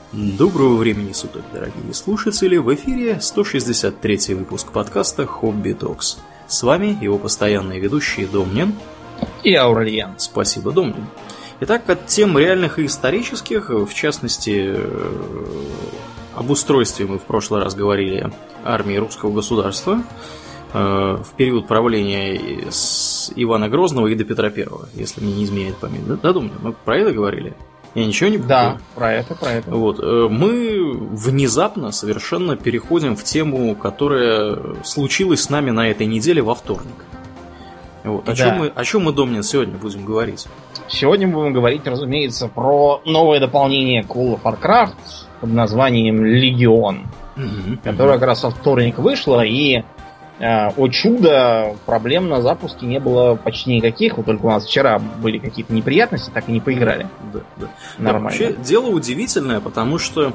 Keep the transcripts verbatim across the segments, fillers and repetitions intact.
Доброго времени суток, дорогие слушатели! В эфире сто шестьдесят третий выпуск подкаста «Хобби Токс». С вами его постоянные ведущие Домнин и Аурельян. Спасибо, Домнин. Итак, от тем реальных и исторических, в частности, об устройстве мы в прошлый раз говорили армии русского государства в период правления с Ивана Грозного и до Петра Первого, если мне не изменяет память. Да, Домнин, мы про это говорили? Я ничего не помню. Да, про это, про это. Вот. Мы внезапно совершенно переходим в тему, которая случилась с нами на этой неделе во вторник. Вот. О, да. чем мы, о чем мы, Домнин, сегодня будем говорить? Сегодня мы будем говорить, разумеется, про новое дополнение к World of Warcraft под названием Легион, mm-hmm. которое как раз во вторник вышло, и о чудо, проблем на запуске не было почти никаких. Вот только у нас вчера были какие-то неприятности, так и не поиграли. Да, да. Нормально. Да, вообще дело удивительное, потому что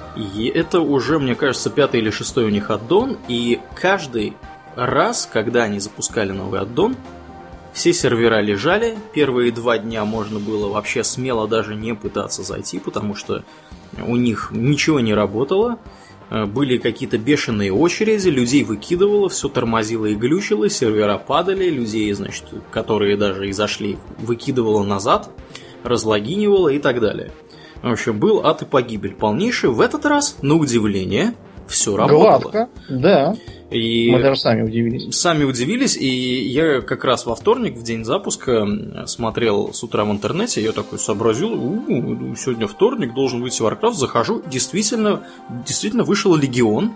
это уже, мне кажется, пятый или шестой у них аддон, и каждый раз, когда они запускали новый аддон, все сервера лежали. Первые два дня можно было вообще смело даже не пытаться зайти, потому что у них ничего не работало. Были какие-то бешеные очереди, людей выкидывало, все тормозило и глючило, сервера падали, людей, значит, которые даже и зашли, выкидывало назад, разлогинивало и так далее. В общем, был ад и погибель полнейший. В этот раз, на удивление, все работало. Гладко, да. И мы даже сами удивились. Сами удивились, и я как раз во вторник, в день запуска, смотрел с утра в интернете, я такой сообразил, у-у, сегодня вторник, должен выйти Warcraft, захожу, действительно, действительно вышел Легион,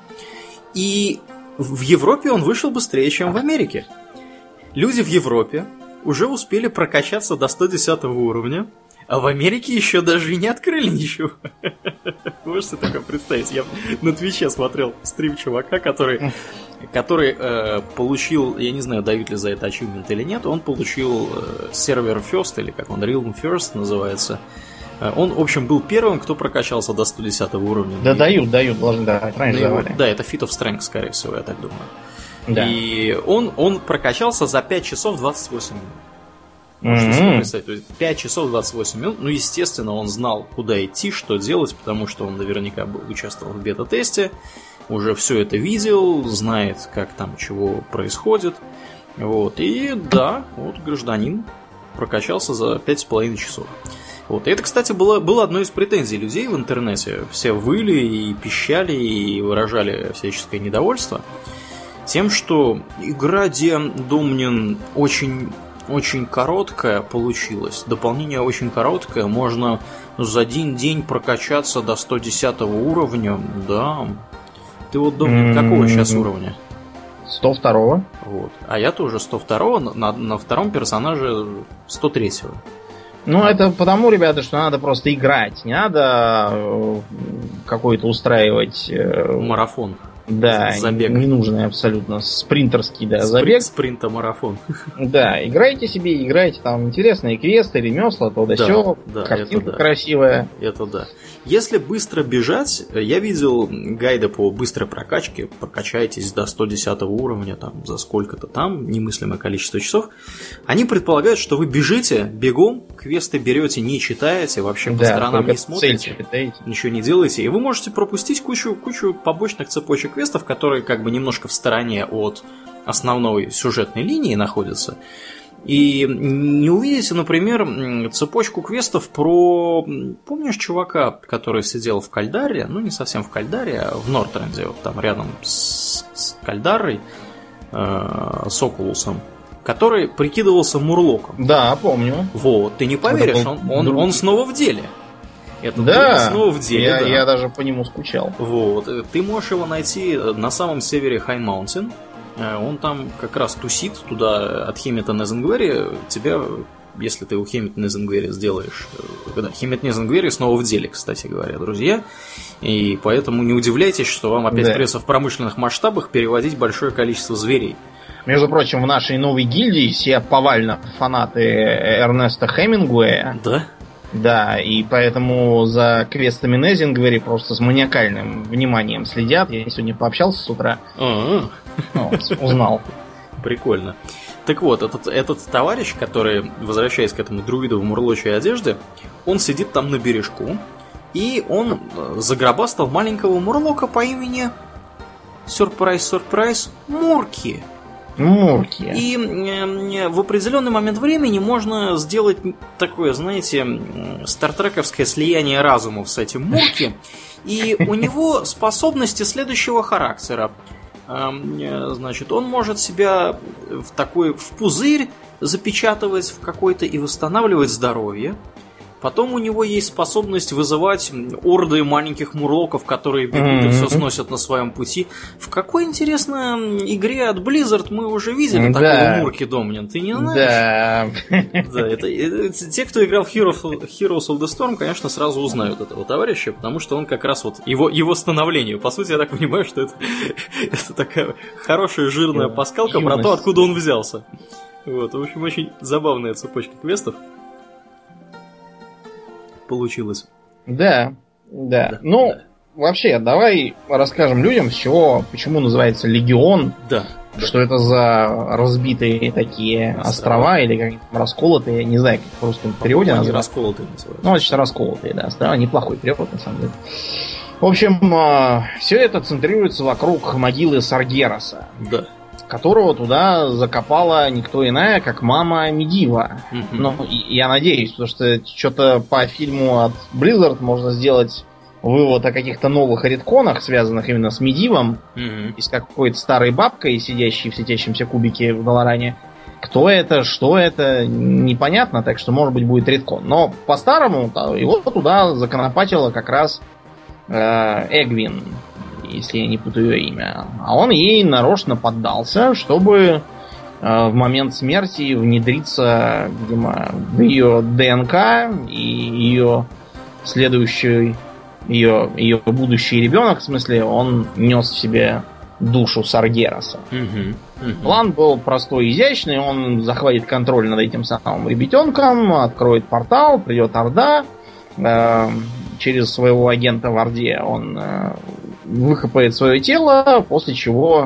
и в Европе он вышел быстрее, чем в Америке. Люди в Европе уже успели прокачаться до сто десятого уровня, а в Америке еще даже и не открыли ничего. Можете такое представить? Я на Твиче смотрел стрим чувака, который, который э, получил, я не знаю, дают ли за это ачивмент или нет, он получил э, сервер First, или как он, Realm First называется. Э, он, в общем, был первым, кто прокачался до сто десятого уровня. Да, и, дают, дают, должны давать, раньше давали. Да, это Feat of Strength, скорее всего, я так думаю. Да. И он, он прокачался за пять часов двадцать восемь минут. Можете себе представить, то есть пять часов двадцать восемь минут. Ну, естественно, он знал, куда идти, что делать, потому что он наверняка был, участвовал в бета-тесте, уже все это видел, знает, как там чего происходит. Вот. И да, вот гражданин прокачался за пять с половиной часов. Вот. И это, кстати, было, было одной из претензий людей в интернете. Все выли и пищали и выражали всяческое недовольство тем, что игра Домнин очень... очень короткая получилась. Дополнение очень короткое. Можно за один день прокачаться до сто десятого уровня. Да. Ты вот, Домнин, какого сейчас уровня? сто второго. Вот. А я тоже сто второго. На, на втором персонаже сто третьего. Ну, это потому, ребята, что надо просто играть. Не надо какой-то устраивать... марафон. Да, забег. Ненужный абсолютно. Спринтерский, да, Спринт, забег. Спринтомарафон. Да, играйте себе, играйте там интересные квесты, ремесла, то да сё, да, картинка да. красивая. Это да. Если быстро бежать, я видел гайды по быстрой прокачке, прокачайтесь до сто десятого уровня, там, за сколько-то там, немыслимое количество часов. Они предполагают, что вы бежите бегом, квесты берете, не читаете, вообще по да, сторонам не смотрите, читаете. Ничего не делаете, и вы можете пропустить кучу, кучу побочных цепочек квестов, которые как бы немножко в стороне от основной сюжетной линии находятся. И не увидите, например, цепочку квестов про... Помнишь чувака, который сидел в Кальдаре? Ну, не совсем в Кальдаре, а в Нортренде, вот там рядом с, с Кальдарой, э, с Окулусом, который прикидывался Мурлоком. Да, помню. Вот, ты не поверишь, он, он, он снова в деле. Это да, снова в деле, я, да. я даже по нему скучал. Вот, ты можешь его найти на самом севере Хайн-Маунтин. Он там как раз тусит, туда от Хемета Незенгвери тебя, если ты у Хемета Незенгвери сделаешь... Да, Хемет Незенгвери снова в деле, кстати говоря, друзья. И поэтому не удивляйтесь, что вам опять да. придется в промышленных масштабах переводить большое количество зверей. Между прочим, в нашей новой гильдии все повально фанаты Эрнеста Хемингуэя. Да? Да, и поэтому за квестами Незенгвери просто с маниакальным вниманием следят. Я сегодня пообщался с утра. А-а-а. Ну, узнал. Прикольно. Так вот, этот, этот товарищ, который, возвращаясь к этому друиду в мурлочей одежде, он сидит там на бережку И он загробастал маленького мурлока по имени... Сюрприз-сюрприз, Мурки. Мурки. И э, в определенный момент времени можно сделать такое, знаете, стартрековское слияние разумов с этим Мурки. И у него способности следующего характера. Э, значит, он может себя в такой в пузырь запечатывать в какой-то и восстанавливать здоровье. Потом у него есть способность вызывать орды маленьких мурлоков, которые бегут mm-hmm. и все сносят на своем пути. В какой, интересно, игре от Blizzard мы уже видели да. такого Мурки Домнин? Ты не знаешь? Да. Да, это, это, те, кто играл в Heroes, Heroes of the Storm, конечно, сразу узнают этого товарища, потому что он как раз вот его, его становление. По сути, я так понимаю, что это, это такая хорошая жирная пасхалка про то, откуда он взялся. Вот, в общем, очень забавная цепочка квестов получилось. Да, да. да ну, да. вообще, давай расскажем людям, с чего, почему называется Легион. Да. Что да. это за разбитые такие острова, острова или как расколотые, я не знаю, как в русском переводе называется. Расколотые называются. Ну, значит, расколотые, да, острова. Неплохой перевод, на самом деле. В общем, все это центрируется вокруг могилы Саргераса. Да. Которого туда закопала никто иная, как мама Медива. Mm-hmm. Ну, я надеюсь, потому что что-то по фильму от Blizzard можно сделать вывод о каких-то новых редконах, связанных именно с Медивом, mm-hmm. и с какой-то старой бабкой, сидящей в светящемся кубике в Долоране. Кто это, что это, непонятно, так что, может быть, будет редкон. Но по-старому его туда законопатила как раз э, Эгвин, если я не путаю ее имя. А он ей нарочно поддался, чтобы э, в момент смерти внедриться, видимо, в ее ДНК и ее следующий, ее, ее будущий ребенок, в смысле, он нес в себе душу Саргераса. Uh-huh. Uh-huh. План был простой и изящный. Он захватит контроль над этим самым ребятенком, откроет портал, придет Орда. Э, через своего агента в Орде он э, выкопает свое тело, после чего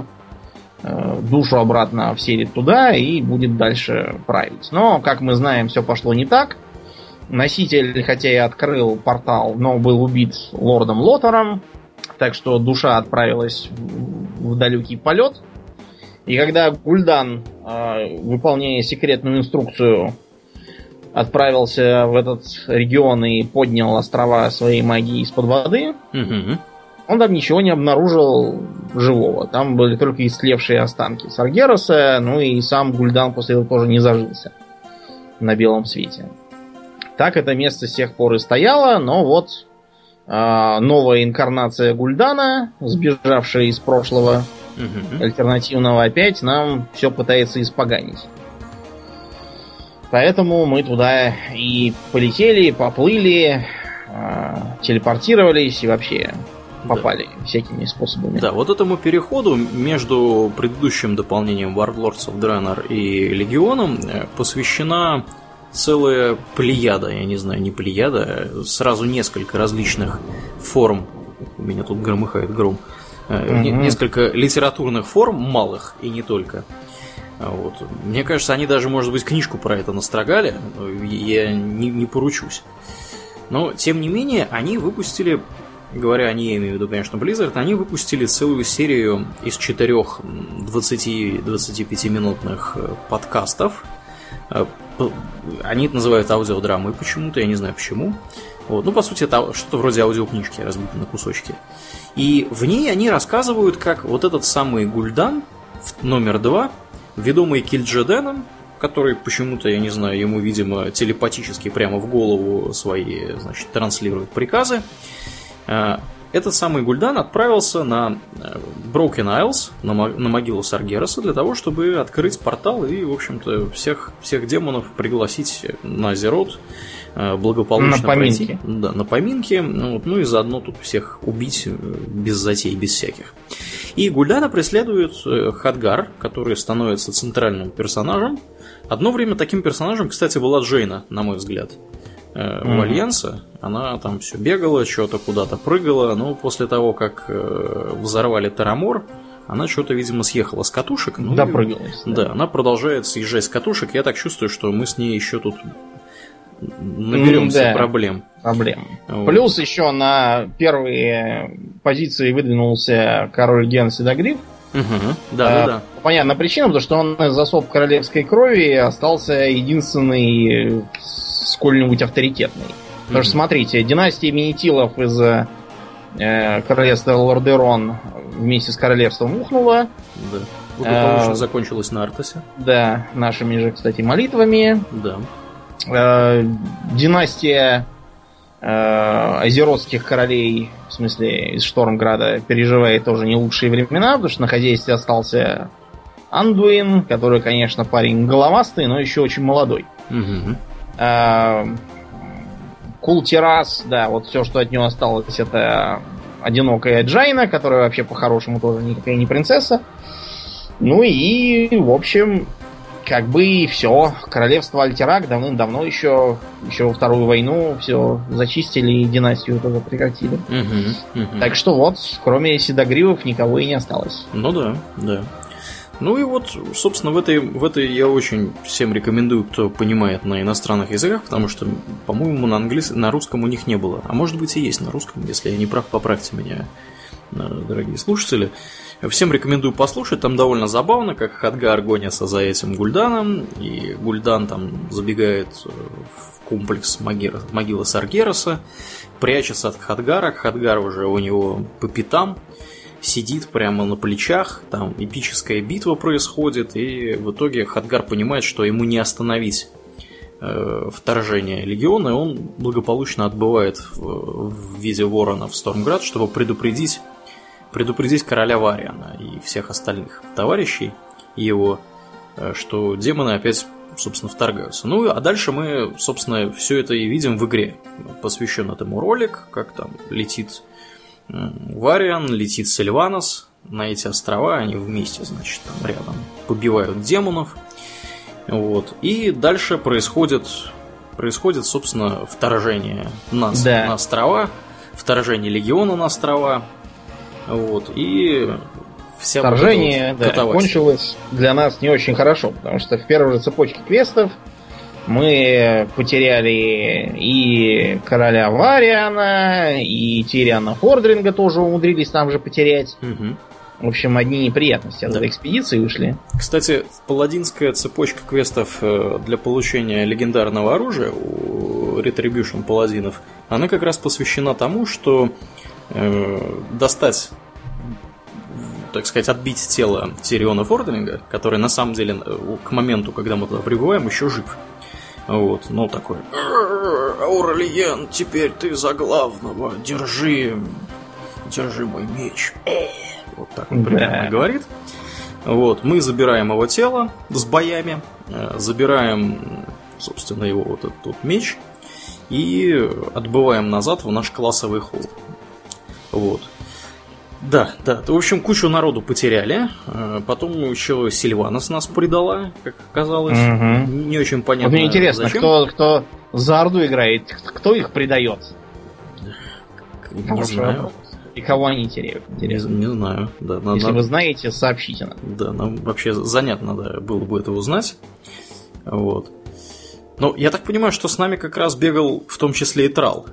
э, душу обратно вселит туда и будет дальше править. Но, как мы знаем, все пошло не так. Носитель, хотя и открыл портал, но был убит лордом Лотером, так что душа отправилась в, в далекий полет. И когда Гуль'дан, э, выполняя секретную инструкцию, отправился в этот регион и поднял острова своей магии из-под воды, угу. он там ничего не обнаружил живого. Там были только истлевшие останки Саргераса, ну и сам Гуль'дан после этого тоже не зажился на белом свете. Так это место с тех пор и стояло, но вот э, новая инкарнация Гуль'дана, сбежавшая из прошлого угу. альтернативного, опять нам все пытается испоганить. Поэтому мы туда и полетели, поплыли, э, телепортировались и вообще попали да. всякими способами. Да, вот этому переходу между предыдущим дополнением Warlords of Draenor и Легионом посвящена целая плеяда, я не знаю, не плеяда, сразу несколько различных форм. У меня тут громыхает гром. Mm-hmm. Несколько литературных форм, малых и не только. Вот. Мне кажется, они даже, может быть, книжку про это настрогали. Я не, не поручусь. Но, тем не менее, они выпустили, говоря они, я имею в виду, конечно, Blizzard, они выпустили целую серию из четырех двадцати-двадцатипятиминутных подкастов. Они это называют аудиодрамой почему-то, я не знаю почему. Вот. Ну, по сути, это что-то вроде аудиокнижки, разбитой на кусочки. И в ней они рассказывают, как вот этот самый Гуль'дан, номер два, ведомый Киль'Джеденом, который почему-то, я не знаю, ему, видимо, телепатически прямо в голову свои, значит, транслирует приказы. Этот самый Гуль'дан отправился на Broken Isles, на могилу Саргераса, для того, чтобы открыть портал и, в общем-то, всех, всех демонов пригласить на Азерот, благополучно на поминки. пройти. Да, на поминки. Вот, ну и заодно тут всех убить без затей, без всяких. И Гуль'дана преследует Хадгар, который становится центральным персонажем. Одно время таким персонажем, кстати, была Джейна, на мой взгляд. Mm-hmm. У Альянса. Она там все бегала, что-то куда-то прыгала, но после того, как взорвали Тарамор, она что-то, видимо, съехала с катушек. Ну, допрыгалась. Да. да, она продолжает съезжать с катушек. Я так чувствую, что мы с ней еще тут наберемся да, проблем. Проблем. Вот. Плюс еще на первые позиции выдвинулся король Ген Седогриф. Угу. Да, а, да, да. Понятная причина, потому что он из особ королевской крови остался единственный сколь-нибудь авторитетный. Mm-hmm. Потому что, смотрите, династия Менетилов из э, королевства Лордерон вместе с королевством ухнула. Да. Благополучно а, закончилась на Артасе. Да, нашими же, кстати, молитвами. Да. Э, династия э, азеротских королей, в смысле, из Штормграда, переживает тоже не лучшие времена, потому что на хозяйстве остался Андуин, который, конечно, парень головастый, но еще очень молодой. Угу. Э, Кул-Тирас, да, вот все, что от него осталось, это одинокая Джайна, которая вообще по-хорошему тоже никакая не принцесса. Ну и, в общем, как бы и все. Королевство Альтерак давным-давно еще, еще во Вторую войну все зачистили и династию тоже прекратили. Угу, угу. Так что вот, кроме седогривов, никого и не осталось. Ну да, да. Ну и вот, собственно, в этой, в этой я очень всем рекомендую, кто понимает на иностранных языках, потому что, по-моему, на английском, на русском у них не было. А может быть и есть на русском, если я не прав, поправьте меня, дорогие слушатели. Всем рекомендую послушать, там довольно забавно, как Хадгар гонится за этим Гульданом, и Гульдан там забегает в комплекс могилы, могилы Саргераса, прячется от Хадгара, Хадгар уже у него по пятам, сидит прямо на плечах, там эпическая битва происходит, и в итоге Хадгар понимает, что ему не остановить э, вторжение легиона, и он благополучно отбывает в, в виде ворона в Стормград, чтобы предупредить, предупредить короля Вариана и всех остальных товарищей его, э, что демоны опять, собственно, вторгаются. Ну, а дальше мы, собственно, все это и видим в игре. Посвящен этому ролик, как там летит Вариан, летит Сильванос на эти острова, они вместе, значит, там рядом побивают демонов. Вот. И дальше происходит, происходит, собственно, вторжение нас да. на острова, вторжение легиона на острова. Вот. И вся вторжение вот да, кончилось для нас не очень хорошо, потому что в первой же цепочке квестов мы потеряли и короля Вариана, и Тириана Хордринга тоже умудрились там же потерять. Угу. В общем, одни неприятности от да. этой экспедиции вышли. Кстати, паладинская цепочка квестов для получения легендарного оружия у Retribution паладинов, она как раз посвящена тому, что э, достать, так сказать, отбить тело Тириона Хордринга, который на самом деле к моменту, когда мы туда прибываем, еще жив. Вот, ну такой: Аурелиен, теперь ты за главного, держи, держи мой меч. Вот так он примерно да. говорит. Вот, мы забираем его тело с боями, забираем, собственно, его вот этот вот меч и отбываем назад в наш классовый холл. Вот. Да, да. В общем, кучу народу потеряли. Потом еще Сильванос нас предала, как оказалось. Угу. Не очень понятно. Вот мне интересно, зачем. Кто, кто за Орду играет, кто их предает? Не Хороший знаю. Вопрос. И кого они теряют? Интересно. Не, не знаю. Да, надо... Если вы знаете, сообщите нам. Да, нам вообще занятно да, было бы это узнать. Вот. Но я так понимаю, что с нами как раз бегал в том числе и Трал.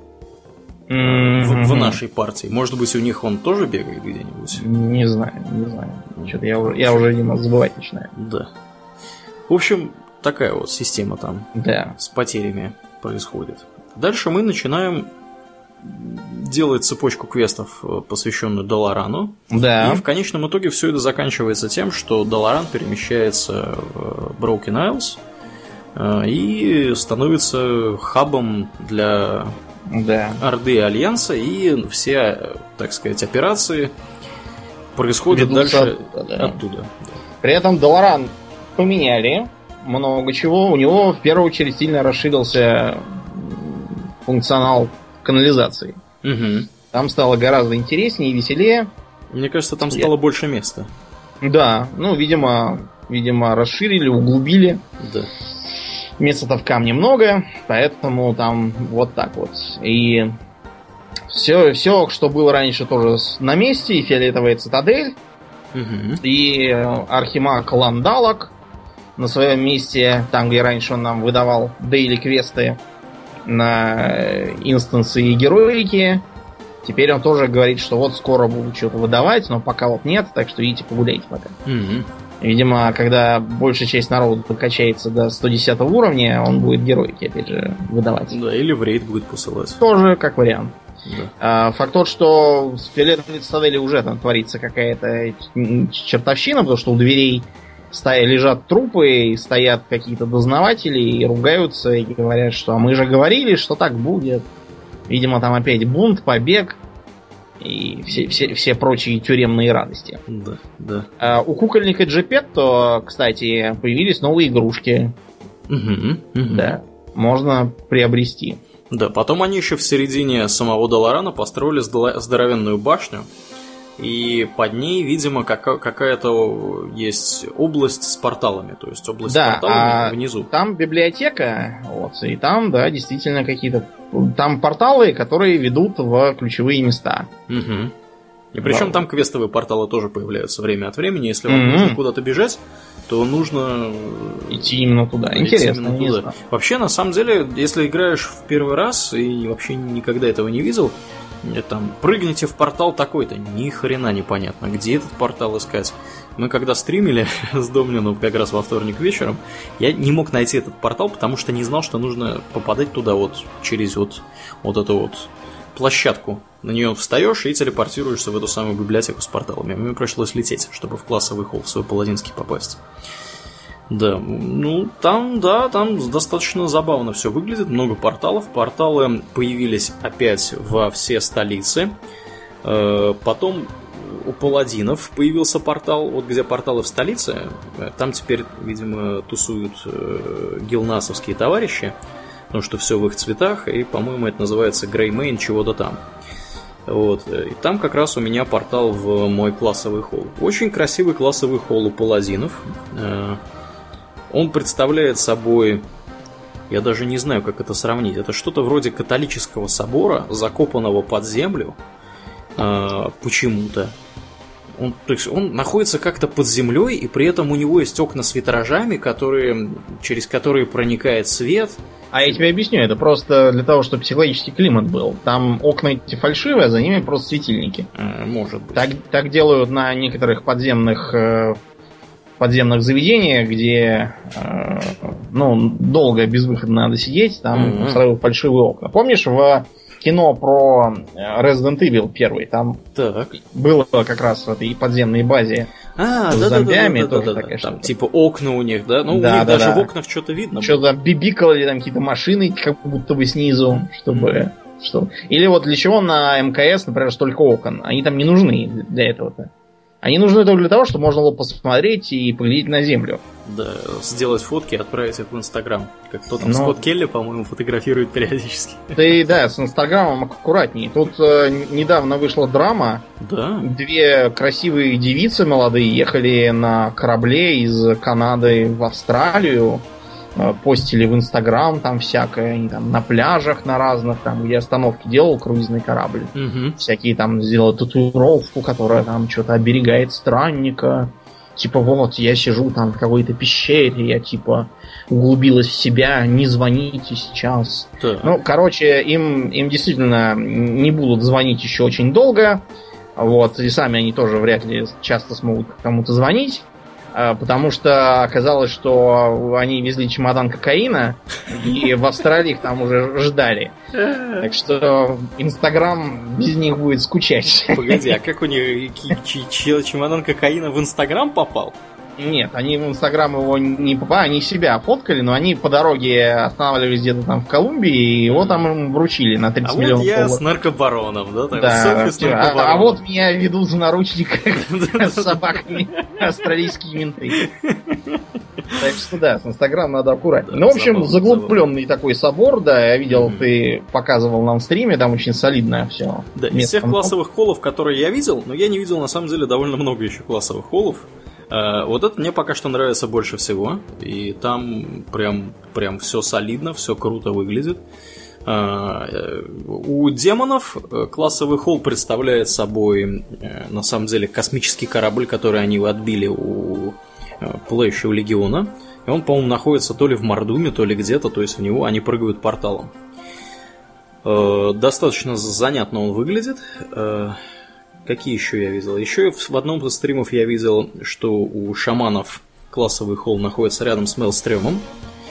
Mm-hmm. В, в нашей партии. Может быть, у них он тоже бегает где-нибудь? Не знаю, не знаю. Что-то я, уже, я уже немного забывать начинаю. Да. В общем, такая вот система там да. с потерями происходит. Дальше мы начинаем делать цепочку квестов, посвященную Доларану. Да. И в конечном итоге все это заканчивается тем, что Доларан перемещается в Broken Isles и становится хабом для да. Орды и Альянса, и все, так сказать, операции происходят ведутся дальше оттуда. Да. оттуда. При этом Доларан поменяли много чего. У него в первую очередь сильно расширился функционал канализации. Угу. Там стало гораздо интереснее и веселее. Мне кажется, там стало Я... больше места. Да, ну, видимо, видимо, расширили, углубили. Да. Места-то в камне много, поэтому там вот так вот. И все, все, что было раньше, тоже на месте. И фиолетовая цитадель, угу. и архимаг Ландалок, на своем месте, там, где раньше он нам выдавал дейли-квесты на инстансы и героики. Теперь он тоже говорит, что вот скоро будут что-то выдавать, но пока вот нет, так что идите погуляйте пока. Mm-hmm. Видимо, когда большая часть народа подкачается до сто десятого уровня, он будет героики, опять же, выдавать. Да, или в рейд будет посылать. Тоже как вариант. Да. А, факт тот, что в Фиолетовой цитадели уже там творится какая-то чертовщина, потому что у дверей стоя, лежат трупы, и стоят какие-то дознаватели и ругаются, и говорят, что а мы же говорили, что так будет. Видимо, там опять бунт, побег и все, все, все прочие тюремные радости. Да, да. А у кукольника Джепетто, кстати, появились новые игрушки. Угу, угу. Да, можно приобрести. Да, потом они еще в середине самого Долорана построили здоровенную башню. И под ней, видимо, какая-то есть область с порталами. То есть область да, с порталами а внизу. Там библиотека, вот, и там, да, действительно какие-то... Там порталы, которые ведут в ключевые места. Угу. И причем да. Там квестовые порталы тоже появляются время от времени. Если вам mm-hmm. нужно куда-то бежать, то нужно... Идти именно туда. Интересно. Именно туда. Вообще, на самом деле, если играешь в первый раз и вообще никогда этого не видел... Там, прыгните в портал такой-то, ни хрена непонятно, где этот портал искать. Мы когда стримили с Домнином как раз во вторник вечером, я не мог найти этот портал, потому что не знал, что нужно попадать туда вот через вот, вот эту вот площадку. На нее встаешь и телепортируешься в эту самую библиотеку с порталами. Мне пришлось лететь, чтобы в классовый холл в свой паладинский попасть. Да, ну там, да, там достаточно забавно все выглядит, много порталов. Порталы появились опять во все столицы. Потом у паладинов появился портал, вот где порталы в столице. Там теперь, видимо, тусуют гилнасовские товарищи, потому что все в их цветах, и, по-моему, это называется Греймейн чего-то там. Вот. И там как раз у меня портал в мой классовый холл. Очень красивый классовый холл у паладинов. Он представляет собой, я даже не знаю, как это сравнить. Это что-то вроде католического собора, закопанного под землю э, почему-то. Он, то есть он находится как-то под землей, и при этом у него есть окна с витражами, которые, через которые проникает свет. А я тебе объясню, это просто для того, чтобы психологический климат был. Там окна эти фальшивые, а за ними просто светильники. А, может быть. Так, так делают на некоторых подземных... Э, подземных заведениях, где э, ну, долго безвыходно надо сидеть, там mm-hmm. устраивают фальшивые окна. Помнишь, в кино про Resident Evil первый, там так. было как раз в этой подземной базе а, с да, зомбями да, да, тоже да, да, такая да. Там штука. типа окна у них, да? Ну, да, у них да, даже да. в окнах что-то видно. Что-то бибикали там какие-то машины, как будто бы снизу, чтобы... Mm-hmm. Что... Или вот для чего на МКС, например, столько окон? Они там не нужны для этого-то. Они нужны только для того, чтобы можно было посмотреть и поглядеть на землю. Да, сделать фотки и отправить их в Инстаграм. Как кто там, Но... Скотт Келли, по-моему, фотографирует периодически. Да и да, с Инстаграмом аккуратней. Тут э, недавно вышла драма. Да. Две красивые девицы молодые ехали на корабле из Канады в Австралию. Постили в Инстаграм там всякое, они там на пляжах на разных, там, где остановки делал круизный корабль. Угу. Всякие там сделали татуировку, которая там что-то оберегает странника. Типа, вот, я сижу там в какой-то пещере, я типа углубилась в себя, не звоните сейчас. Да. Ну, короче, им, им действительно не будут звонить еще очень долго. Вот, и сами они тоже вряд ли часто смогут кому-то звонить. Потому что оказалось, что они везли чемодан кокаина, и в Австралии их там уже ждали. Так что Инстаграм без них будет скучать. Погоди, а как у них чемодан кокаина в Инстаграм попал? Нет, они в Инстаграм его не попали, они себя фоткали, но они по дороге останавливались где-то там в Колумбии, и его там им вручили на тридцать а миллионов вот я долларов. с наркобароном, да? Так, да, с наркобароном. А, а вот меня ведут в наручниках с собаками австралийские менты. Так что да, с Инстаграм надо аккуратнее. Ну, в общем, заглубленный такой собор, да, я видел, ты показывал нам в стриме, там очень солидное все. Да, из всех классовых холлов, которые я видел, но я не видел на самом деле довольно много еще классовых холлов. Вот это мне пока что нравится больше всего. И там прям, прям все солидно, все круто выглядит. У демонов классовый холл представляет собой на самом деле космический корабль, который они отбили у Пылающего Легиона. И он, по-моему, находится то ли в Мордуме, то ли где-то, то есть в него они прыгают порталом. Достаточно занятно он выглядит. Какие еще я видел? Еще в одном из стримов я видел, что у шаманов классовый холл находится рядом с Мелстремом.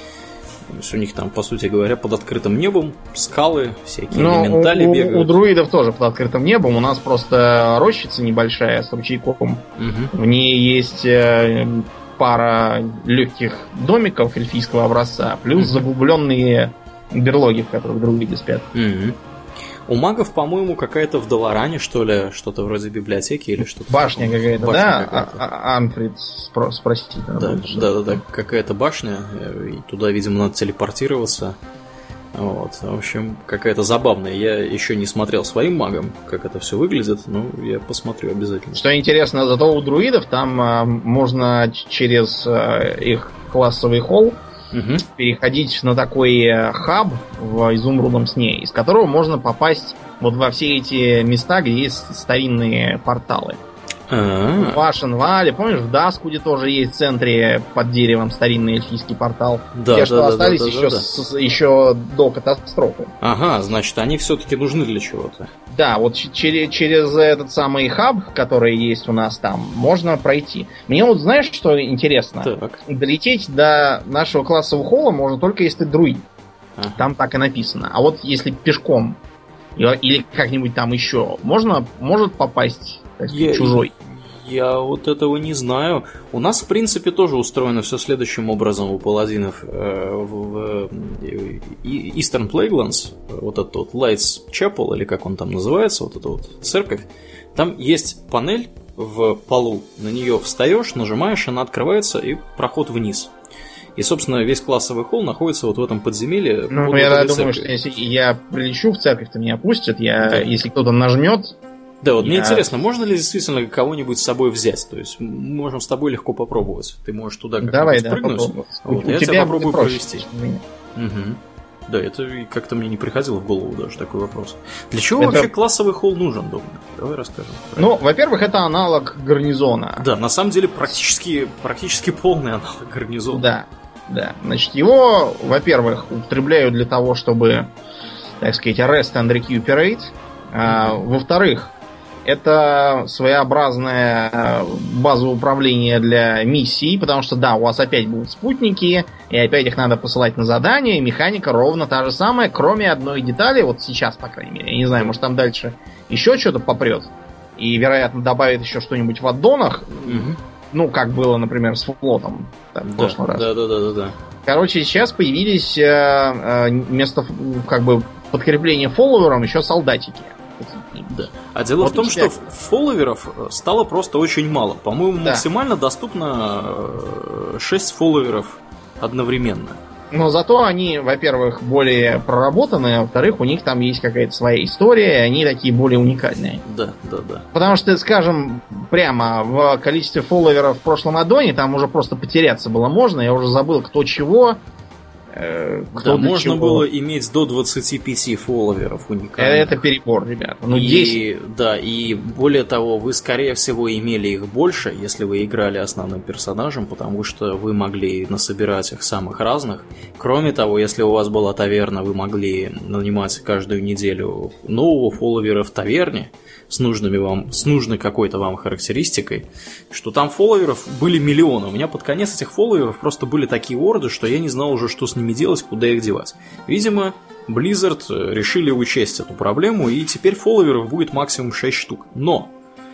То есть у них там, по сути говоря, под открытым небом скалы, всякие Но элементали у, бегают. У, у друидов тоже под открытым небом. У нас просто рощица небольшая с ручейком. Угу. В ней есть э, пара легких домиков эльфийского образца, плюс угу. заглубленные берлоги, в которых друиды спят. Угу. У магов, по-моему, какая-то в Долоране, что ли, что-то вроде библиотеки или что-то. Башня такое. какая-то, башня да? Какая-то. А- Анфрид спро- спросите. Да, да, да, да, какая-то башня, и туда, видимо, надо телепортироваться. Вот, в общем, какая-то забавная. Я еще не смотрел своим магом, как это все выглядит, но я посмотрю обязательно. Что интересно, зато у друидов там а, можно через а, их классовый холл угу. переходить на такой хаб в изумрудном сне, из которого можно попасть вот во все эти места, где есть старинные порталы. А-а-а. В Ашенвале, помнишь, в Даскуде тоже есть в центре под деревом старинный эльфийский портал. Да, Те, да, что да, остались да, да, еще, да, да. С, еще до катастрофы. Ага, значит, они все-таки нужны для чего-то. Да, вот через, через этот самый хаб, который есть у нас там, можно пройти. Мне вот знаешь, что интересно? Так. Долететь до нашего классового холла можно только если ты друид. Ага. Там так и написано. А вот если пешком или как-нибудь там еще, можно, может попасть так сказать, я, чужой. Я вот этого не знаю. У нас, в принципе, тоже устроено все следующим образом у паладинов. В Eastern Plaguelands, вот этот вот Lights Chapel, или как он там называется, вот эта вот церковь, там есть панель в полу, на нее встаешь, нажимаешь, она открывается, и проход вниз. И, собственно, весь классовый холл находится вот в этом подземелье. Ну, я вот думаю, церкви. Что если я прилечу в церковь, то меня опустят. Я, да. Если кто-то нажмет... Да, вот я... мне интересно, можно ли действительно кого-нибудь с собой взять? То есть, мы можем с тобой легко попробовать. Ты можешь туда как-то Давай, спрыгнуть. Да, вот, у я тебя тебя попробую проще, провести. Угу. Да, это как-то мне не приходило в голову даже такой вопрос. Для чего это... вообще классовый холл нужен, Домнин? Давай расскажем. Ну, во-первых, это аналог гарнизона. Да, на самом деле практически, практически полный аналог гарнизона. Да, да. Значит, его, во-первых, употребляют для того, чтобы, так сказать, arrest and recuperate. А, во-вторых, это своеобразная база управления для миссий, потому что, да, у вас опять будут спутники, и опять их надо посылать на задание, и механика ровно та же самая, кроме одной детали, вот сейчас, по крайней мере. Я не знаю, может там дальше еще что-то попрет, и, вероятно, добавит еще что-нибудь в аддонах, угу. ну, как было, например, с флотом там, в да, прошлый раз. Да, да, да, да, да. Короче, сейчас появились э, э, вместо как бы подкрепления фолловером еще солдатики. Да. А дело вот в том, что фолловеров стало просто очень мало. По-моему, да. максимально доступно шесть фолловеров одновременно. Но зато они, во-первых, более проработанные, а во-вторых, у них там есть какая-то своя история, и они такие более уникальные. Да, да, да. Потому что, скажем, прямо в количестве фолловеров в прошлом аддоне там уже просто потеряться было можно. Я уже забыл, кто чего. Кто да, можно чего. Было иметь до двадцати пяти фолловеров уникальных. Это перебор, ребята. Ну, и, десять. Да, и более того, вы, скорее всего, имели их больше, если вы играли основным персонажем, потому что вы могли насобирать их самых разных. Кроме того, если у вас была таверна, вы могли нанимать каждую неделю нового фолловера в таверне с нужными вам, с нужной какой-то вам характеристикой, что там фолловеров были миллионы. У меня под конец этих фолловеров просто были такие орды, что я не знал уже, что с ними делать, куда их девать. Видимо, Blizzard решили учесть эту проблему, и теперь фолловеров будет максимум шесть штук. Но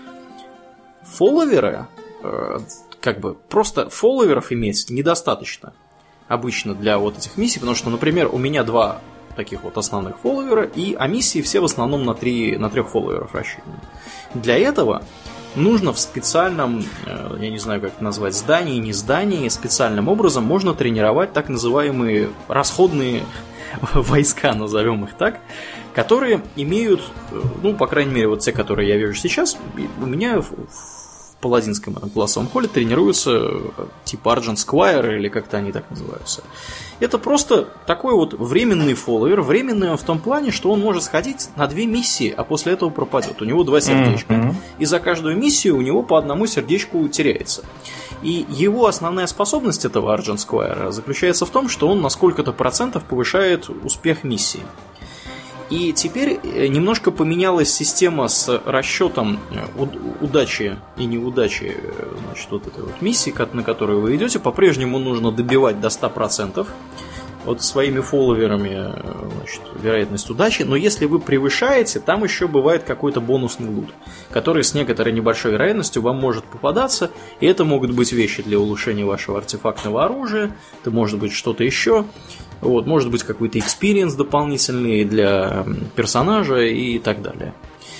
фолловеры, э, как бы, просто фолловеров иметь недостаточно обычно для вот этих миссий, потому что, например, у меня два таких вот основных фолловера, и а миссии все в основном на, три, на трех фолловеров рассчитаны. Для этого нужно в специальном, я не знаю, как это назвать, здании, не здании, специальным образом можно тренировать так называемые расходные войска, назовем их так, которые имеют, ну, по крайней мере, вот те, которые я вижу сейчас, у меня паладинском классовом холле тренируются типа Argent Squire, или как-то они так называются. Это просто такой вот временный фолловер. Временный он в том плане, что он может сходить на две миссии, а после этого пропадет. У него два сердечка. Mm-hmm. И за каждую миссию у него по одному сердечку теряется. И его основная способность этого Argent Squire заключается в том, что он на сколько-то процентов повышает успех миссии. И теперь немножко поменялась система с расчетом удачи и неудачи, значит, вот этой вот миссии, на которую вы идете. По-прежнему нужно добивать до ста процентов вот своими фолловерами, значит, вероятность удачи. Но если вы превышаете, там еще бывает какой-то бонусный лут, который с некоторой небольшой вероятностью вам может попадаться. И это могут быть вещи для улучшения вашего артефактного оружия, это может быть что-то еще. Вот, может быть какой-то экспириенс дополнительный для персонажа и так далее.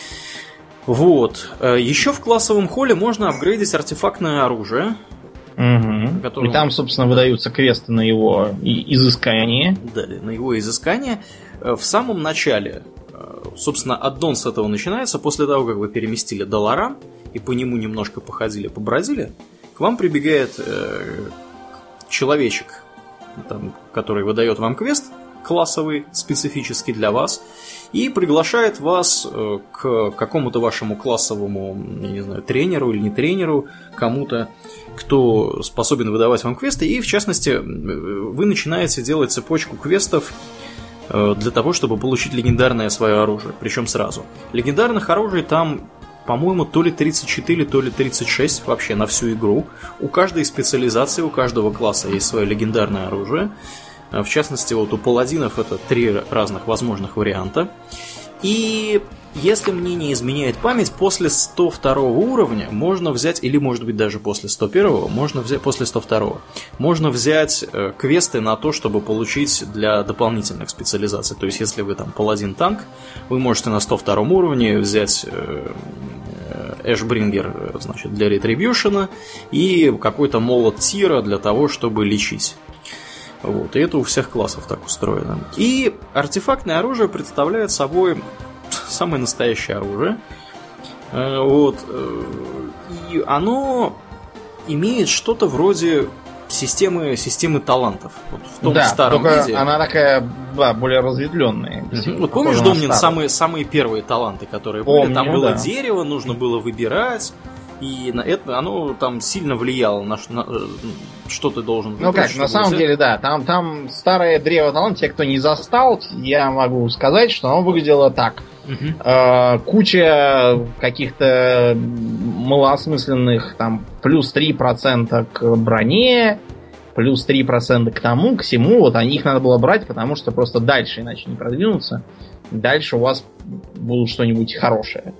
Вот. Еще в классовом холле можно апгрейдить артефактное оружие. Угу. Которое... И там, собственно, выдаются квесты на его изыскание. Да, на его изыскание. В самом начале, собственно, аддон с этого начинается. После того, как вы переместили Даларан и по нему немножко походили, побродили, к вам прибегает э, человечек, там, который выдает вам квест классовый, специфический для вас, и приглашает вас к какому-то вашему классовому, я не знаю, тренеру или не тренеру, кому-то, кто способен выдавать вам квесты, и в частности вы начинаете делать цепочку квестов для того, чтобы получить легендарное свое оружие, причем сразу. Легендарных оружий там, по-моему, то ли тридцать четыре, то ли тридцать шесть вообще на всю игру. У каждой специализации, у каждого класса есть свое легендарное оружие. В частности, вот у паладинов это три разных возможных варианта. И если мне не изменяет память, после сто второго уровня можно взять, или может быть даже после сто первого, можно взять, после сто второго, можно взять э, квесты на то, чтобы получить для дополнительных специализаций. То есть, если вы там паладин-танк, вы можете на сто втором уровне взять э, Эшбрингер, значит, для ретрибьюшена и какой-то молот Тира для того, чтобы лечить. Вот, и это у всех классов так устроено. И артефактное оружие представляет собой самое настоящее оружие. Вот. И оно имеет что-то вроде системы, системы талантов. Вот в том да, старом только виде. Она такая, да, более разветвленная. Uh-huh. Вот помнишь, Домнин, самые, самые первые таланты, которые были? Помню, там было да. дерево, нужно было выбирать. И на это оно там сильно влияло на, на что ты должен выбрать. Ну как, на самом взять. деле, да, там, там старое древо талант, те, кто не застал, я могу сказать, что оно выглядело так. Uh-huh. Э, куча каких-то малоосмысленных, там, плюс три процента к броне, плюс три процента к тому, к всему. Вот они их надо было брать, потому что просто дальше, иначе не продвинуться. Дальше у вас будет что-нибудь хорошее.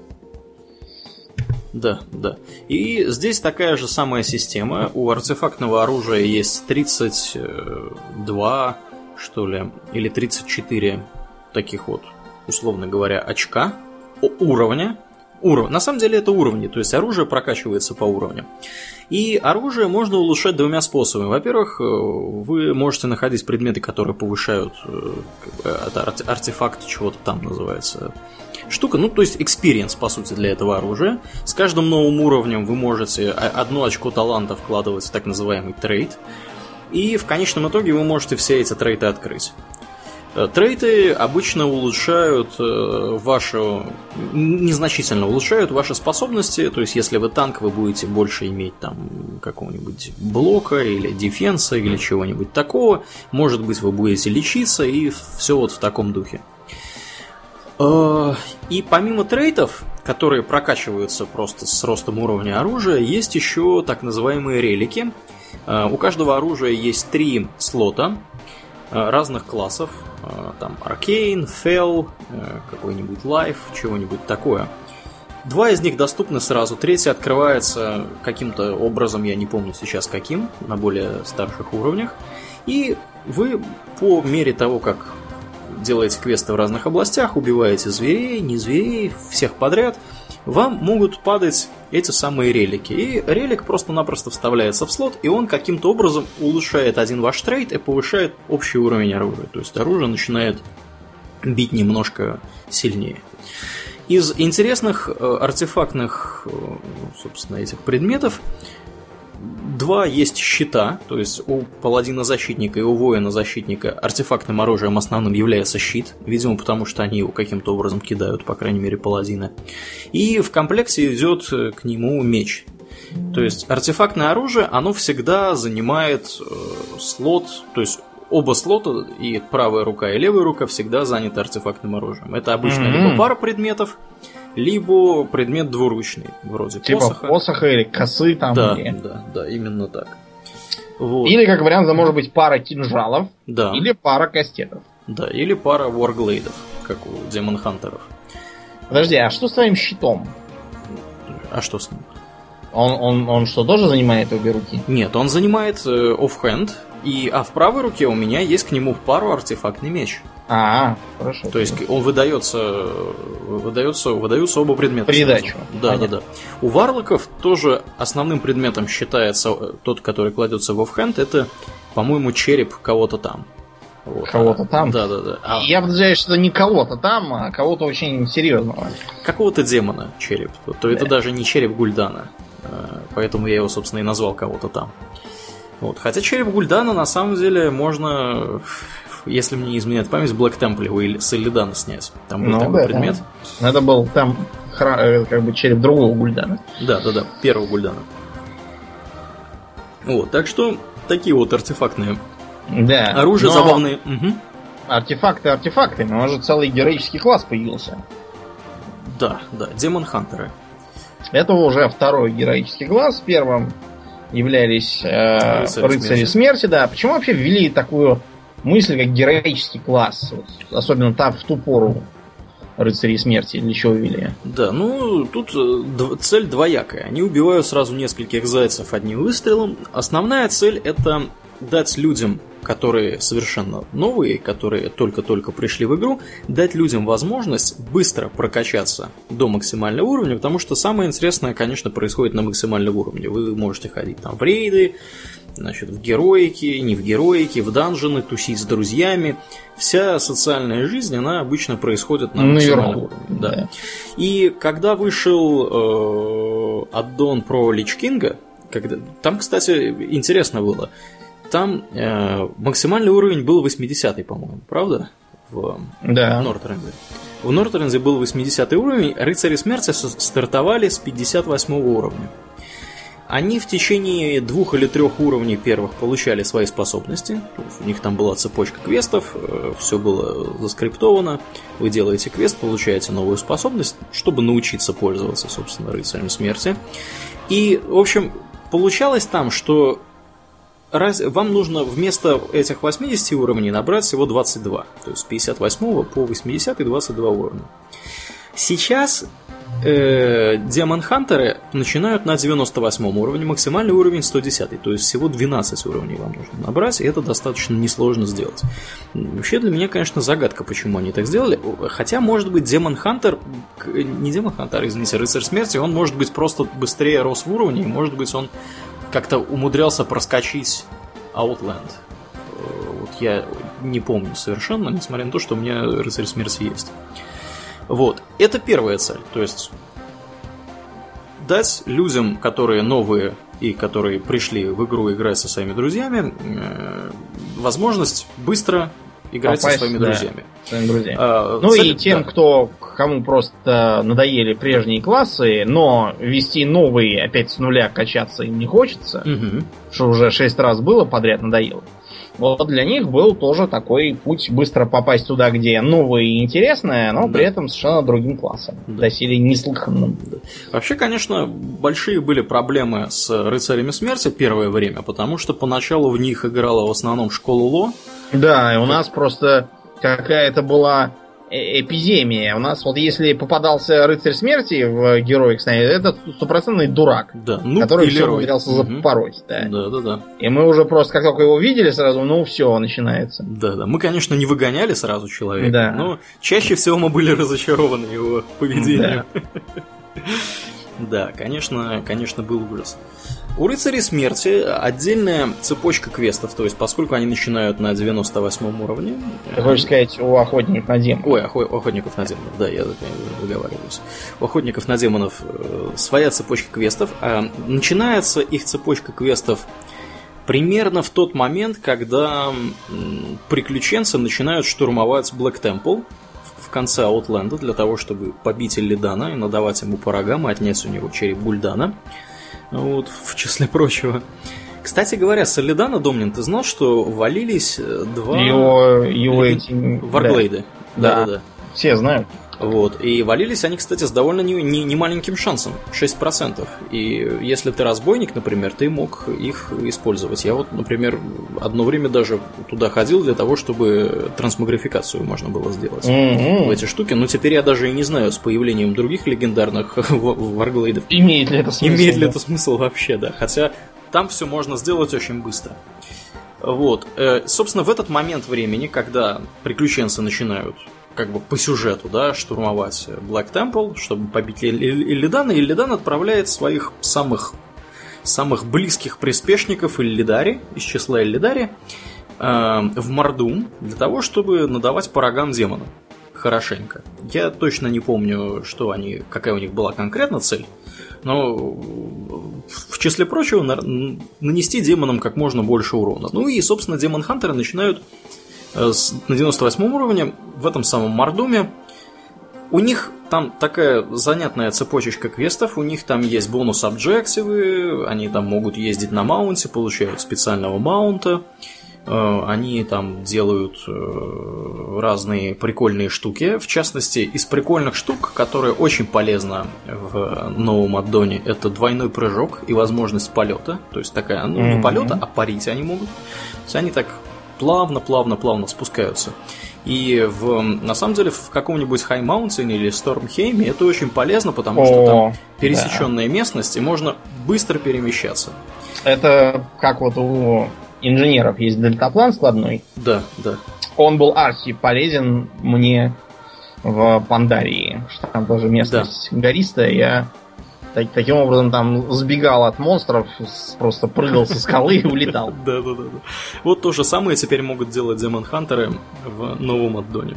Да, да. И здесь такая же самая система. У артефактного оружия есть тридцать два, что ли, или тридцать четыре таких вот, условно говоря, очка уровня. Уров... На самом деле это уровни, то есть оружие прокачивается по уровню. И оружие можно улучшать двумя способами. Во-первых, вы можете находить предметы, которые повышают это артефакт, чего-то там называется штука, ну то есть experience, по сути, для этого оружия. С каждым новым уровнем вы можете одно очко таланта вкладывать в так называемый трейд. И в конечном итоге вы можете все эти трейды открыть. Трейты обычно улучшают вашу... незначительно улучшают ваши способности. То есть, если вы танк, вы будете больше иметь там какого-нибудь блока или дефенса или чего-нибудь такого. Может быть, вы будете лечиться и все вот в таком духе. И помимо трейтов, которые прокачиваются просто с ростом уровня оружия, есть еще так называемые релики. У каждого оружия есть три слота разных классов. Там Arcane, Fel, какой-нибудь Life, чего-нибудь такое. Два из них доступны сразу, третий открывается каким-то образом, я не помню сейчас каким, на более старших уровнях. И вы по мере того, как делаете квесты в разных областях, убиваете зверей, не зверей, всех подряд, вам могут падать эти самые релики. И релик просто-напросто вставляется в слот, и он каким-то образом улучшает один ваш трейд и повышает общий уровень оружия. То есть оружие начинает бить немножко сильнее. Из интересных артефактных, собственно, этих предметов два есть щита, то есть у паладина-защитника и у воина-защитника артефактным оружием основным является щит, видимо, потому что они его каким-то образом кидают, по крайней мере, паладины. И в комплекте идет к нему меч. То есть артефактное оружие, оно всегда занимает э, слот, то есть оба слота, и правая рука, и левая рука всегда заняты артефактным оружием. Это обычно mm-hmm. либо пара предметов, либо предмет двуручный, вроде типа посоха. посоха или косы там. Да, или... да, да, именно так. Вот. Или, как вариант, это может быть пара кинжалов, да. или пара кастетов. Да, или пара ворглейдов, как у демон-хантеров. Подожди, а что с твоим щитом? А что с ним? Он, он, он что, тоже занимает обе руки? Нет, он занимает э, оффхенд, и, а в правой руке у меня есть к нему в пару артефактный меч. А, хорошо. То есть он выдается, выдается, выдаются оба предмета. Придачу. Да, Понятно. да, да. У варлоков тоже основным предметом считается тот, который кладется в оффхенд, это, по-моему, череп кого-то там. Вот. Кого-то там? Да, да, да. А... Я подозреваю, что это не кого-то там, а кого-то очень серьезного. Какого-то демона череп. То, то да. Это даже не череп Гуль'дана. Поэтому я его, собственно, и назвал кого-то там. Вот. Хотя череп Гуль'дана, на самом деле, можно, если мне не изменяет память, в Black Temple с Иллидана снять. Там был ну, такой да, предмет. Да. Это был там хра... как бы череп другого Гуль'дана. Да, да, да, первого Гуль'дана. Вот, так что такие вот артефактные да, оружия но... забавные. Угу. Артефакты артефактами, но уже целый героический класс появился. Да, да, демон-хантеры. Это уже второй героический класс. Первым являлись э, рыцари, рыцари смерти. смерти. Да. Почему вообще ввели такую мысль, как героический класс? Вот, особенно там в ту пору рыцари смерти. Для чего ввели? Да, ну тут цель двоякая. Они убивают сразу нескольких зайцев одним выстрелом. Основная цель — это дать людям, которые совершенно новые, которые только-только пришли в игру, дать людям возможность быстро прокачаться до максимального уровня, потому что самое интересное, конечно, происходит на максимальном уровне. Вы можете ходить там в рейды, значит, в героики, не в героики, в данжены, тусить с друзьями. Вся социальная жизнь, она обычно происходит на максимальном уровне. Да. Да. И когда вышел э, аддон про Лич Кинга, когда... там, кстати, интересно было. Там э, максимальный уровень был восьмидесятый, по-моему, правда? В да. Нортренде. В Нортренде был восьмидесятый уровень, рыцари смерти стартовали с пятьдесят восьмого уровня. Они в течение двух или трех уровней первых получали свои способности. То есть у них там была цепочка квестов, э, все было заскриптовано. Вы делаете квест, получаете новую способность, чтобы научиться пользоваться, собственно, рыцарем смерти. И, в общем, получалось там, что Раз, вам нужно вместо этих восьмидесяти уровней набрать всего двадцать два. То есть с пятьдесят восьмого по восьмидесятый двадцать два уровня. Сейчас э, демон-хантеры начинают на девяносто восьмом уровне, максимальный уровень сто десятый. То есть всего двенадцать уровней вам нужно набрать, и это достаточно несложно сделать. Вообще для меня, конечно, загадка, почему они так сделали. Хотя, может быть, демон-хантер, не демон-хантер, извините, рыцарь смерти, он, может быть, просто быстрее рос в уровне, и, может быть, он как-то умудрялся проскочить Outland. Вот я не помню совершенно, несмотря на то, что у меня рыцарь смерти есть. Вот. Это первая цель. То есть дать людям, которые новые и которые пришли в игру играть со своими друзьями, возможность быстро играть Попасть, со своими да, друзьями. Своими друзьями. А, ну цель, и тем, да. кто, кому просто надоели прежние классы, но вести новые опять с нуля качаться им не хочется, угу. что уже шесть раз было подряд надоело. Вот для них был тоже такой путь быстро попасть туда, где новое и интересное, но да. при этом совершенно другим классом. Да. Доселе неслыханным. Да. Вообще, конечно, большие были проблемы с рыцарями смерти первое время, потому что поначалу в них играла в основном школа Ло. Да, и у нас просто какая-то была эпидемия. У нас вот если попадался рыцарь смерти в героях, это стопроцентный дурак, да. ну, который все умудрялся угу. запороть. Да. да, да, да. И мы уже просто, как только его видели, сразу, ну все, начинается. Да, да. Мы, конечно, не выгоняли сразу человека, да. но чаще всего мы были разочарованы его поведением. Да, да конечно, конечно, был ужас. У рыцарей смерти отдельная цепочка квестов, то есть поскольку они начинают на девяносто восьмом уровне... Ты хочешь сказать, у охотников на демонов? Ой, охо- у охотников на демонов, да, я выговариваюсь. У охотников на демонов э, своя цепочка квестов, а начинается их цепочка квестов примерно в тот момент, когда м, приключенцы начинают штурмовать Блэк Темпл в конце Аутленда для того, чтобы побить Иллидана и надавать ему по рогам и отнять у него череп Гуль'дана. Вот, в числе прочего. Кстати говоря, с Иллидана, Домнин, ты знал, что валились два... Его, его эти... Варглейды. Да. Да, да, да. Все знают. Вот. И валились они, кстати, с довольно не, не, не маленьким шансом. шесть процентов. И если ты разбойник, например, ты мог их использовать. Я вот, например, одно время даже туда ходил для того, чтобы трансмогрификацию можно было сделать mm-hmm. в эти штуки. Но теперь я даже и не знаю, с появлением других легендарных варглейдов. Имеет ли это смысл? Имеет ли да? это смысл вообще, да. Хотя там все можно сделать очень быстро. Вот. Собственно, в этот момент времени, когда приключенцы начинают как бы по сюжету, да, штурмовать Блэк Темпл, чтобы побить Иллидана, Иллидан отправляет своих самых, самых близких приспешников Иллидари, из числа Иллидари, э, в Мордум, для того, чтобы надавать по рогам демона. Хорошенько. Я точно не помню, что они, какая у них была конкретно цель, но в числе прочего нанести демонам как можно больше урона. Ну и, собственно, демон-хантеры начинают на девяносто восьмом уровне, в этом самом Мордуме. У них там такая занятная цепочечка квестов. У них там есть бонус-объективы. Они там могут ездить на маунте, получают специального маунта. Они там делают разные прикольные штуки. В частности, из прикольных штук, которые очень полезны в новом аддоне, это двойной прыжок и возможность полета. То есть такая, ну, не полета, а парить они могут. То есть они так плавно-плавно-плавно спускаются. И в, на самом деле в каком-нибудь Хай-Маунтине или Стормхейме это очень полезно, потому О, что там пересеченная да. местность, и можно быстро перемещаться. Это как вот у инженеров есть дельтаплан складной. Да, да. Он был архи полезен мне в Пандарии, что там тоже местность да. гористая. Я так, таким образом там сбегал от монстров, просто прыгал со скалы и улетал. Да, да, да. Вот то же самое теперь могут делать демон-хантеры в новом аддоне.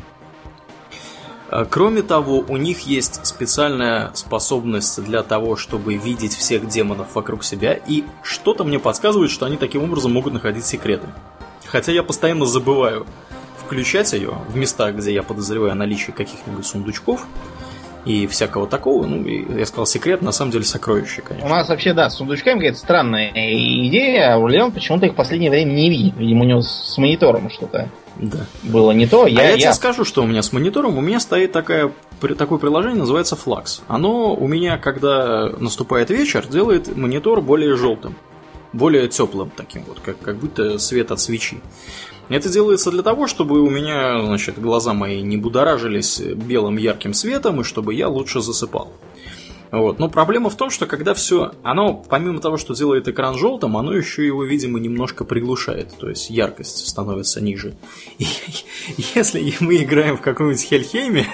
Кроме того, у них есть специальная способность для того, чтобы видеть всех демонов вокруг себя, и что-то мне подсказывает, что они таким образом могут находить секреты. Хотя я постоянно забываю включать ее в местах, где я подозреваю о наличии каких-нибудь сундучков и всякого такого. Ну, и я сказал секрет, на самом деле сокровище, конечно. У нас вообще, да, с сундучками какая-то странная идея, а Урлеон почему-то их в последнее время не видит. Видимо, у него с монитором что-то да. было не то. Я, а я, я тебе скажу, что у меня с монитором. У меня стоит такая, такое приложение, называется Flux. Оно у меня, когда наступает вечер, делает монитор более желтым, более теплым таким вот, как, как будто свет от свечи. Это делается для того, чтобы у меня, значит, глаза мои не будоражились белым ярким светом, и чтобы я лучше засыпал. Вот. Но проблема в том, что когда все, оно, помимо того, что делает экран желтым, оно еще его, видимо, немножко приглушает. То есть яркость становится ниже. И если мы играем в каком-нибудь Хельхейме,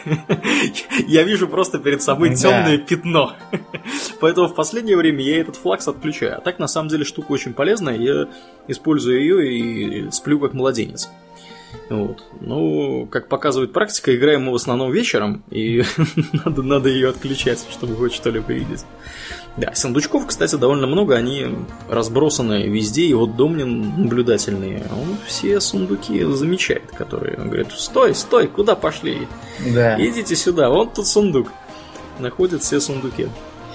я вижу просто перед собой темное да. пятно. Поэтому в последнее время я этот флакс отключаю. А так, на самом деле, штука очень полезная. Я использую ее и сплю как младенец. Вот. Ну, как показывает практика, играем мы в основном вечером, и надо, надо ее отключать, чтобы хоть что-либо видеть. Да, сундучков, кстати, довольно много, они разбросаны везде, и вот Домнин наблюдательные, он все сундуки замечает, которые, он говорит, стой, стой, куда пошли? Да. Идите сюда, вот тут сундук. Находят все сундуки.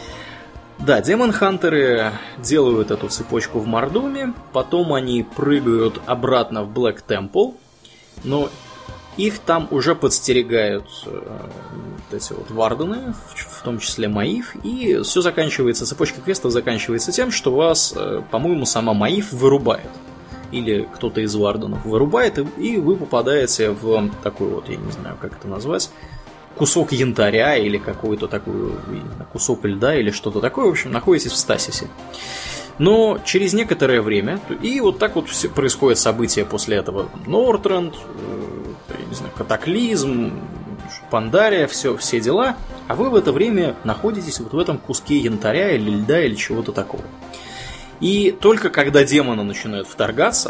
Да, демон-хантеры делают эту цепочку в Мордуме, потом они прыгают обратно в Блэк Темпл, но их там уже подстерегают э, вот эти вот вардены, в, в том числе Маив, и все заканчивается, цепочка квестов заканчивается тем, что вас, э, по-моему, сама Маив вырубает. Или кто-то из варденов вырубает, и, и вы попадаете в такой вот, я не знаю, как это назвать, кусок янтаря или какой-то такой кусок льда или что-то такое, в общем, находитесь в стасисе. Но через некоторое время, и вот так вот все происходят события после этого. Нортренд, я не знаю, Катаклизм, Пандария, все, все дела, а вы в это время находитесь вот в этом куске янтаря или льда или чего-то такого. И только когда демоны начинают вторгаться,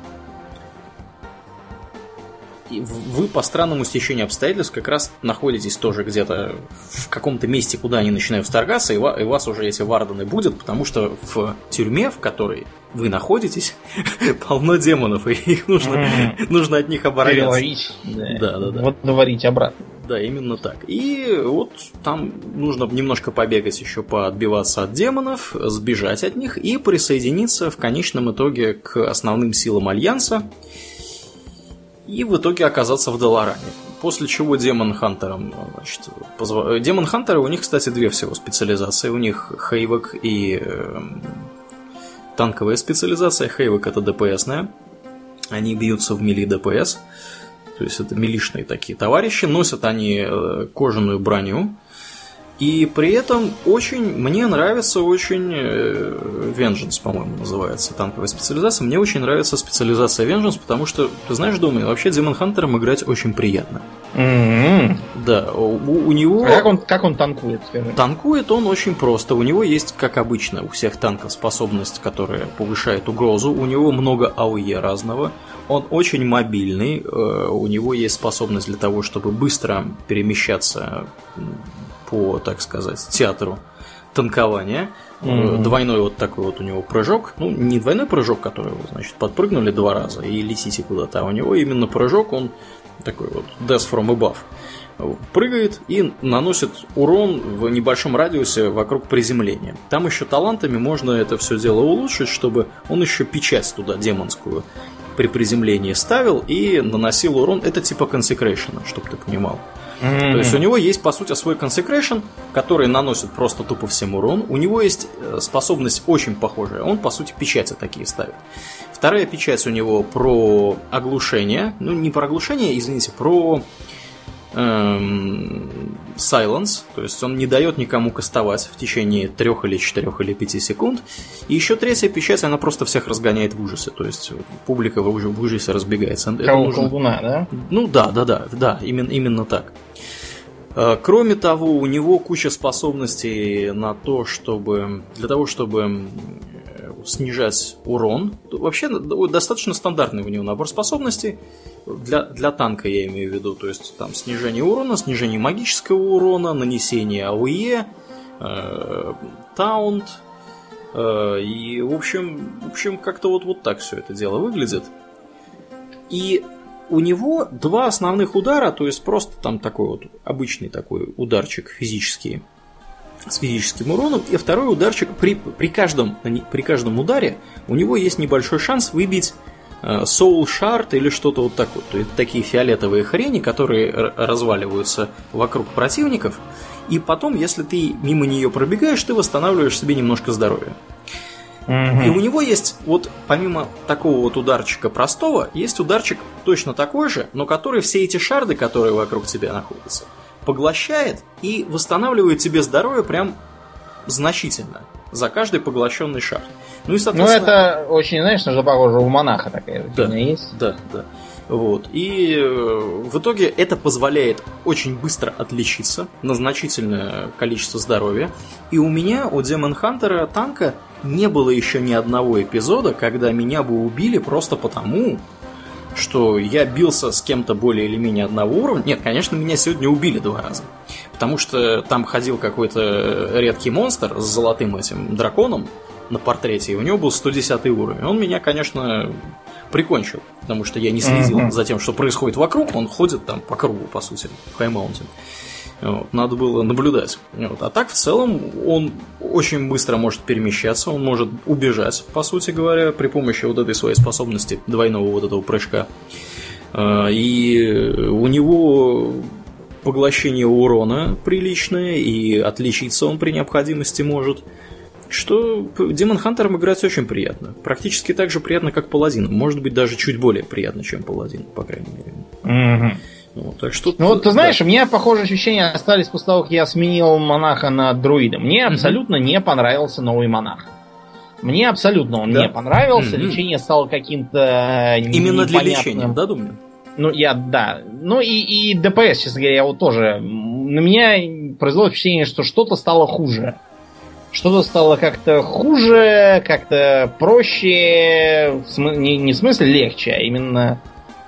вы по странному стечению обстоятельств как раз находитесь тоже где-то в каком-то месте, куда они начинают вторгаться, и вас уже эти вардены будут, потому что в тюрьме, в которой вы находитесь, полно демонов, и их нужно, mm-hmm. нужно от них обороняться. Переловить, да. Да, да, да. Вот наварить обратно. Да, именно так. И вот там нужно немножко побегать еще, поотбиваться от демонов, сбежать от них и присоединиться в конечном итоге к основным силам Альянса, и в итоге оказаться в Долоране. После чего демон-хантерам, значит, позв... демон-хантеры, у них, кстати, две всего специализации. У них Хейвок и э, танковая специализация. Хейвок — это ДПСная. Они бьются в мили ДПС. То есть это милишные такие товарищи. Носят они э, кожаную броню. И при этом очень, мне нравится очень э, Vengeance, по-моему, называется танковая специализация. Мне очень нравится специализация Vengeance, потому что, ты знаешь, думаю, вообще Demon Hunter'ом играть очень приятно. Mm-hmm. Да, у, у него... А как он, как он танкует, скажи? Танкует он очень просто. У него есть, как обычно, у всех танков способность, которая повышает угрозу. У него много АОЕ разного. Он очень мобильный. У него есть способность для того, чтобы быстро перемещаться по, так сказать, театру танкования. Mm-hmm. Двойной вот такой вот у него прыжок. Ну, не двойной прыжок, который вы, значит, подпрыгнули два раза и летите куда-то, а у него именно прыжок, он такой вот Death from above. Прыгает и наносит урон в небольшом радиусе вокруг приземления. Там еще талантами можно это все дело улучшить, чтобы он еще печать туда демонскую при приземлении ставил и наносил урон. Это типа Consecration, чтобы ты понимал. Mm-hmm. То есть у него есть, по сути, свой Consecration, который наносит просто тупо всем урон. У него есть способность очень похожая. Он, по сути, печати такие ставит. Вторая печать у него про оглушение. Ну, не про оглушение, извините, про эм, Silence. То есть он не дает никому кастовать в течение трех или четырех или пяти секунд. И еще третья печать, она просто всех разгоняет в ужасе. То есть публика в ужасе разбегается. Кого нужно... колдуна, да? Ну да, да, да, да, именно, именно так. Кроме того, у него куча способностей на то, чтобы для того, чтобы снижать урон. Вообще достаточно стандартный у него набор способностей для, для танка, я имею в виду. То есть там снижение урона, снижение магического урона, нанесение АОЕ, э, таунт. Э, и в общем, в общем как-то вот, вот так все это дело выглядит. И у него два основных удара, то есть просто там такой вот обычный такой ударчик физический с физическим уроном, и второй ударчик при, при, каждом, при каждом ударе у него есть небольшой шанс выбить э, Soul Shard или что-то вот такое. То есть такие фиолетовые хрени, которые р- разваливаются вокруг противников, и потом, если ты мимо нее пробегаешь, ты восстанавливаешь себе немножко здоровья. Mm-hmm. И у него есть, вот помимо такого вот ударчика простого, есть ударчик точно такой же, но который все эти шарды, которые вокруг тебя находятся, поглощает и восстанавливает тебе здоровье прям значительно за каждый поглощенный шард. Ну, и, соответственно... ну это очень, знаешь, что похоже, у монаха такая да, фигня есть. Да, да. Вот. И в итоге это позволяет очень быстро отличиться на значительное количество здоровья. И у меня, у Demon Hunter танка, не было еще ни одного эпизода, когда меня бы убили просто потому, что я бился с кем-то более или менее одного уровня. Нет, конечно, меня сегодня убили два раза. Потому что там ходил какой-то редкий монстр с золотым этим драконом на портрете, и у него был сто десятый уровень. Он меня, конечно, прикончил, потому что я не следил mm-hmm. за тем, что происходит вокруг. Он ходит там по кругу, по сути, в Хай-Маунте. Вот, надо было наблюдать. Вот. А так, в целом, он очень быстро может перемещаться, он может убежать, по сути говоря, при помощи вот этой своей способности двойного вот этого прыжка. И у него поглощение урона приличное, и отличиться он при необходимости может. Что Demon Hunter'ом играть очень приятно. Практически так же приятно, как Паладином. Может быть, даже чуть более приятно, чем Паладин, по крайней мере. Mm-hmm. Вот, так что... Ну вот ты знаешь, да. у меня похожие ощущения остались после того, как я сменил монаха на друида. Мне mm-hmm. абсолютно не понравился новый монах. Мне абсолютно он да. не понравился. Mm-hmm. Лечение стало каким-то именно для лечения, да, думаю? Ну, я, да. Ну и, и ДПС, честно говоря, я вот тоже... На меня произвело впечатление, что что-то стало хуже. что-то стало как-то хуже, как-то проще, в смы- не, не в смысле легче, а именно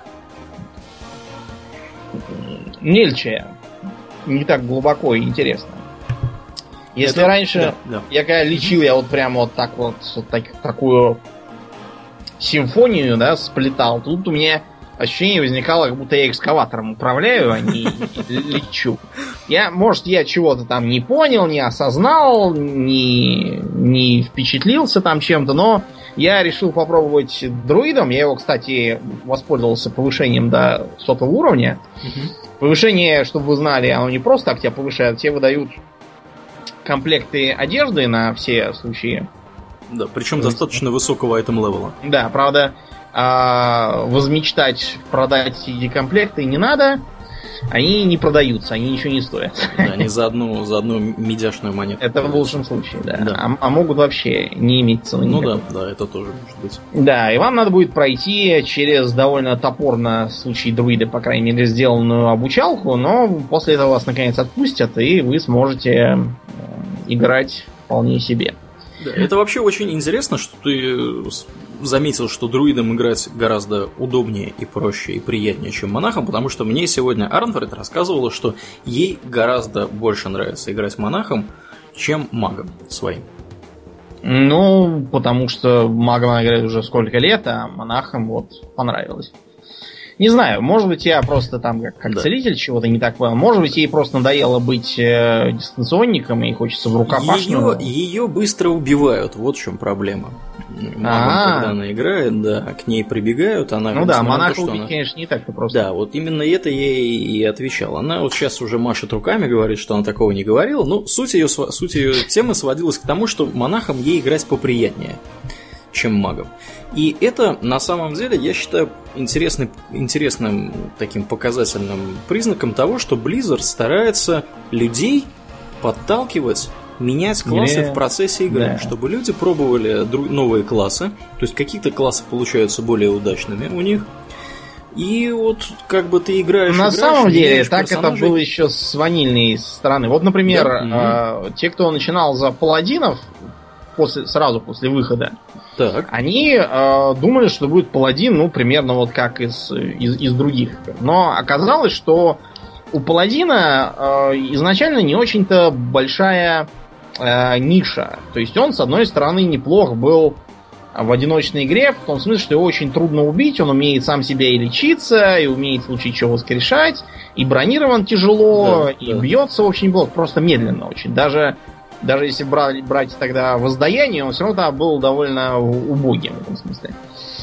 мельче, не так глубоко и интересно. Если Это... раньше да, да. я когда лечил, я вот прям вот так вот, вот так, такую симфонию, да, сплетал, тут у меня ощущение возникало, как будто я экскаватором управляю, а не лечу. Я, может, я чего-то там не понял, не осознал, не, не впечатлился там чем-то, но я решил попробовать друидом. Я его, кстати, воспользовался повышением до сотого уровня. Угу. Повышение, чтобы вы знали, оно не просто так тебя повышает, тебе выдают комплекты одежды на все случаи. Да, причем есть... достаточно высокого айтем-левела. Да, правда, возмечтать продать эти комплекты не надо. Они не продаются, они ничего не стоят. Да, они за одну, за одну медяшную монету. Это в лучшем случае, да. да. А, а могут вообще не иметь цены. Ну никакой. да, да, это тоже может быть. Да, и вам надо будет пройти через довольно топорно, в случае друида, по крайней мере, сделанную обучалку, но после этого вас наконец отпустят, и вы сможете играть вполне себе. Да, это вообще очень интересно, что ты заметил, что друидом играть гораздо удобнее и проще и приятнее, чем монахом, потому что мне сегодня Арнфред рассказывала, что ей гораздо больше нравится играть монахом, чем магом своим. Ну, потому что магом она играет уже сколько лет, а монахом вот понравилось. Не знаю, может быть, я просто там как, как да. целитель чего-то не так понял. Может быть, ей просто надоело быть э, дистанционником и хочется в рукопашную. Ее, ее быстро убивают, вот в чем проблема. Магом, когда она играет, да, к ней прибегают, она... Ну да, монаха убить, она... конечно, не так-то просто. Да, вот именно это я и отвечал. Она вот сейчас уже машет руками, говорит, что она такого не говорила. Ну, суть ее, суть ее темы сводилась к тому, что монахом ей играть поприятнее, чем магом. И это, на самом деле, я считаю, интересный, интересным таким показательным признаком того, что Blizzard старается людей подталкивать, менять классы yeah. в процессе игры, yeah. чтобы люди пробовали дру- новые классы, то есть какие-то классы получаются более удачными у них. И вот как бы ты играешь... На играешь, самом деле, так персонажей. Это было еще с ванильной стороны. Вот, например, да? э, те, кто начинал за паладинов после, сразу после выхода, так. они э, думали, что будет паладин, ну, примерно вот как из, из, из других. Но оказалось, что у паладина э, изначально не очень-то большая э, ниша. То есть он, с одной стороны, неплох был в одиночной игре, в том смысле, что его очень трудно убить, он умеет сам себя и лечиться, и умеет в случае чего воскрешать, и бронирован тяжело, да, и да. бьется очень плохо, просто медленно очень. Даже, даже если брать, брать тогда воздаяние, он все равно там был довольно убогим в этом смысле.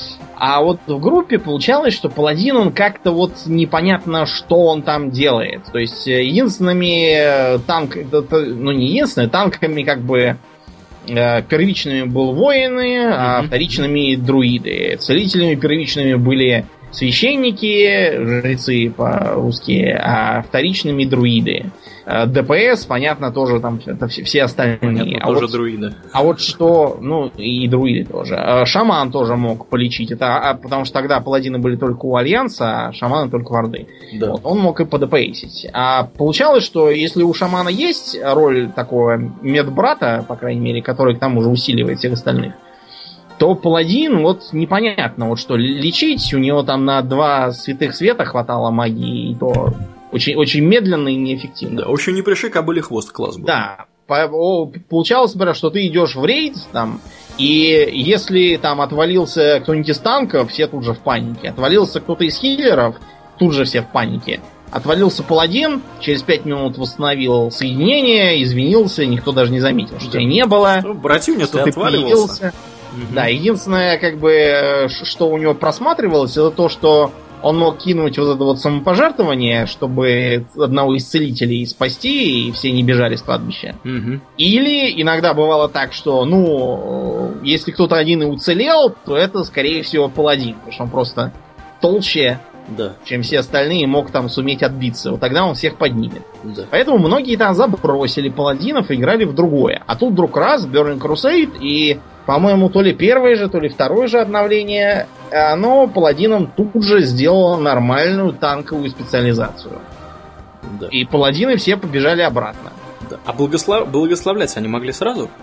А вот в группе получалось, что паладин, он как-то вот непонятно, что он там делает. То есть единственными танками, ну не единственными, танками как бы первичными был воины, mm-hmm. а вторичными друиды. Целителями первичными были священники, жрецы по-русски, а вторичными друиды. ДПС, понятно, тоже там это все остальные. Понятно, а тоже вот, друиды. А вот что, ну и друиды тоже. Шаман тоже мог полечить. Это потому что тогда паладины были только у Альянса, а шаманы только в Орды. Да. Вот, он мог и подпсить. А получалось, что если у шамана есть роль такого медбрата, по крайней мере, который к тому же усиливает всех остальных, то паладин, вот непонятно, вот что лечить, у него там на два святых света хватало магии, и то очень, очень медленно и неэффективно. Да, очень не приши, кобыле хвост класс был. Да, получалось, например, что ты идешь в рейд, там, и если там отвалился кто-нибудь из танков, все тут же в панике. Отвалился кто-то из хиллеров, тут же все в панике. Отвалился паладин, через пять минут восстановил соединение, извинился, никто даже не заметил, что да. тебя не было. Ну, братюня, что ты отваливался. Угу. Да, единственное, как бы, что у него просматривалось, это то, что он мог кинуть вот это вот самопожертвование, чтобы одного из целителей спасти, и все не бежали с кладбища. Угу. Или иногда бывало так, что, ну, если кто-то один и уцелел, то это, скорее всего, паладин, потому что он просто толще, да. чем все остальные, мог там суметь отбиться. Вот тогда он всех поднимет. Да. Поэтому многие там забросили паладинов и играли в другое. А тут вдруг раз, Burning Crusade, и, по-моему, то ли первое же, то ли второе же обновление, оно паладинам тут же сделало нормальную танковую специализацию. Да. И паладины все побежали обратно. Да. А благослов... благословлять они могли сразу?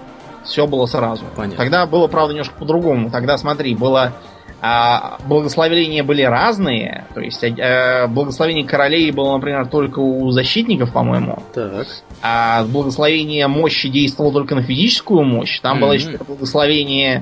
все было сразу. Понятно. Тогда было, правда, немножко по-другому. Тогда, смотри, было... А, благословения были разные. То есть а, благословение королей было, например, только у защитников, по-моему. Так. А благословение мощи действовало только на физическую мощь. Там mm-hmm. было еще благословение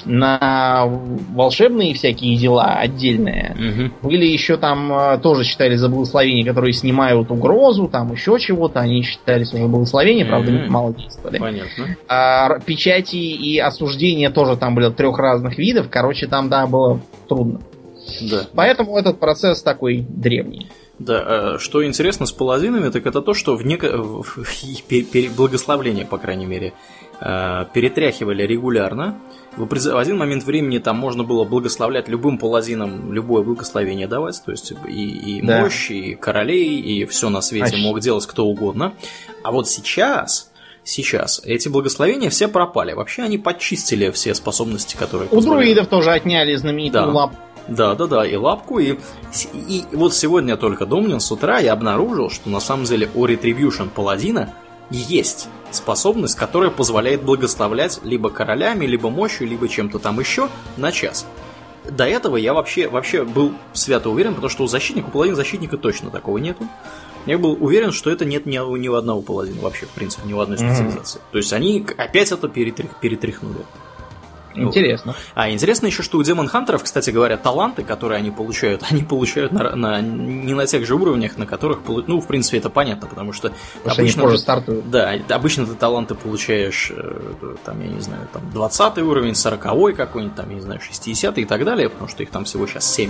на волшебные всякие дела отдельные. Mm-hmm. Были еще там, тоже считались за благословения, которые снимают угрозу, там еще чего-то. Они считались уже благословения, mm-hmm. правда, мало действовали. Понятно. А печати и осуждения тоже там были трех разных видов. Короче, там, да, было трудно. Да. Поэтому этот процесс такой древний. Да, что интересно с паладинами, так это то, что в неко... в их благословление, по крайней мере, перетряхивали регулярно. В один момент времени там можно было благословлять любым паладинам любое благословение давать, то есть и, и да. мощь, и королей, и все на свете Ащ. мог делать кто угодно. А вот сейчас, сейчас эти благословения все пропали. Вообще они подчистили все способности, которые... У позволяют. Друидов тоже отняли знаменитую да. лапку. Да, да, да, и лапку, и, и, и вот сегодня я только думал, с утра я обнаружил, что на самом деле у Retribution паладина есть способность, которая позволяет благословлять либо королями, либо мощью, либо чем-то там еще на час. До этого я вообще, вообще был свято уверен, потому что у защитника, у паладина защитника точно такого нету. Я был уверен, что это нет ни, ни у одного паладина вообще, в принципе, ни у одной специализации. Mm-hmm. То есть они опять это перетрях, перетряхнули. Интересно. А интересно еще, что у демон-хантеров, кстати говоря, таланты, которые они получают, они получают на, на, не на тех же уровнях, на которых... Ну, в принципе, это понятно, потому что... Потому обычно они позже стартуют. Да, обычно ты таланты получаешь, там, я не знаю, там, двадцатый уровень, сороковой какой-нибудь, там, я не знаю, шестидесятый и так далее, потому что их там всего сейчас семь.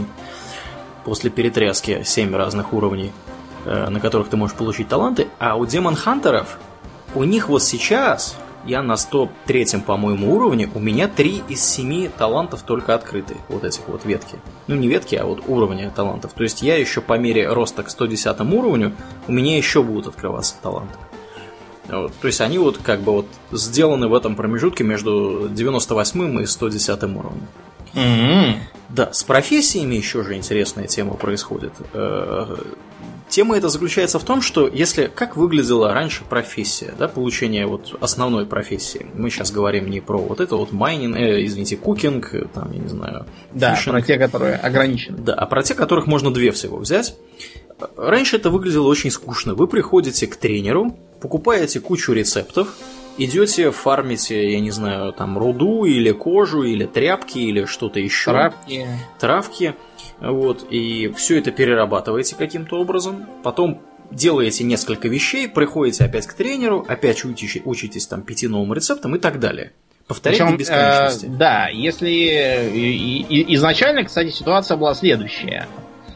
После перетряски семь разных уровней, на которых ты можешь получить таланты. А у демон-хантеров, у них вот сейчас... Я на сто третьем, по-моему, уровне, у меня три из семи талантов только открыты, вот этих вот ветки. Ну, не ветки, а вот уровня талантов. То есть я еще по мере роста к сто десятому уровню, у меня еще будут открываться таланты. Вот. То есть они вот как бы вот сделаны в этом промежутке между девяносто восьмым и сто десятым уровнем. Mm-hmm. Да, с профессиями еще же интересная тема происходит. Тема эта заключается в том, что если как выглядела раньше профессия, да, получение вот основной профессии. Мы сейчас говорим не про вот это вот майнинг, э, извините, кукинг, там, я не знаю, да, фишинг. про те, которые ограничены. Да, а про те, которых можно две всего взять. Раньше это выглядело очень скучно. Вы приходите к тренеру, покупаете кучу рецептов, идете, фармите, я не знаю, там, руду или кожу, или тряпки, или что-то еще. Травки. Травки. Вот, и все это перерабатываете каким-то образом, потом делаете несколько вещей, приходите опять к тренеру, опять учитесь, учитесь там пяти новым рецептам и так далее. Повторять Причем, до бесконечности. Э, да, если и, и, изначально, кстати, ситуация была следующая.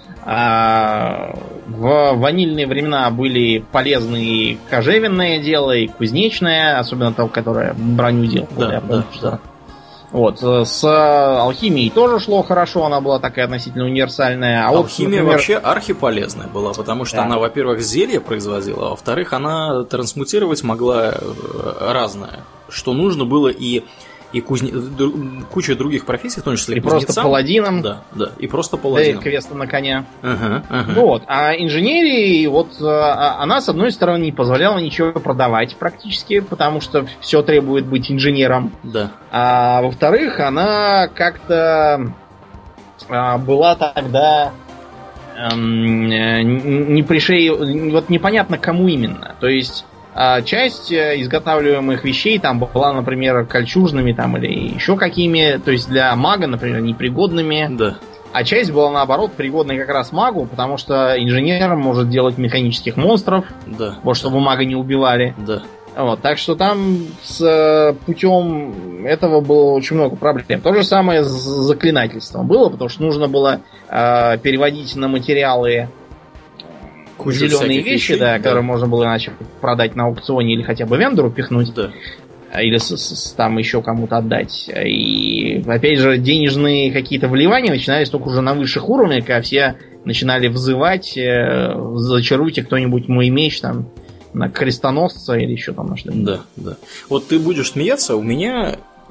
А, в ванильные времена были полезны кожевенное дело и кузнечное, особенно то, которое броню делало. Да, я помню, да, что... да. Вот, с алхимией тоже шло хорошо, она была такая относительно универсальная. А Алхимия вот, например... вообще архиполезная была, потому что да. она, во-первых, зелье производила, а во-вторых, она трансмутировать могла разное, что нужно было и, и кузне... куча других профессий, в том числе и кузнецам. просто паладином. Да, да, и просто паладином. Да, и квеста на коня. Ага, ага. Вот, а инженерии, вот, она, с одной стороны, не позволяла ничего продавать практически, потому что все требует быть инженером. Да. А во-вторых, она как-то а, была тогда эм, не пришей, вот непонятно кому именно. То есть а, часть изготавливаемых вещей там была, например, кольчужными там или еще какими, то есть для мага, например, непригодными. Да. А часть была, наоборот, пригодной как раз магу, потому что инженер может делать механических монстров, да. вот, чтобы мага не убивали. Да. Вот, так что там с путем этого было очень много проблем. То же самое с заклинательством было, потому что нужно было э, переводить на материалы кучу зеленые вещи, вещей, да, да. которые можно было иначе продать на аукционе или хотя бы вендору пихнуть. Да. Или с, с, там еще кому-то отдать. И опять же, денежные какие-то вливания начинались только уже на высших уровнях, когда все начинали взывать: э, зачаруйте кто-нибудь мой меч там на крестоносца или еще там на что-нибудь. Да, да. Вот ты будешь смеяться, у меня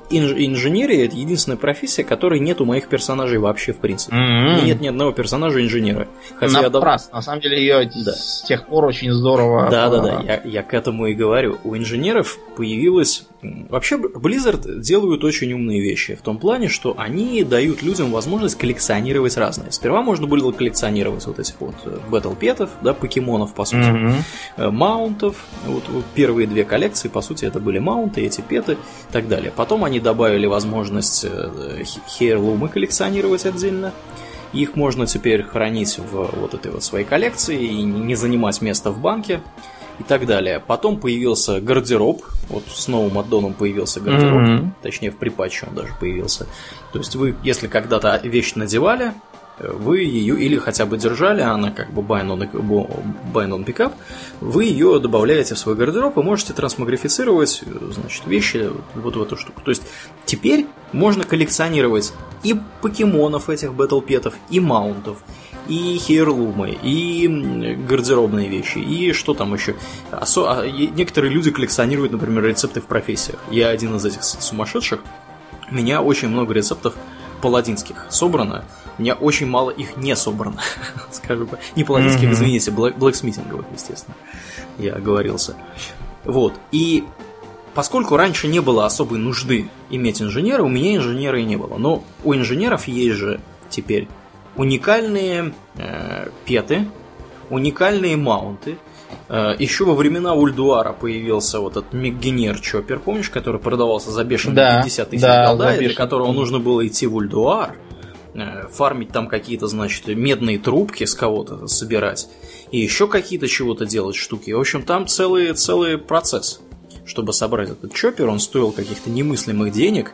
инж- инженерия — это единственная профессия, которой нет у моих персонажей вообще в принципе. Mm-hmm. Нет ни одного персонажа инженера. Хотя я дав... На самом деле ее да. с тех пор очень здорово... Да-да-да, я, я к этому и говорю. У инженеров появилась... Вообще Blizzard делают очень умные вещи. В том плане, что они дают людям возможность коллекционировать разные. Сперва можно было коллекционировать вот этих вот бэтл-петов, да, покемонов, по сути, mm-hmm. маунтов. Вот, вот первые две коллекции, по сути, это были маунты, эти петы и так далее. Потом они добавили возможность хейрлумы коллекционировать отдельно. Их можно теперь хранить в вот этой вот своей коллекции и не занимать место в банке и так далее. Потом появился гардероб. Вот с новым аддоном появился гардероб. Mm-hmm. Точнее, в припатче он даже появился. То есть вы, если когда-то вещь надевали, вы ее или хотя бы держали, она как бы bind on, bind on pickup, вы ее добавляете в свой гардероб и можете трансмогрифицировать, значит, вещи вот в эту штуку. То есть теперь можно коллекционировать и покемонов этих бэтлпетов, и маунтов, и хейрлумы, и гардеробные вещи, и что там еще. Осо... Некоторые люди коллекционируют, например, рецепты в профессиях. Я один из этих сумасшедших. У меня очень много рецептов паладинских собрано. У меня очень мало их не собрано. Скажу бы. Не паладинских, mm-hmm. извините, блэксмитинговых, естественно. Я оговорился. Вот. И поскольку раньше не было особой нужды иметь инженера, у меня инженера и не было. Но у инженеров есть же теперь уникальные э, петы, уникальные маунты. Э, еще во времена Ульдуара появился вот этот Меггенер Чоппер, помнишь, который продавался за бешеные да, пятьдесят тысяч да, голда, для которого нужно было идти в Ульдуар, э, фармить там какие-то, значит, медные трубки с кого-то собирать, и еще какие-то чего-то делать штуки. В общем, там целый, целый процесс, чтобы собрать этот Чоппер. Он стоил каких-то немыслимых денег,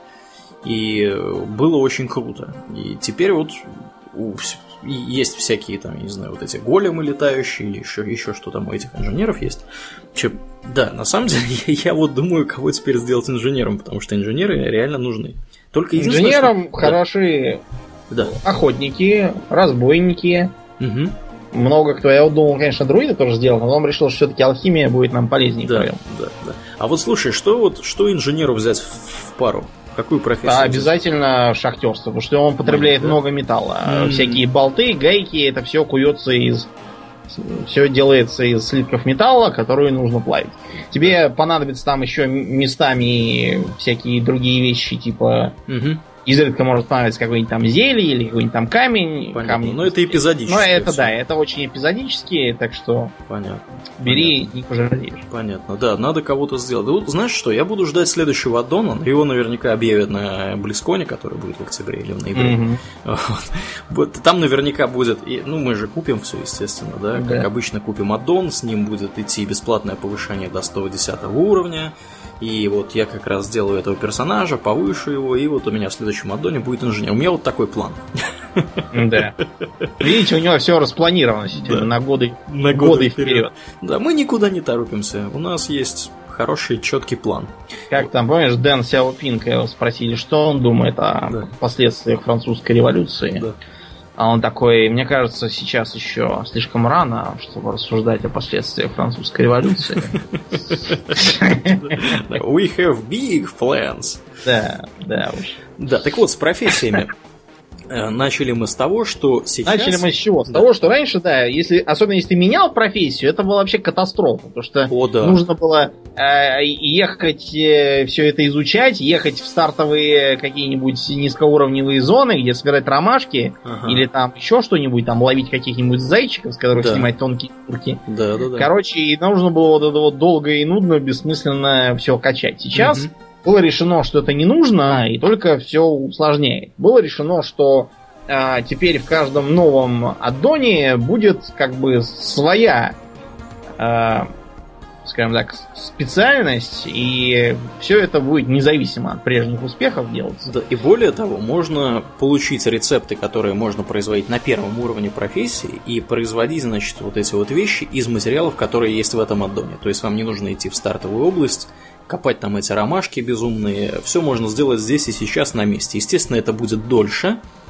и было очень круто. И теперь вот есть всякие там, я не знаю, вот эти големы летающие или еще, еще что там у этих инженеров есть. Че, да, на самом деле я, я вот думаю, кого теперь сделать инженером, потому что инженеры реально нужны. Только инженерам что... хороши да. охотники, разбойники. Угу. Много кто. Я вот думал, конечно, друида тоже сделал, но он решил, что все-таки алхимия будет нам полезнее. Да, да, да. А вот слушай, что вот что инженеру взять в, в пару? Какую профессию? А, обязательно шахтерство, потому что он потребляет да. много металла. Mm-hmm. Всякие болты, гайки, это все куется из... Все делается из слитков металла, которые нужно плавить. Тебе понадобится там еще местами всякие другие вещи, типа... Mm-hmm. Изредка может понравиться какой-нибудь там зелье или какой-нибудь там камень. Понятно. Но это эпизодически. Ну, это все. Да, это очень эпизодически, так что понятно. Бери, Понятно. не пожалеешь. Понятно, да, надо кого-то сделать. Вот, знаешь что, я буду ждать следующего аддона. Его наверняка объявят на Близконе, который будет в октябре или в ноябре. Mm-hmm. Вот. Вот, там наверняка будет, ну мы же купим все, естественно, да, как да. обычно купим аддон, с ним будет идти бесплатное повышение до сто десятого уровня. И вот я как раз сделаю этого персонажа, повышу его, и вот у меня в следующем аддоне будет инженер. У меня вот такой план. Да. Видите, у него все распланировано да. на годы, на годы, годы вперед. вперед. Да, мы никуда не торопимся. У нас есть хороший, четкий план. Как там, помнишь, Дэн Сяопинг, его спросили, что он думает о да. последствиях французской революции. Да. А он такой, мне кажется, сейчас еще слишком рано, чтобы рассуждать о последствиях французской революции. We have big plans. Да, да уж. Да, так вот, с профессиями. Начали мы с того, что сейчас... Начали мы с чего? С да. того, что раньше, да, если, особенно если ты менял профессию, это была вообще катастрофа. Потому что О, да. нужно было э, ехать, э, все это изучать, ехать в стартовые какие-нибудь низкоуровневые зоны, где собирать ромашки, ага. или там еще что-нибудь, там ловить каких-нибудь зайчиков, с которых да. снимать тонкие шкурки. Да, да, да. Короче, и нужно было вот это вот долго и нудно, бессмысленно все качать. Сейчас... Угу. Было решено, что это не нужно, и только все усложняет. Было решено, что а, теперь в каждом новом аддоне будет как бы своя, а, скажем так, специальность, и все это будет независимо от прежних успехов делаться. Да, и более того, можно получить рецепты, которые можно производить на первом уровне профессии, и производить, значит, вот эти вот вещи из материалов, которые есть в этом аддоне. То есть вам не нужно идти в стартовую область, копать там эти ромашки безумные. Все можно сделать здесь и сейчас на месте. Естественно, это будет дольше.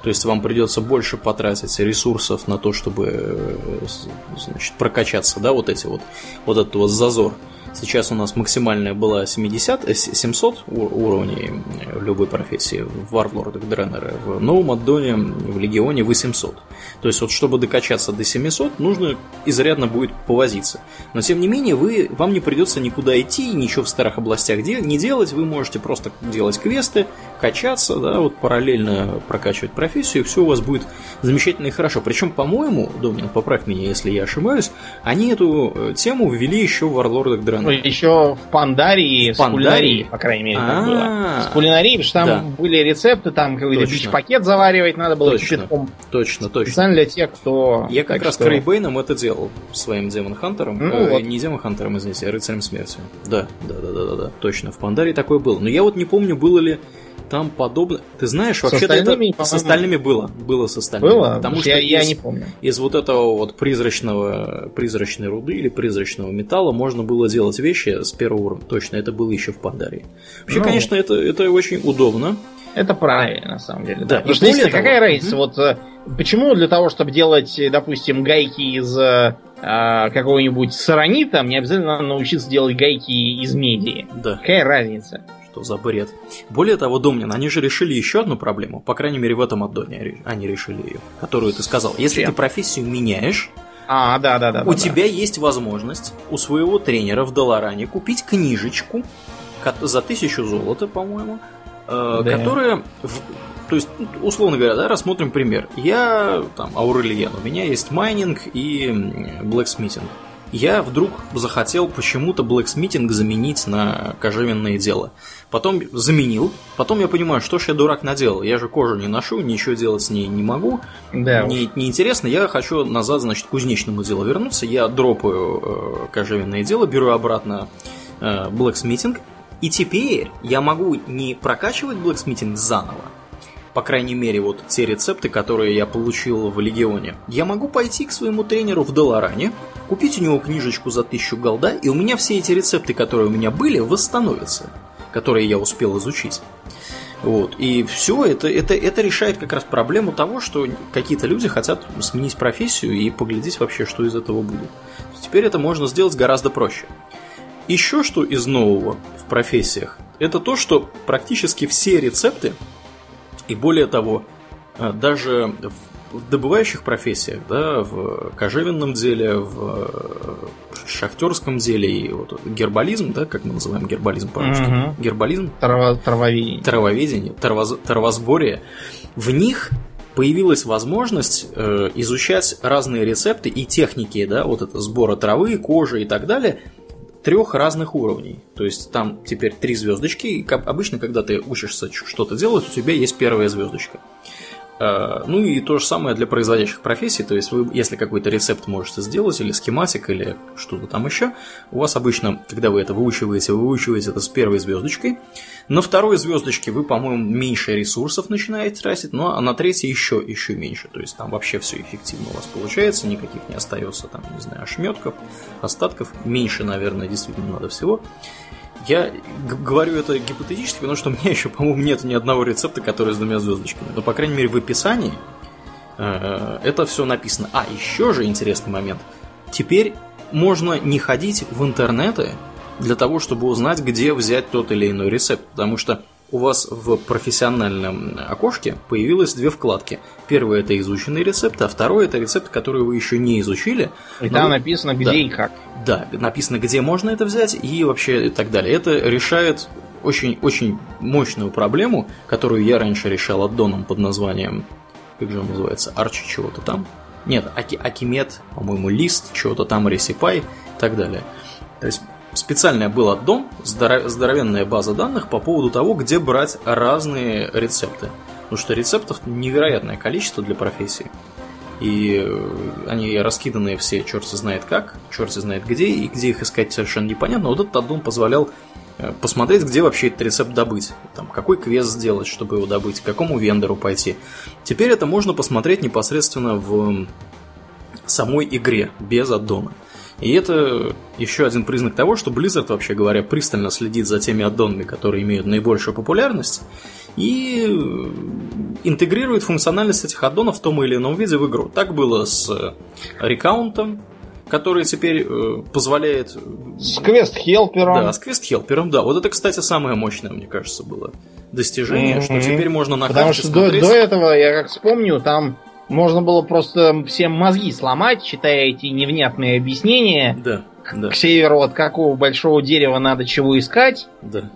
То есть вам придется больше потратить ресурсов на то, чтобы, значит, прокачаться, да, вот эти вот, вот этот вот зазор. Сейчас у нас максимальная была семьдесят, семьсот уровней в любой профессии, в Варлордах Дреннера, в новом аддоне, в Легионе восемьсот. То есть вот чтобы докачаться до семисот, нужно изрядно будет повозиться. Но тем не менее, вы, вам не придется никуда идти, ничего в старых областях де- не делать, вы можете просто делать квесты, качаться, да, вот параллельно прокачивать профессию, и все у вас будет замечательно и хорошо. Причем, по-моему, Домнин, поправь меня, если я ошибаюсь, они эту тему ввели еще в Варлордах Дреннера. Ну, еще в Пандарии, в с кулинарией, по крайней мере, так было. С кулинарией, потому что там да. были рецепты, там какой-то бич-пакет заваривать надо было. Точно, точно, точно. Специально для тех, кто... Я как раз что... Крейбейном это делал своим Демон Хантером. Ну, э, вот. Не Демон Хантером, извините, а Рыцарем Смерти. Да, да, да, да, да, да, точно. В Пандарии такое было. Но я вот не помню, было ли там подобно. Ты знаешь, вообще-то это с остальными было. Было с остальными. Было? Потому что я, из, я не помню. Из вот этого вот призрачного, призрачной руды или призрачного металла можно было делать вещи с первого уровня. Точно, это было еще в Пандарии. Вообще, ну, конечно, это, это очень удобно. Это правильно, на самом деле. Да, да. Потому что если какая разница, вот почему для того, чтобы делать, допустим, гайки из а, какого-нибудь саронита, мне обязательно надо научиться делать гайки из меди? Да. Какая разница? Что за бред. Более того, Домнин, они же решили еще одну проблему, по крайней мере в этом аддоне они решили ее, которую ты сказал. Если Чем? ты профессию меняешь, а, да, да, да, у да, тебя да. есть возможность у своего тренера в Долоране купить книжечку за тысячу золота, по-моему, да. которая... То есть, условно говоря, да, рассмотрим пример. Я там Аурельян, у меня есть майнинг и блэксмитинг. Я вдруг захотел почему-то блэксмитинг заменить на кожевенное дело. Потом заменил. Потом я понимаю, что ж я дурак наделал. Я же кожу не ношу, ничего делать с ней не могу. Да. Мне неинтересно. Я хочу назад, значит, к кузнечному делу вернуться. Я дропаю э, кожевенное дело, беру обратно э, блэксмитинг. И теперь я могу не прокачивать блэксмитинг заново. По крайней мере, вот те рецепты, которые я получил в Легионе. Я могу пойти к своему тренеру в Долоране, купить у него книжечку за тысячу голда, и у меня все эти рецепты, которые у меня были, восстановятся, которые я успел изучить. Вот. И все, это, это, это решает как раз проблему того, что какие-то люди хотят сменить профессию и поглядеть вообще, что из этого будет. Теперь это можно сделать гораздо проще. Еще что из нового в профессиях, это то, что практически все рецепты, и более того, даже в добывающих профессиях, да, в кожевенном деле, в шахтерском деле и вот гербализм, да, как мы называем гербализм по-русски, угу. гербализм, Траво- травоведение, травоведение, травоз- травосборие, в них появилась возможность э, изучать разные рецепты и техники, да, вот это сбора травы, кожи и так далее, трех разных уровней. То есть там теперь три звездочки, и как обычно, когда ты учишься что-то делать, у тебя есть первая звездочка. Ну и то же самое для производящих профессий. То есть вы, если какой-то рецепт можете сделать, или схематик, или что-то там еще, у вас обычно, когда вы это выучиваете, вы выучиваете это с первой звездочкой. На второй звездочке вы, по-моему, меньше ресурсов начинаете тратить, ну а на третьей еще, еще меньше. То есть там вообще все эффективно у вас получается, никаких не остается, там, не знаю, ошметков, остатков. Меньше, наверное, действительно надо всего. Я г- говорю это гипотетически, потому что у меня еще, по-моему, нет ни одного рецепта, который с двумя звездочками. Но, по крайней мере, в описании э- это все написано. А, еще же интересный момент. Теперь можно не ходить в интернеты для того, чтобы узнать, где взять тот или иной рецепт. Потому что у вас в профессиональном окошке появилось две вкладки. Первое – это изученные рецепты, а второе – это рецепты, которые вы еще не изучили. И там вы... написано, где да. и как. Да, написано, где можно это взять и вообще и так далее. Это решает очень-очень мощную проблему, которую я раньше решал аддоном под названием, как же он называется, Арчи чего-то там. Нет, Аки, Акимед, по-моему, Лист, чего-то там, Ресипай и так далее. То есть специальный был аддон, здоров... здоровенная база данных по поводу того, где брать разные рецепты. Потому что рецептов невероятное количество для профессии. И они раскиданные все, черт знает как, черт знает где, и где их искать совершенно непонятно. Вот этот аддон позволял посмотреть, где вообще этот рецепт добыть. Там, какой квест сделать, чтобы его добыть, к какому вендору пойти. Теперь это можно посмотреть непосредственно в самой игре, без аддона. И это еще один признак того, что Blizzard, вообще говоря, пристально следит за теми аддонами, которые имеют наибольшую популярность. и интегрирует функциональность этих аддонов в том или ином виде в игру. Так было с рекаунтом, который теперь э, позволяет... С квест-хелпером. Да, с квест-хелпером, да. Вот это, кстати, самое мощное, мне кажется, было достижение, mm-hmm. что теперь можно на Потому карте что смотреть... до, до этого, я как вспомню, там можно было просто всем мозги сломать, читая эти невнятные объяснения. Да, да. К северу от какого большого дерева надо чего искать. Да.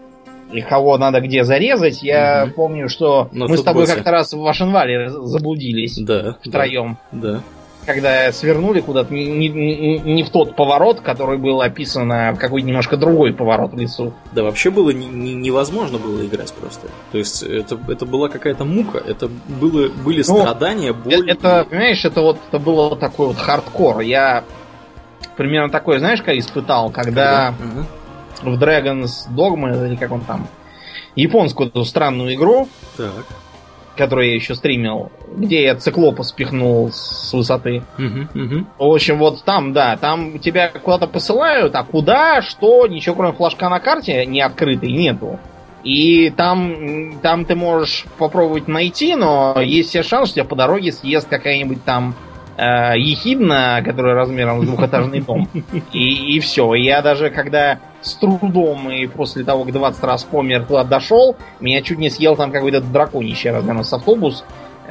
И кого надо где зарезать. Я mm-hmm. помню, что Но мы с тобой боссе. как-то раз в Вашенвале заблудились. Да. Втроем. Да. да. Когда свернули куда-то не, не, не в тот поворот, который был описан, а в какой-то немножко другой поворот в лесу. Да, вообще было не, не, невозможно было играть просто. То есть это, это была какая-то мука, это было, были ну, страдания, боль. Это, понимаешь, это вот это было такой вот хардкор. Я примерно такое, знаешь, как испытал, когда угу. в Dragon's Dogma, или как он там, японскую эту странную игру. Так. Который я еще стримил, где я циклопа спихнул с высоты. Uh-huh, uh-huh. В общем, вот там, да, там тебя куда-то посылают, а куда, что, ничего кроме флажка на карте не открытой нету. И там, там ты можешь попробовать найти, но есть все шанс, что тебя по дороге съест какая-нибудь там э, ехидна, которая размером с двухэтажный дом. И, и все. Я даже когда с трудом и после того, как двадцать раз помер, туда дошел, меня чуть не съел там какой-то драконище размером с автобус,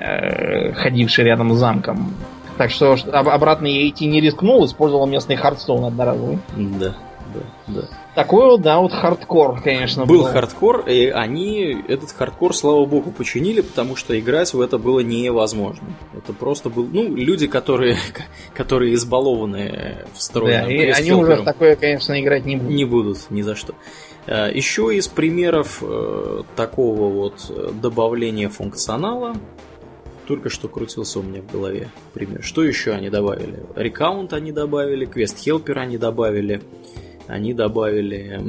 э, ходивший рядом с замком. Так что обратно я идти не рискнул, использовал местный хардстоун одноразовый. Да, да, да. Такой вот, да, вот хардкор, конечно, был. Был хардкор, и они этот хардкор, слава богу, починили, потому что играть в это было невозможно. Это просто был, ну, люди, которые, которые избалованы встроенным да, и они уже в такое, конечно, играть не будут. Не будут, ни за что. Еще из примеров такого вот добавления функционала, только что крутился у меня в голове пример. Что еще они добавили? Рекаунт они добавили, квест-хелпер они добавили. Они добавили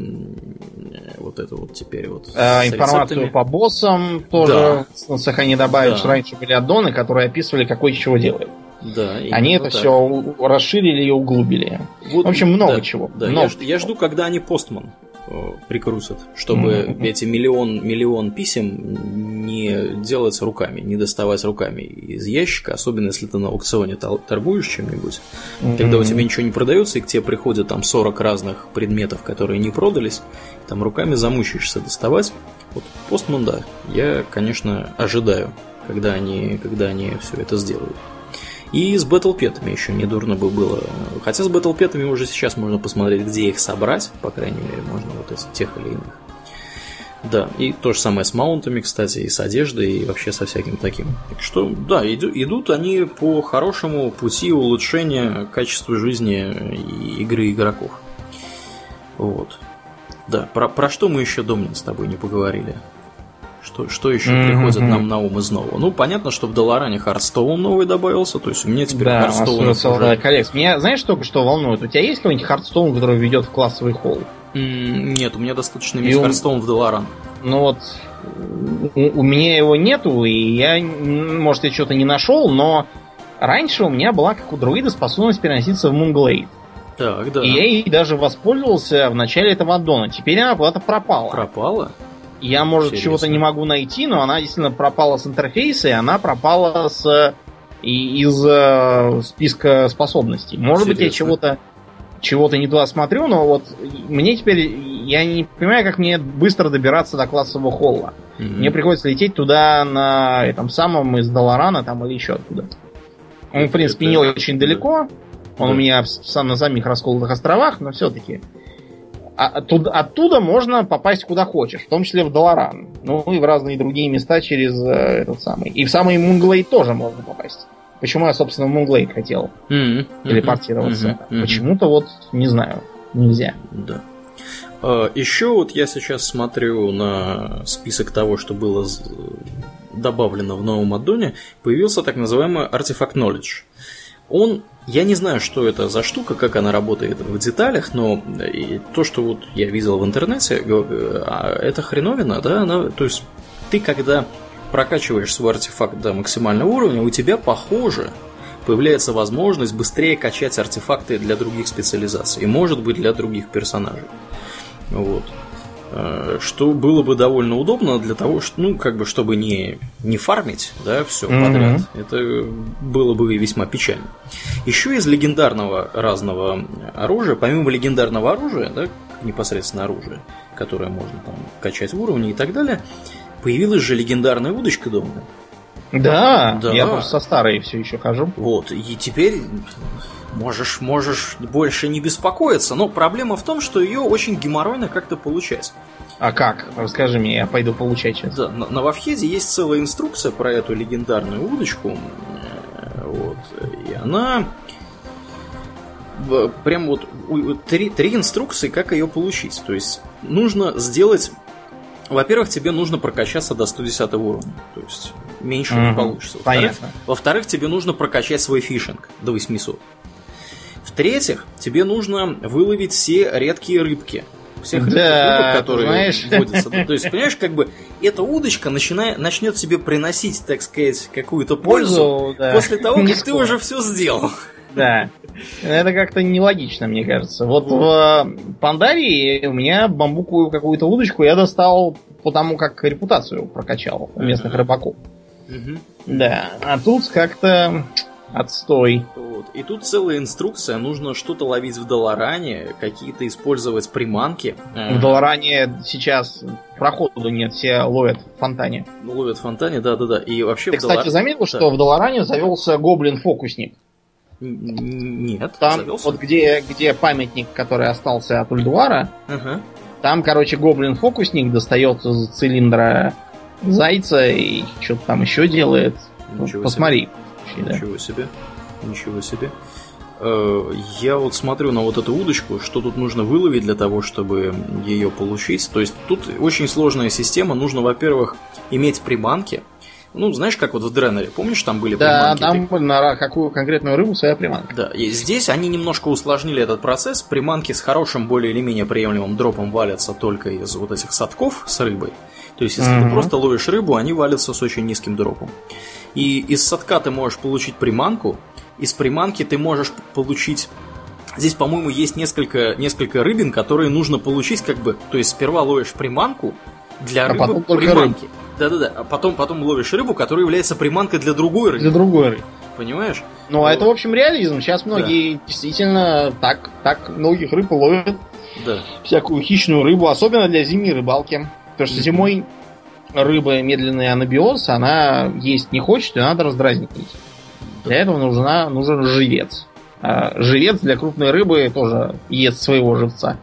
вот это вот теперь вот а, информацию по боссам тоже да. с они добавили, да. что раньше были аддоны, которые описывали, какой чего делает. Да, они это так. все расширили и углубили. Вот, в общем, много да, чего. Да, много я, чего. я жду, когда они Postman прикрутят, чтобы mm-hmm. эти миллион, миллион писем не делать руками, не доставать руками из ящика, особенно если ты на аукционе торгуешь чем-нибудь, mm-hmm. когда у тебя ничего не продается, и к тебе приходят там сорок разных предметов, которые не продались, там руками замучаешься доставать. Вот Postman, да, я, конечно, ожидаю, когда они, когда они все это сделают. И с бэтлпетами еще не дурно бы было. Хотя с бэтлпетами уже сейчас можно посмотреть, где их собрать. По крайней мере, можно вот из тех или иных. Да, и то же самое с маунтами, кстати, и с одеждой, и вообще со всяким таким. Так что, да, иду, идут они по хорошему пути улучшения качества жизни и игры игроков. Вот. Да, про, про что мы еще, Домнин, с тобой не поговорили? Что, что еще mm-hmm. приходит нам на ум из нового? Ну, понятно, что в Долоране Хардстоун новый добавился, то есть у меня теперь да, Хардстоун уже... коллекция. Меня, знаешь, только что волнует? У тебя есть какой-нибудь Хардстоун, который ведет в классовый холл? Mm, нет, у меня достаточно иметь у... Хардстоун в Долоран. Ну вот, у, у меня его нету, и я, может, я что-то не нашел, но раньше у меня была, как у друида, способность переноситься в Moonglade. Так, да. И я ей даже воспользовался в начале этого аддона. Теперь она куда-то пропала. Пропала? Я, может, Интересно. чего-то не могу найти, но она действительно пропала с интерфейса, и она пропала с, и, из э, списка способностей. Может Интересно. быть, я чего-то, чего-то не туда смотрю, но вот мне теперь... Я не понимаю, как мне быстро добираться до классового холла. Mm-hmm. Мне приходится лететь туда на этом самом из Долорана там, или еще оттуда. Он, в принципе, Это... не очень далеко. Он да. у меня сам на самих расколотых островах, но все-таки... Оттуда, оттуда можно попасть куда хочешь, в том числе в Долоран. Ну и в разные другие места через э, этот самый. И в самый Moonglade тоже можно попасть. Почему я, собственно, в Moonglade хотел mm-hmm. телепортироваться? Mm-hmm. Mm-hmm. Почему-то вот, не знаю, нельзя. Да. А, еще вот я сейчас смотрю на список того, что было добавлено в новом аддоне. Появился так называемый Artifact Knowledge. Он, я не знаю, что это за штука, как она работает в деталях, но и то, что вот я видел в интернете, это хреновина, да, она, то есть ты, когда прокачиваешь свой артефакт до максимального уровня, у тебя, похоже, появляется возможность быстрее качать артефакты для других специализаций, и, может быть, для других персонажей. Вот. что было бы довольно удобно для того, что, ну, как бы, чтобы не, не фармить, да, все mm-hmm. подряд. Это было бы весьма печально. Еще из легендарного разного оружия, помимо легендарного оружия, да, непосредственно оружия, которое можно там качать в уровне и так далее, появилась же легендарная удочка дома. Да, да, я просто со старой все еще хожу. Вот, и теперь можешь, можешь больше не беспокоиться, но проблема в том, что ее очень геморройно как-то получать. А как? Расскажи мне, я пойду получать сейчас. Да, на, на Вовхеде есть целая инструкция про эту легендарную удочку. Вот, и она... Прям вот три, три инструкции, как ее получить. То есть нужно сделать... Во-первых, тебе нужно прокачаться до сто десятого уровня. То есть меньше mm-hmm. не получится. Во-вторых, во-вторых, тебе нужно прокачать свой фишинг до восьмисот. В-третьих, тебе нужно выловить все редкие рыбки. Всех да, рыбок, которые знаешь. водятся. То есть, понимаешь, как бы эта удочка начинает, начнет тебе приносить, так сказать, какую-то пользу, пользу да. после того, как ты уже все сделал. Да. Это как-то нелогично, мне кажется. Вот в Пандарии у меня бамбуковую какую-то удочку я достал потому, как репутацию прокачал у местных uh-huh. рыбаков. Uh-huh. Да. А тут как-то отстой. Вот. И тут целая инструкция. Нужно что-то ловить в Долоране, какие-то использовать приманки. В Долоране сейчас проходу нет, все ловят в фонтане. Ловят в фонтане, да-да-да. И вообще Ты, в Долор... кстати, заметил, да. что в Долоране завелся гоблин-фокусник? Нет, там, завелся. Вот где, где памятник, который остался от Ульдуара, uh-huh. там, короче, гоблин-фокусник достает из цилиндра зайца и что-то там еще делает. Ничего Посмотри. Себе. Да. Ничего себе. Ничего себе. Я вот смотрю на вот эту удочку, что тут нужно выловить для того, чтобы ее получить. То есть тут очень сложная система. Нужно, во-первых, иметь приманки. Ну, знаешь, как вот в Дреннере, помнишь, там были да, приманки? Да, там на какую конкретную рыбу своя приманка. Да, и здесь они немножко усложнили этот процесс. Приманки с хорошим, более или менее приемлемым дропом валятся только из вот этих садков с рыбой. То есть, если mm-hmm. ты просто ловишь рыбу, они валятся с очень низким дропом. И из садка ты можешь получить приманку, из приманки ты можешь получить... Здесь, по-моему, есть несколько, несколько рыбин, которые нужно получить как бы... То есть, сперва ловишь приманку для рыбы, а потом только приманки. Рыб. Да-да-да, а потом, потом ловишь рыбу, которая является приманкой для другой рыбы. Для другой рыбы. Понимаешь? Ну, а это, в общем, реализм. Сейчас многие да. действительно так, так многих рыб ловят. Да. Всякую хищную рыбу, особенно для зимней рыбалки. Потому что mm-hmm. зимой рыба медленный анабиоз, она есть не хочет, ее надо раздразнить. Для этого нужна, нужен живец. А живец для крупной рыбы тоже ест своего живца.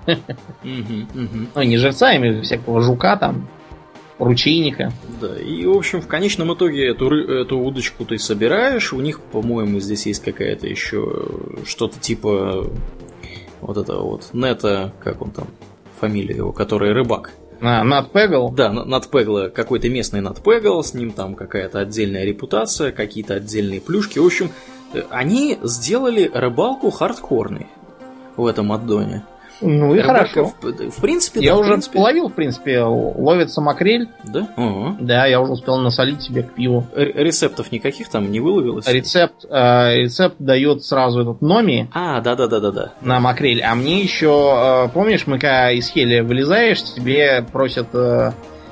Ну, не живца, а именно всякого жука там. Ручейника. Да, и, в общем, в конечном итоге эту, эту удочку ты собираешь. У них, по-моему, здесь есть какая-то еще что-то типа вот этого вот Нета, как он там, фамилия его, который рыбак. А, Натпегл? Да, Натпегл, какой-то местный Натпегл, с ним там какая-то отдельная репутация, какие-то отдельные плюшки. В общем, они сделали рыбалку хардкорной в этом аддоне. Ну и Рыбалка, хорошо. В, в принципе, я да, уже в принципе... половил, в принципе, ловится макрель. Да? Ага. Да, я уже успел насолить себе к пиву. Р- рецептов никаких там не выловилось? Рецепт, э, рецепт дает сразу этот номи. А, да-да-да-да-да. На макрель. А мне еще, э, помнишь, мы когда из хели вылезаешь, тебе просят э,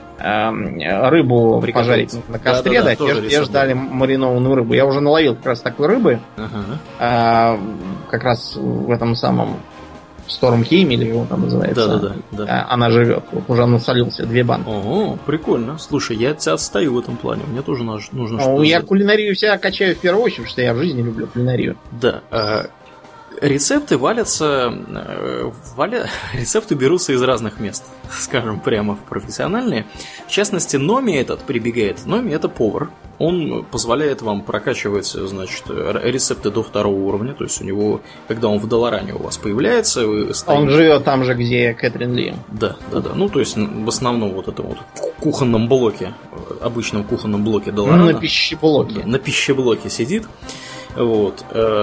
э, рыбу пожарить на костре, да, да, да, те, те ждали маринованную рыбу. Я уже наловил как раз такой рыбы. Ага. Э, как раз в этом самом Стормхейм, или его там называется. Да, да, да, да. Она живет. Вот уже насолился, две банки. Ого, прикольно. Слушай, я от тебя отстаю в этом плане. Мне тоже нужно ну, что-то. Я кулинарию себя качаю в первую очередь, потому что я в жизни люблю кулинарию. Да. А, рецепты валятся. Валя... Рецепты берутся из разных мест, скажем, прямо в профессиональные. В частности, Номи этот прибегает. Номи это повар. Он позволяет вам прокачивать, значит, рецепты до второго уровня. То есть у него, когда он в Долоране у вас появляется, вы стоите... Он живет там же, где Кэтрин Ли. Да, да, да. Ну, то есть в основном вот этом вот кухонном блоке, обычном кухонном блоке Долорана. Ну, на пищеблоке. На пищеблоке сидит. Вот.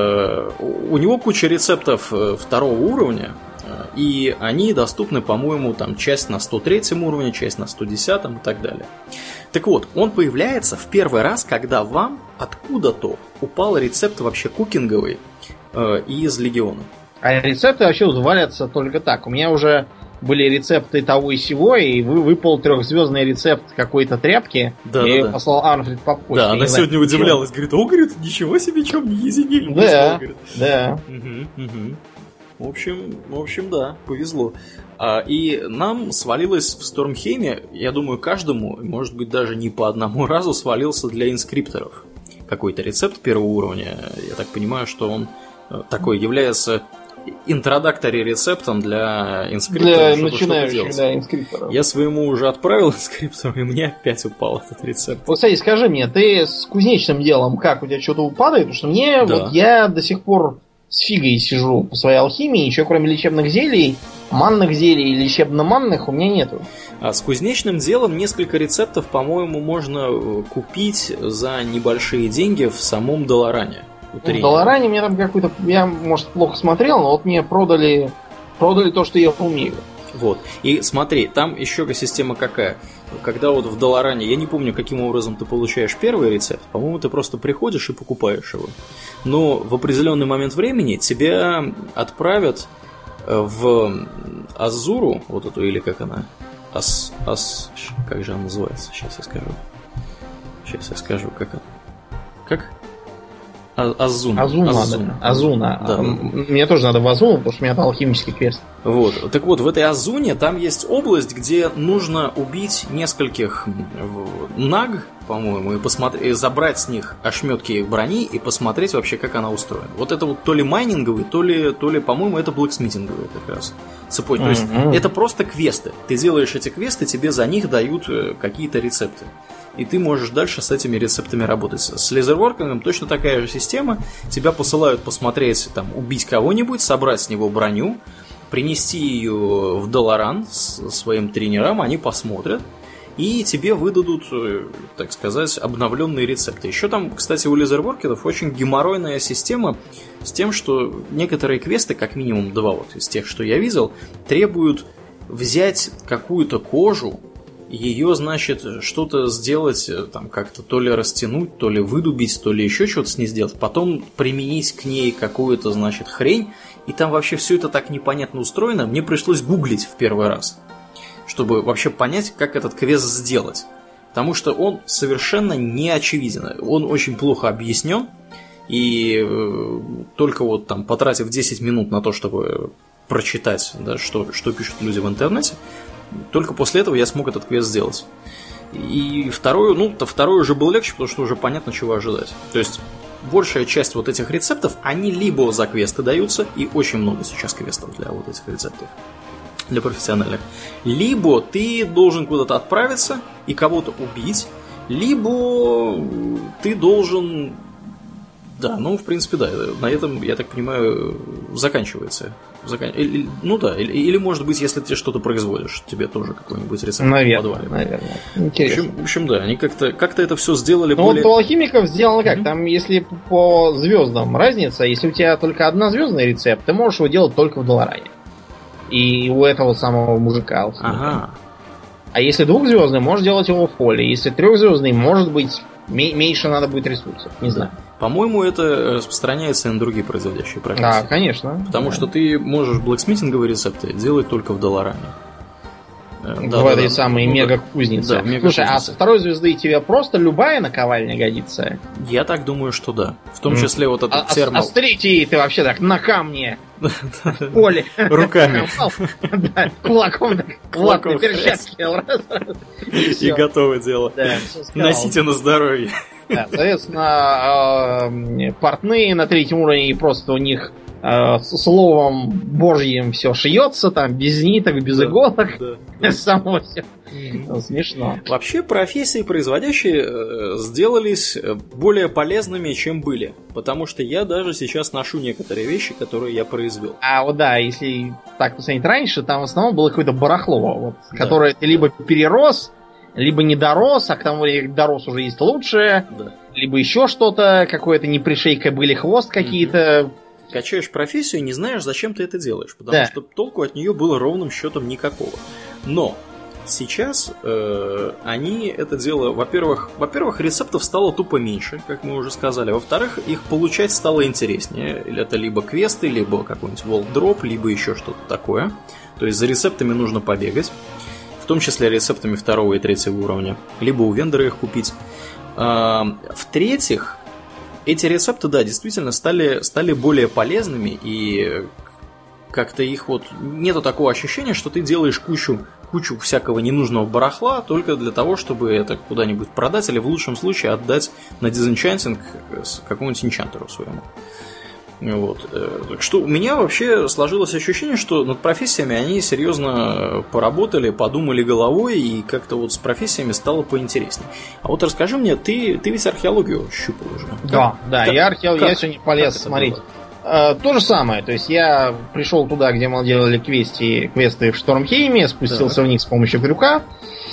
У него куча рецептов второго уровня. И они доступны, по-моему, там часть на сто третьем уровне, часть на сто десятом и так далее. Так вот, он появляется в первый раз, когда вам откуда-то упал рецепт вообще кукинговый э, из Легиона. А рецепты вообще валятся только так. У меня уже были рецепты того и сего, и вы выпал трехзвездный рецепт какой-то тряпки, да, и да, послал Арнфрид по почте. Да, она сегодня знаю, удивлялась, ничего. Говорит, о, говорит, ничего себе, чем не езиней. Да, говорит. да. Угу, угу. В общем, в общем, да, повезло. А, и нам свалилось в Стормхейме, я думаю, каждому, может быть, даже не по одному разу свалился для инскрипторов какой-то рецепт первого уровня. Я так понимаю, что он такой является интродактори рецептом для инскриптора. Для начинающих, да, инскрипторов. Я своему уже отправил инскриптору, и мне опять упал этот рецепт. Вот, кстати, скажи мне, ты с кузнечным делом как? У тебя что-то упадает? Потому что мне, да. вот я до сих пор с фигой сижу по своей алхимии, еще кроме лечебных зелий, манных зелий и лечебно-манных у меня нету. А с кузнечным делом несколько рецептов, по-моему, можно купить за небольшие деньги в самом Долоране. В Долоране мне там какой-то... Я, может, плохо смотрел, но вот мне продали, продали то, что я умею. Вот. И смотри, там еще система какая. Когда вот в Долоране, я не помню, каким образом ты получаешь первый рецепт, по-моему, ты просто приходишь и покупаешь его. Но в определенный момент времени тебя отправят в Азуру, вот эту, или как она? Ас... Ас... Как же она называется? Сейчас я скажу. Сейчас я скажу, как она. Как? Азуна. Азуна, Азуна. Да. Азуна. Да. Мне тоже надо в Азуну, потому что у меня там алхимический квест. Вот. Так вот, в этой Азуне там есть область, где нужно убить нескольких наг, по-моему, и, посмотри, и забрать с них ошметки их брони и посмотреть вообще, как она устроена. Вот это вот то ли майнинговый, то ли, то ли по-моему, это блэксмитинговый как раз цепочка. Mm-hmm. То есть это просто квесты. Ты делаешь эти квесты, тебе за них дают какие-то рецепты. И ты можешь дальше с этими рецептами работать. С лазерворкингом точно такая же система. Тебя посылают посмотреть, там, убить кого-нибудь, собрать с него броню, принести ее в Долоран с своим тренерам, они посмотрят, и тебе выдадут, так сказать, обновленные рецепты. Еще там, кстати, у лазерворкеров очень геморройная система с тем, что некоторые квесты, как минимум два вот из тех, что я видел, требуют взять какую-то кожу, ее, значит, что-то сделать, там, как-то то ли растянуть, то ли выдубить, то ли еще что-то с ней сделать, потом применить к ней какую-то, значит, хрень, и там вообще все это так непонятно устроено, мне пришлось гуглить в первый раз, чтобы вообще понять, как этот квест сделать, потому что он совершенно не очевиден, он очень плохо объяснен, и э, только вот там, потратив десять минут на то, чтобы прочитать, да, что, что пишут люди в интернете, только после этого я смог этот квест сделать. И второй, ну, то второй уже был легче, потому что уже понятно, чего ожидать. То есть, большая часть вот этих рецептов, они либо за квесты даются, и очень много сейчас квестов для вот этих рецептов, для профессиональных, либо ты должен куда-то отправиться и кого-то убить, либо ты должен... Да, ну, в принципе, да, на этом, я так понимаю, заканчивается. Закан... Или, ну да, или, или, может быть, если ты что-то производишь, тебе тоже какой-нибудь рецепт подвалит. Наверное, интересно. В общем, в общем, да, они как-то, как-то это все сделали ну, более... вот у алхимиков сделано как? Mm-hmm. Там, если по звездам разница, если у тебя только однозвездный рецепт, ты можешь его делать только в Долоране. И у этого самого мужика алхимика. Ага. А если двухзвездный, можешь делать его в поле. Если трехзвездный, может быть, меньше надо будет ресурсов. Не знаю. По-моему, это распространяется и на другие производящие профессии. Да, конечно. Потому да. что ты можешь блэксмитинговые рецепты делать только в Долоране. Да, в да, этой да, самой ну, мега-кузнице. Да, мега Слушай, а со второй звезды тебе просто любая наковальня годится? Я так думаю, что да. В том числе mm. вот этот а, термал. А с третьей ты вообще так на камне, в поле. Руками. Кулаком так, на перчатке. И готово дело. Носите на здоровье. Да, соответственно, портные на третьем уровне просто у них словом божьим все шьется, там, без ниток, без да, иголок, да, да. Само все. Mm-hmm. Смешно. Вообще профессии производящие сделались более полезными, чем были. Потому что я даже сейчас ношу некоторые вещи, которые я произвел. А вот да, если так посмотреть раньше, там в основном было какое-то барахло, вот, да. которое ты либо перерос, либо не дорос, а к тому времени дорос уже есть лучшее, да. либо еще что-то, какое-то не пришейка были хвост какие-то. Mm-hmm. Качаешь профессию и не знаешь, зачем ты это делаешь, потому да. что толку от нее было ровным счетом никакого. Но сейчас э, они это дело, во-первых, во-первых, рецептов стало тупо меньше, как мы уже сказали. Во-вторых, их получать стало интереснее. Это либо квесты, либо какой-нибудь волк-дроп, либо еще что-то такое. То есть за рецептами нужно побегать, в том числе рецептами второго и третьего уровня, либо у вендора их купить. А, в-третьих, эти рецепты, да, действительно стали, стали более полезными, и как-то их вот нету такого ощущения, что ты делаешь кучу, кучу всякого ненужного барахла только для того, чтобы это куда-нибудь продать или в лучшем случае отдать на дизенчантинг какому-нибудь энчантеру своему. Вот. Так что у меня вообще сложилось ощущение, что над профессиями они серьезно поработали, подумали головой, и как-то вот с профессиями стало поинтереснее. А вот расскажи мне, ты, ты ведь археологию щупал уже. Да, как, да, как, я археологию, я сегодня полез смотреть. А, то же самое, то есть я пришел туда, где мы делали квесты, квесты в Штормхейме, спустился да. вниз с помощью крюка.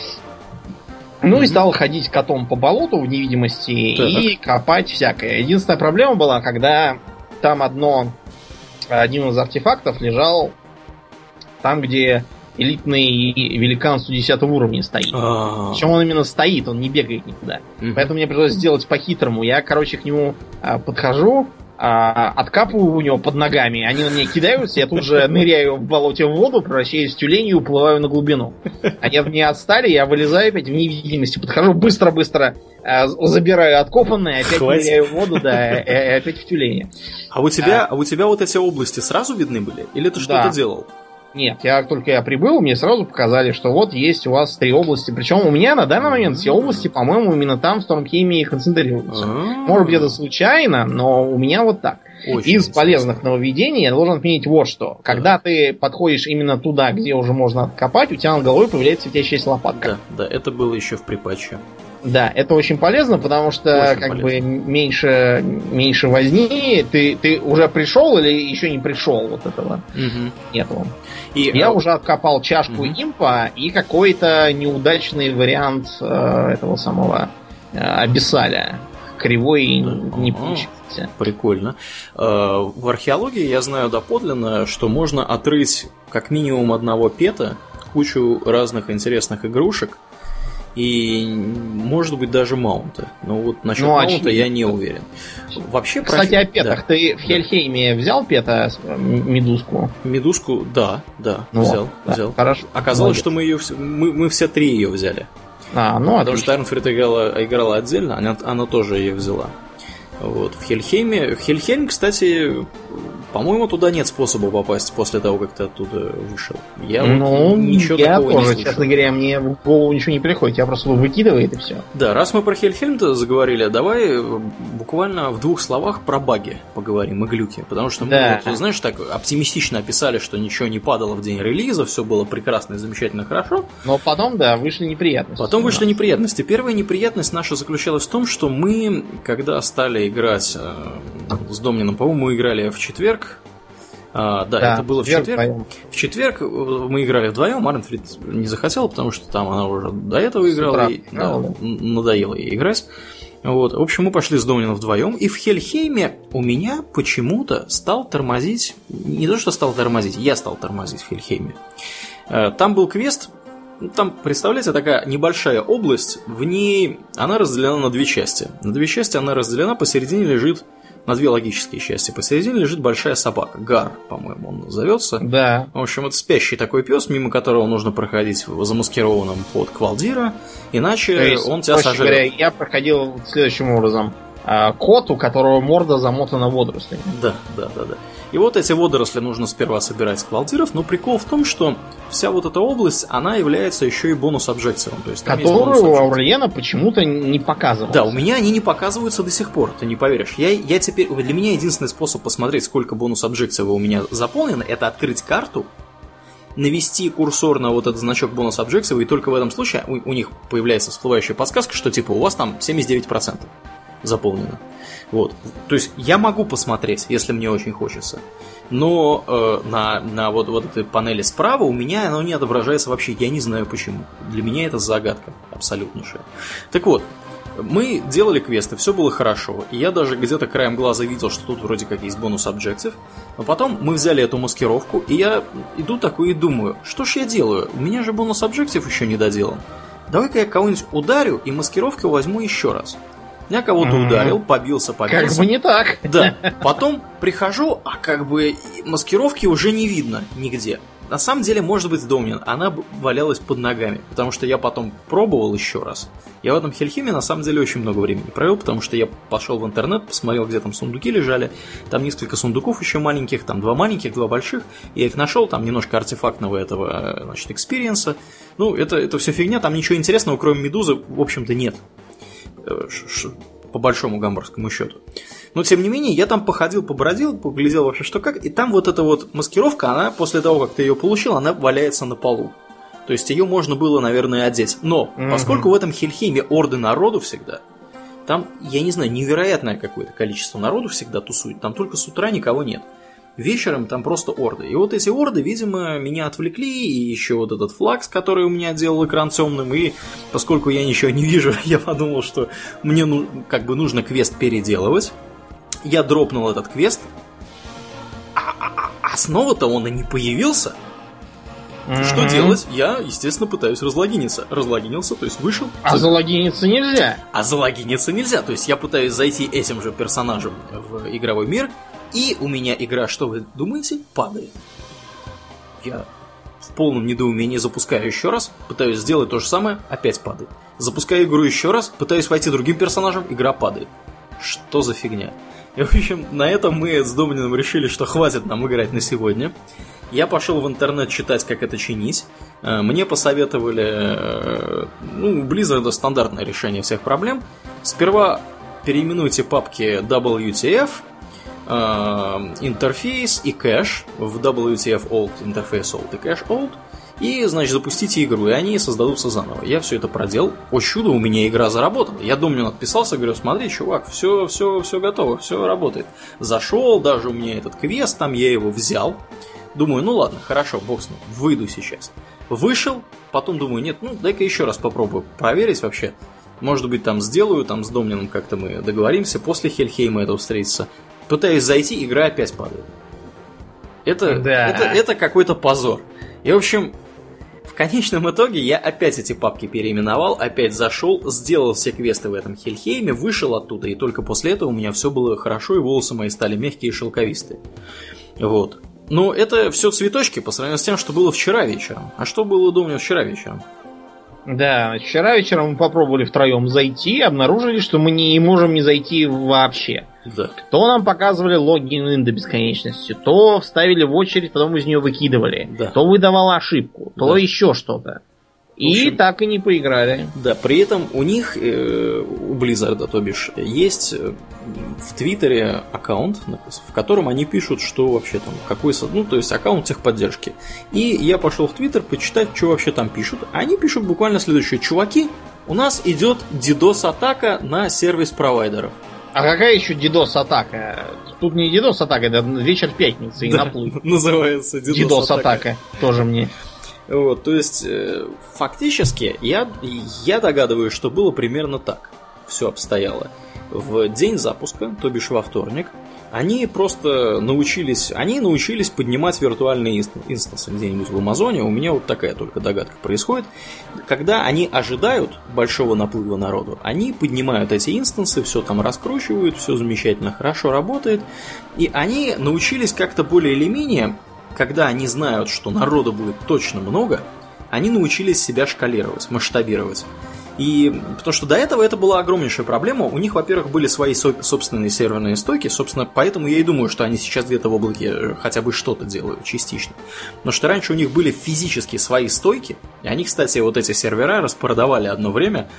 Ну mm-hmm. и стал ходить котом по болоту в невидимости так. и копать всякое. Единственная проблема была, когда там одно, один из артефактов лежал там, где элитный великан сто десятого уровня стоит. А-а-а. Причем он именно стоит, он не бегает никуда. Mm-hmm. Поэтому мне пришлось сделать по-хитрому. Я, короче, к нему а, подхожу, а, откапываю у него под ногами, они на меня кидаются, я тут же ныряю в болоте в воду, превращаюсь в тюлень и уплываю на глубину. Они от меня отстали, я вылезаю опять в невидимости, подхожу быстро-быстро, а, забираю откопанное, опять Хватит. ныряю в воду, да, и, и опять в тюлене. А у тебя, а... а у тебя вот эти области сразу видны были? Или ты что-то да. делал? Нет, я только я прибыл, мне сразу показали, что вот есть у вас три области. Причем у меня на данный момент все области, по-моему, именно там в Штормхейме концентрируются. Может быть, это случайно, но у меня вот так. Очень Из полезных нововведений я должен отметить вот что. Когда да. ты подходишь именно туда, где уже можно откопать, у тебя над головой появляется светящаяся лопатка. Да, да, это было еще в припатче. Да, это очень полезно, потому что очень как полезно. бы меньше, меньше возни. Ты, ты уже пришел или еще не пришел? Вот этого угу. нету. И, Я а... уже откопал чашку угу. импа и какой-то неудачный вариант э, этого самого э, абиссаля. Кривой да. не получился. Прикольно. В археологии я знаю доподлинно, что можно отрыть как минимум одного пета, кучу разных интересных игрушек, и, может быть, даже маунты. Но вот насчет ну, маунта очевидно. я не уверен. Вообще, Кстати, профи... о петах. Да. Ты в Хельхейме взял пета, медузку? Медузку, да, да, ну, взял. Да, взял. Хорошо. Оказалось, Молодец. что мы, ее, мы, мы все три ее взяли. А, ну, Потому что Эрнфрид играла, играла отдельно, она, она тоже ее взяла. Вот. В Хельхейме... В Хельхейм, кстати, по-моему, туда нет способа попасть после того, как ты оттуда вышел. Я ну, вот ничего я такого тоже, не слышал. Честно говоря, мне в голову ничего не приходит. Я просто выкидывает и все. Да, раз мы про Хельхейм-то заговорили, давай буквально в двух словах про баги поговорим и глюки. Потому что мы, да. вот, знаешь, так оптимистично описали, что ничего не падало в день релиза, все было прекрасно и замечательно хорошо. Но потом, да, вышли неприятности. Потом вышли неприятности. Первая неприятность наша заключалась в том, что мы, когда стали играть э, с Домнином, по-моему, мы играли в четверг. А, да, да, это было в четверг. Вдвоем. В четверг мы играли вдвоем. Арнфрид не захотела, потому что там она уже до этого играла. И, да, да. Надоело ей играть. Вот. В общем, мы пошли с Домнином вдвоем. И в Хельхейме у меня почему-то стал тормозить. Не то, что стал тормозить, я стал тормозить в Хельхейме. Там был квест. Там, представляете, такая небольшая область. В ней она разделена на две части. На две части она разделена, посередине лежит. На две логические части. Посередине лежит большая собака. Гар, по-моему, он назовется. Да. В общем, это спящий такой пес, мимо которого нужно проходить замаскированным под Квалдира, иначе он тебя сожрет. Говоря, я проходил следующим образом. Кот, у которого морда замотана водорослями. Да, да, да, да. И вот эти водоросли нужно сперва собирать с квалдиров, но прикол в том, что вся вот эта область, она является еще и бонус-объективом. Которую у Аурлиена почему-то не показывалось. Да, у меня они не показываются до сих пор, ты не поверишь. Я, я теперь, для меня единственный способ посмотреть, сколько бонус-объектива у меня заполнено, это открыть карту, навести курсор на вот этот значок бонус-объектива, и только в этом случае у, у них появляется всплывающая подсказка, что типа у вас там семьдесят девять процентов заполнено. Вот. То есть я могу посмотреть, если мне очень хочется. Но э, на, на вот, вот этой панели справа у меня оно не отображается вообще. Я не знаю почему. Для меня это загадка абсолютнейшая. Так вот, Мы делали квесты, все было хорошо. И я даже где-то краем глаза видел, что тут вроде как есть бонус-объектив. Но потом мы взяли эту маскировку, и я иду такой и думаю, что ж я делаю? У меня же бонус-объектив еще не доделан. Давай-ка я кого-нибудь ударю и маскировку возьму еще раз. Я кого-то mm-hmm. ударил, побился, побился. Как бы не так. Да. Потом прихожу, а как бы маскировки уже не видно нигде. На самом деле, может быть, Домнин, она валялась под ногами, потому что я потом пробовал еще раз. Я в этом Хельхиме на самом деле очень много времени провел, потому что я пошел в интернет, посмотрел, где там сундуки лежали. Там несколько сундуков еще маленьких, там два маленьких, два больших. Я их нашел, там немножко артефактного этого, значит, экспириенса. Ну, это, это все фигня, там ничего интересного, кроме медузы, в общем-то, нет. По большому гамбургскому счету. Но, тем не менее, я там походил, побродил, поглядел вообще что как, и там вот эта вот маскировка, она после того, как ты ее получил, она валяется на полу. То есть ее можно было, наверное, одеть. Но, mm-hmm. поскольку в этом Хельхейме орды народу всегда, там, я не знаю, невероятное какое-то количество народу всегда тусует, там только с утра никого нет. Вечером там просто орды. И вот эти орды, видимо, меня отвлекли, и еще вот этот флакс, который у меня делал экран темным, и поскольку я ничего не вижу, я подумал, что мне ну, как бы нужно квест переделывать. Я дропнул этот квест, а, а, а снова-то он и не появился. Mm-hmm. Что делать? Я, естественно, пытаюсь разлогиниться. Разлогинился, то есть вышел. А за... залогиниться нельзя. А залогиниться нельзя. То есть я пытаюсь зайти этим же персонажем в игровой мир, и у меня игра, что вы думаете, падает. Я в полном недоумении запускаю еще раз, пытаюсь сделать то же самое, опять падает. Запускаю игру еще раз, пытаюсь войти другим персонажем, игра падает. Что за фигня? И, в общем, на этом мы с Домнином решили, что хватит нам играть на сегодня. Я пошел в интернет читать, как это чинить. Мне посоветовали... Ну, у Blizzard стандартное решение всех проблем. Сперва переименуйте папки дабл ю ти эф, интерфейс и кэш в дабл ю ти эф old, интерфейс old и кэш old. И, значит, запустите игру, и они создадутся заново. Я все это проделал. О чудо, у меня игра заработала. Я Домнин отписался, говорю, смотри, чувак, все, все, все готово, все работает. Зашел, даже у меня этот квест, там я его взял. Думаю, ну ладно, хорошо, бог с ним, выйду сейчас. Вышел, потом думаю, нет, ну дай-ка еще раз попробую проверить вообще. Может быть, там сделаю, там с Домнином как-то мы договоримся, после Хельхейма этого встретиться. Пытаюсь зайти, игра опять падает. Это, да. это, это какой-то позор. И, в общем... В конечном итоге я опять эти папки переименовал, опять зашел, сделал все квесты в этом Хельхейме, вышел оттуда, и только после этого у меня все было хорошо, и волосы мои стали мягкие и шелковистые. Вот. Но это все цветочки по сравнению с тем, что было вчера вечером. А что было, думаю, вчера вечером? Да, вчера вечером мы попробовали втроем зайти, обнаружили, что мы не можем не зайти вообще. Да. То нам показывали логин до бесконечности, то вставили в очередь, потом из нее выкидывали, да. То выдавало ошибку, то да. еще что-то. И общем, так и не поиграли. Да, при этом у них, э, у Blizzard, то бишь, есть в Твиттере аккаунт, в котором они пишут, что вообще там, какой, ну, то есть аккаунт техподдержки. И я пошел в Твиттер почитать, что вообще там пишут. Они пишут буквально следующее: чуваки, у нас идет дидос-атака на сервис провайдеров. А какая еще дидос-атака? Тут не дидос-атака, это вечер пятницы и да, наплыв. Называется дидос-атака. Дидос-атака, тоже мне. Вот, то есть, э, фактически, я, я догадываюсь, что было примерно так. Все обстояло. В день запуска, то бишь во вторник, они просто научились, они научились поднимать виртуальные инстансы где-нибудь в Амазоне. У меня вот такая только догадка происходит. Когда они ожидают большого наплыва народу, они поднимают эти инстансы, все там раскручивают, все замечательно, хорошо работает. И они научились как-то более или менее, когда они знают, что народу будет точно много, они научились себя шкалировать, масштабировать. И потому что до этого это была огромнейшая проблема. У них, во-первых, были свои со- собственные серверные стойки. Собственно, поэтому я и думаю, что они сейчас где-то в облаке хотя бы что-то делают частично. Потому что раньше у них были физически свои стойки. И они, кстати, вот эти сервера распродавали одно время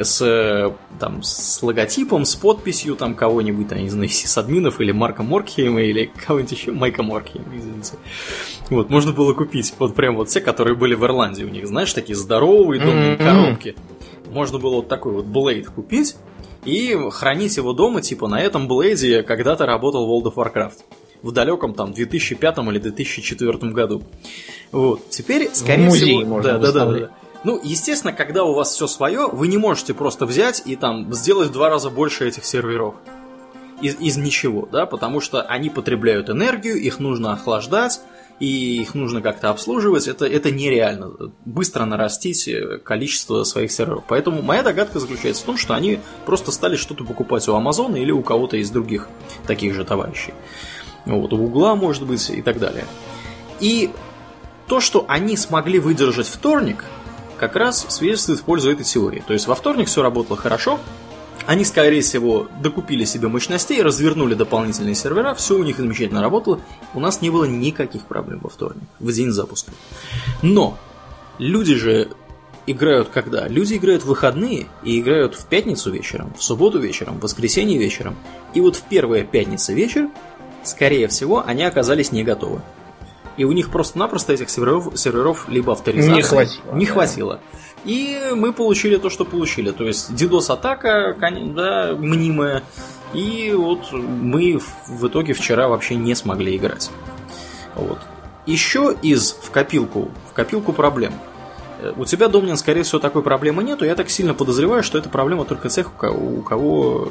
с, там, с логотипом, с подписью там кого-нибудь, я не знаю, с админов или Марка Моркхейма, или кого-нибудь еще, Майка Моркхейма, извините. Вот, можно было купить. Вот прям вот те, которые были в Ирландии у них, знаешь, такие здоровые домные mm-hmm. коробки. Можно было вот такой вот блейд купить и хранить его дома, типа на этом блейде когда-то работал World of Warcraft. В далеком там две тысячи пятом или две тысячи четвёртом году. Вот. Теперь, скорее в музей всего... можно да, да, да, да. Ну, естественно, когда у вас все свое, вы не можете просто взять и там сделать в два раза больше этих серверов. Из, из ничего, да, потому что они потребляют энергию, их нужно охлаждать, и их нужно как-то обслуживать. Это, это нереально. Быстро нарастить количество своих серверов. Поэтому моя догадка заключается в том, что они просто стали что-то покупать у Амазона или у кого-то из других таких же товарищей. Вот, у Гугла, может быть, и так далее. И то, что они смогли выдержать вторник, как раз свидетельствует в пользу этой теории. То есть во вторник все работало хорошо. Они, скорее всего, докупили себе мощностей, развернули дополнительные сервера, все у них замечательно работало. У нас не было никаких проблем во вторник, в день запуска. Но люди же играют когда? Люди играют в выходные и играют в пятницу вечером, в субботу вечером, в воскресенье вечером. И вот в первая пятница вечер, скорее всего, они оказались не готовы. И у них просто-напросто этих серверов, серверов либо авторизации не хватило. Не хватило. И мы получили то, что получили. То есть DDoS-атака, да, мнимая. И вот мы в итоге вчера вообще не смогли играть. Вот. Еще из в копилку, в копилку проблем. У тебя, Домнин, скорее всего, такой проблемы нету. Я так сильно подозреваю, что это проблема только тех, у кого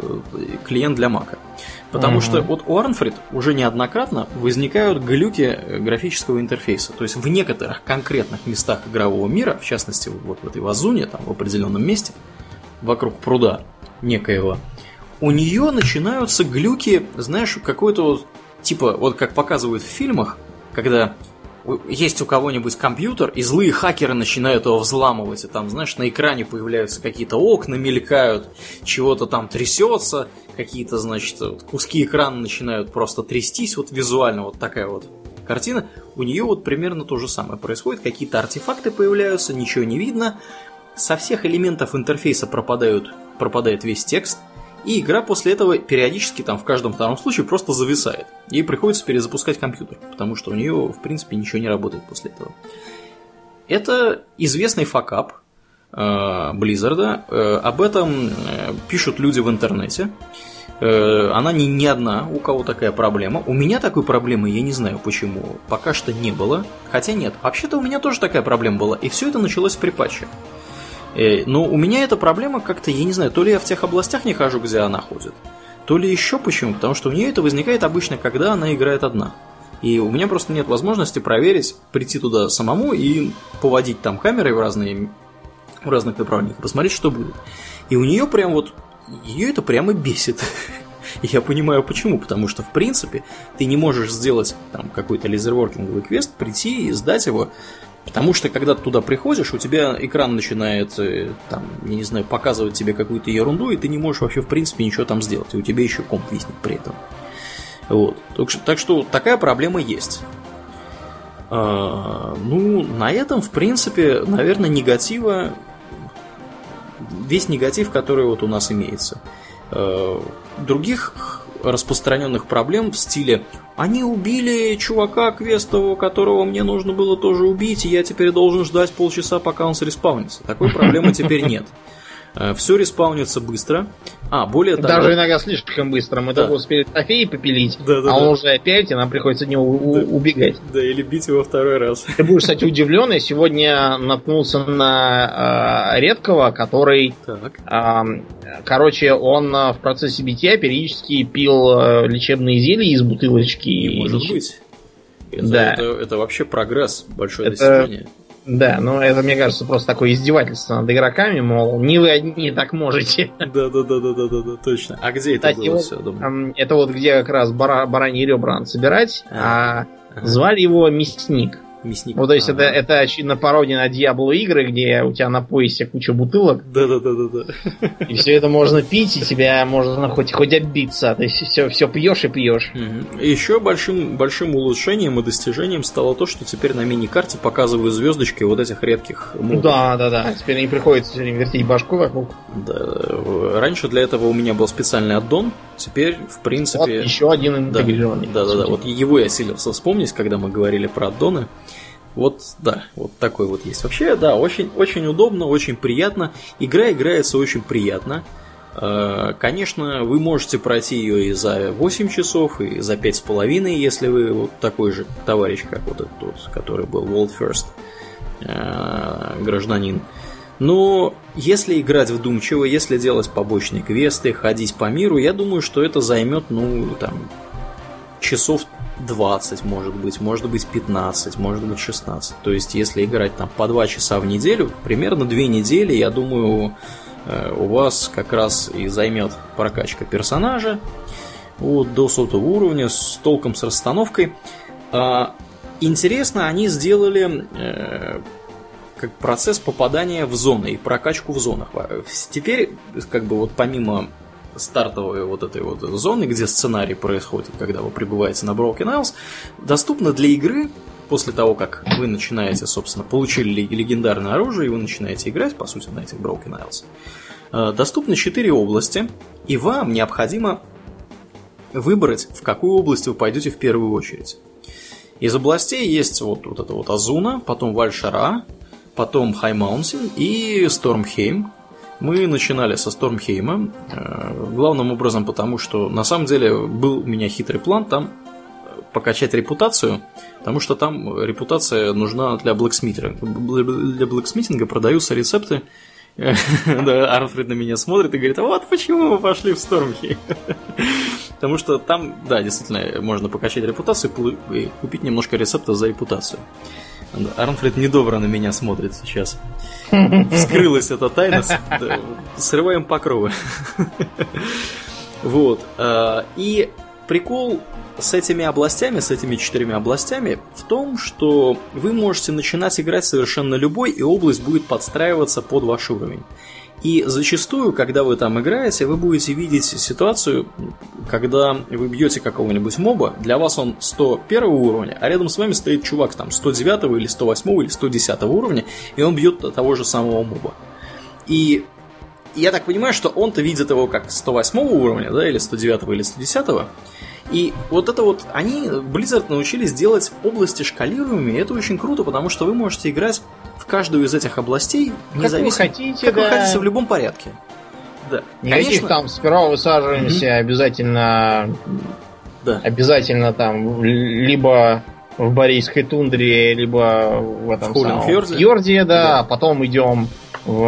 клиент для Мака. Потому mm-hmm. что вот у Арнфрид уже неоднократно возникают глюки графического интерфейса. То есть в некоторых конкретных местах игрового мира, в частности, вот в этой вазуне, там в определенном месте, вокруг пруда некоего, у нее начинаются глюки, знаешь, какой-то вот, типа, вот как показывают в фильмах, когда есть у кого-нибудь компьютер, и злые хакеры начинают его взламывать, и там, знаешь, на экране появляются какие-то окна, мелькают, чего-то там трясется, какие-то, значит, куски экрана начинают просто трястись, вот визуально вот такая вот картина. У нее вот примерно то же самое происходит, какие-то артефакты появляются, ничего не видно, со всех элементов интерфейса пропадают, пропадает весь текст, и игра после этого периодически, там, в каждом втором случае просто зависает. Ей приходится перезапускать компьютер, потому что у нее, в принципе, ничего не работает после этого. Это известный факап Blizzard. Э, об этом пишут люди в интернете. Э, она не, не одна, у кого такая проблема. У меня такой проблемы, я не знаю почему, пока что не было. Хотя нет, вообще-то у меня тоже такая проблема была. И все это началось при патче. Но у меня эта проблема как-то, я не знаю, то ли я в тех областях не хожу, где она ходит, то ли еще почему, потому что у нее это возникает обычно, когда она играет одна. И у меня просто нет возможности проверить, прийти туда самому и поводить там камерой в, разные, в разных направлениях, посмотреть, что будет. И у нее прям вот, ее это прямо бесит. И я понимаю почему, потому что в принципе ты не можешь сделать там какой-то лазерворкинговый квест, прийти и сдать его. Потому что, когда ты туда приходишь, у тебя экран начинает, там, я не знаю, показывать тебе какую-то ерунду, и ты не можешь вообще, в принципе, ничего там сделать. И у тебя еще комп виснет при этом. Вот. Так что, так что такая проблема есть. А, ну, на этом, в принципе, наверное, негатива, весь негатив, который вот у нас имеется. А, других распространенных проблем в стиле «они убили чувака квестового, которого мне нужно было тоже убить, и я теперь должен ждать полчаса, пока он среспаунится». Такой проблемы теперь нет. Все респаунится быстро. А, более того... Даже иногда слишком быстро. Мы да. только успели трофеи попилить, да, да, а он да. уже опять, и нам приходится от него да. убегать. Да, или бить его второй раз. Ты будешь, кстати, удивлен. Я сегодня наткнулся на э, редкого, который... Э, короче, он в процессе битья периодически пил э, лечебные зелья из бутылочки. Не может леч... быть. Это, да. это, это вообще прогресс, большое это... достижение. Да, но это, мне кажется, просто такое издевательство над игроками, мол, не вы одни так можете. Да-да-да-да-да-да, точно. А где это Кстати, было вот, все, думаю? Это вот где как раз бара, бараньи ребра надо собирать, а, а звали его Мясник. Мясник. Вот, то есть, ага. это, это, очевидно, пародия на Диабло игры, где у тебя на поясе куча бутылок. Да-да-да-да-да. И все это можно пить, и тебя можно хоть, хоть отбиться. То есть, все, все пьешь и пьешь. Угу. И еще большим, большим улучшением и достижением стало то, что теперь на мини-карте показывают звездочки вот этих редких мобов. Да-да-да. Теперь не приходится все время вертеть башку вокруг. Да. Раньше для этого у меня был специальный аддон. Теперь, в принципе... Вот еще один интегрированный. Да-да-да. Вот его я силился вспомнить, когда мы говорили про аддоны. Вот, да, вот такой вот есть. Вообще, да, очень, очень удобно, очень приятно. Игра играется очень приятно. Конечно, вы можете пройти ее и за восемь часов, и за пять с половиной, если вы вот такой же товарищ, как вот этот тот, который был World First. э, гражданин. Но если играть вдумчиво, если делать побочные квесты, ходить по миру, я думаю, что это займет, ну, там, часов двадцать, может быть, может быть пятнадцать, может быть шестнадцать. То есть, если играть там по два часа в неделю, примерно две недели, я думаю, у вас как раз и займет прокачка персонажа вот, до сотого уровня с толком, с расстановкой. Интересно, они сделали как процесс попадания в зоны и прокачку в зонах. Теперь, как бы вот помимо стартовой вот этой вот зоны, где сценарий происходит, когда вы прибываете на Broken Isles, доступно для игры, после того, как вы начинаете, собственно, получили легендарное оружие, и вы начинаете играть, по сути, на этих Broken Isles, доступны четыре области, и вам необходимо выбрать, в какую область вы пойдете в первую очередь. Из областей есть вот, вот это вот Азуна, потом Вальшара, потом High Mountain и Стормхейм. Мы начинали со Стормхейма, главным образом потому, что на самом деле был у меня хитрый план там покачать репутацию, потому что там репутация нужна для блэксмитера. Для блэксмитинга продаются рецепты. Арнфрид на меня смотрит и говорит: а вот почему мы пошли в Стормхейм. Потому что там, да, действительно, можно покачать репутацию и купить немножко рецептов за репутацию. Арнфрид недобро на меня смотрит сейчас. Вскрылась эта тайна. Срываем покровы. Вот. И прикол с этими областями, с этими четырьмя областями в том, что вы можете начинать играть совершенно любой, и область будет подстраиваться под ваш уровень. И зачастую, когда вы там играете, вы будете видеть ситуацию, когда вы бьете какого-нибудь моба, для вас он сто первого уровня, а рядом с вами стоит чувак там сто девятого или сто восьмого или сто десятого уровня, и он бьет того же самого моба. И я так понимаю, что он-то видит его как сто восьмого уровня, да, или сто девятого или сто десятого. И вот это вот, они, Blizzard, научились делать области шкалируемыми, и это очень круто, потому что вы можете играть в каждую из этих областей независимо, как вы хотите, как да. вы хотите, в любом порядке. Да. Никаких Конечно... там сперва высаживаемся mm-hmm. обязательно, да. обязательно там либо в Борейской тундре, либо в этом в самом фьорде, фьорде да, да, потом идем в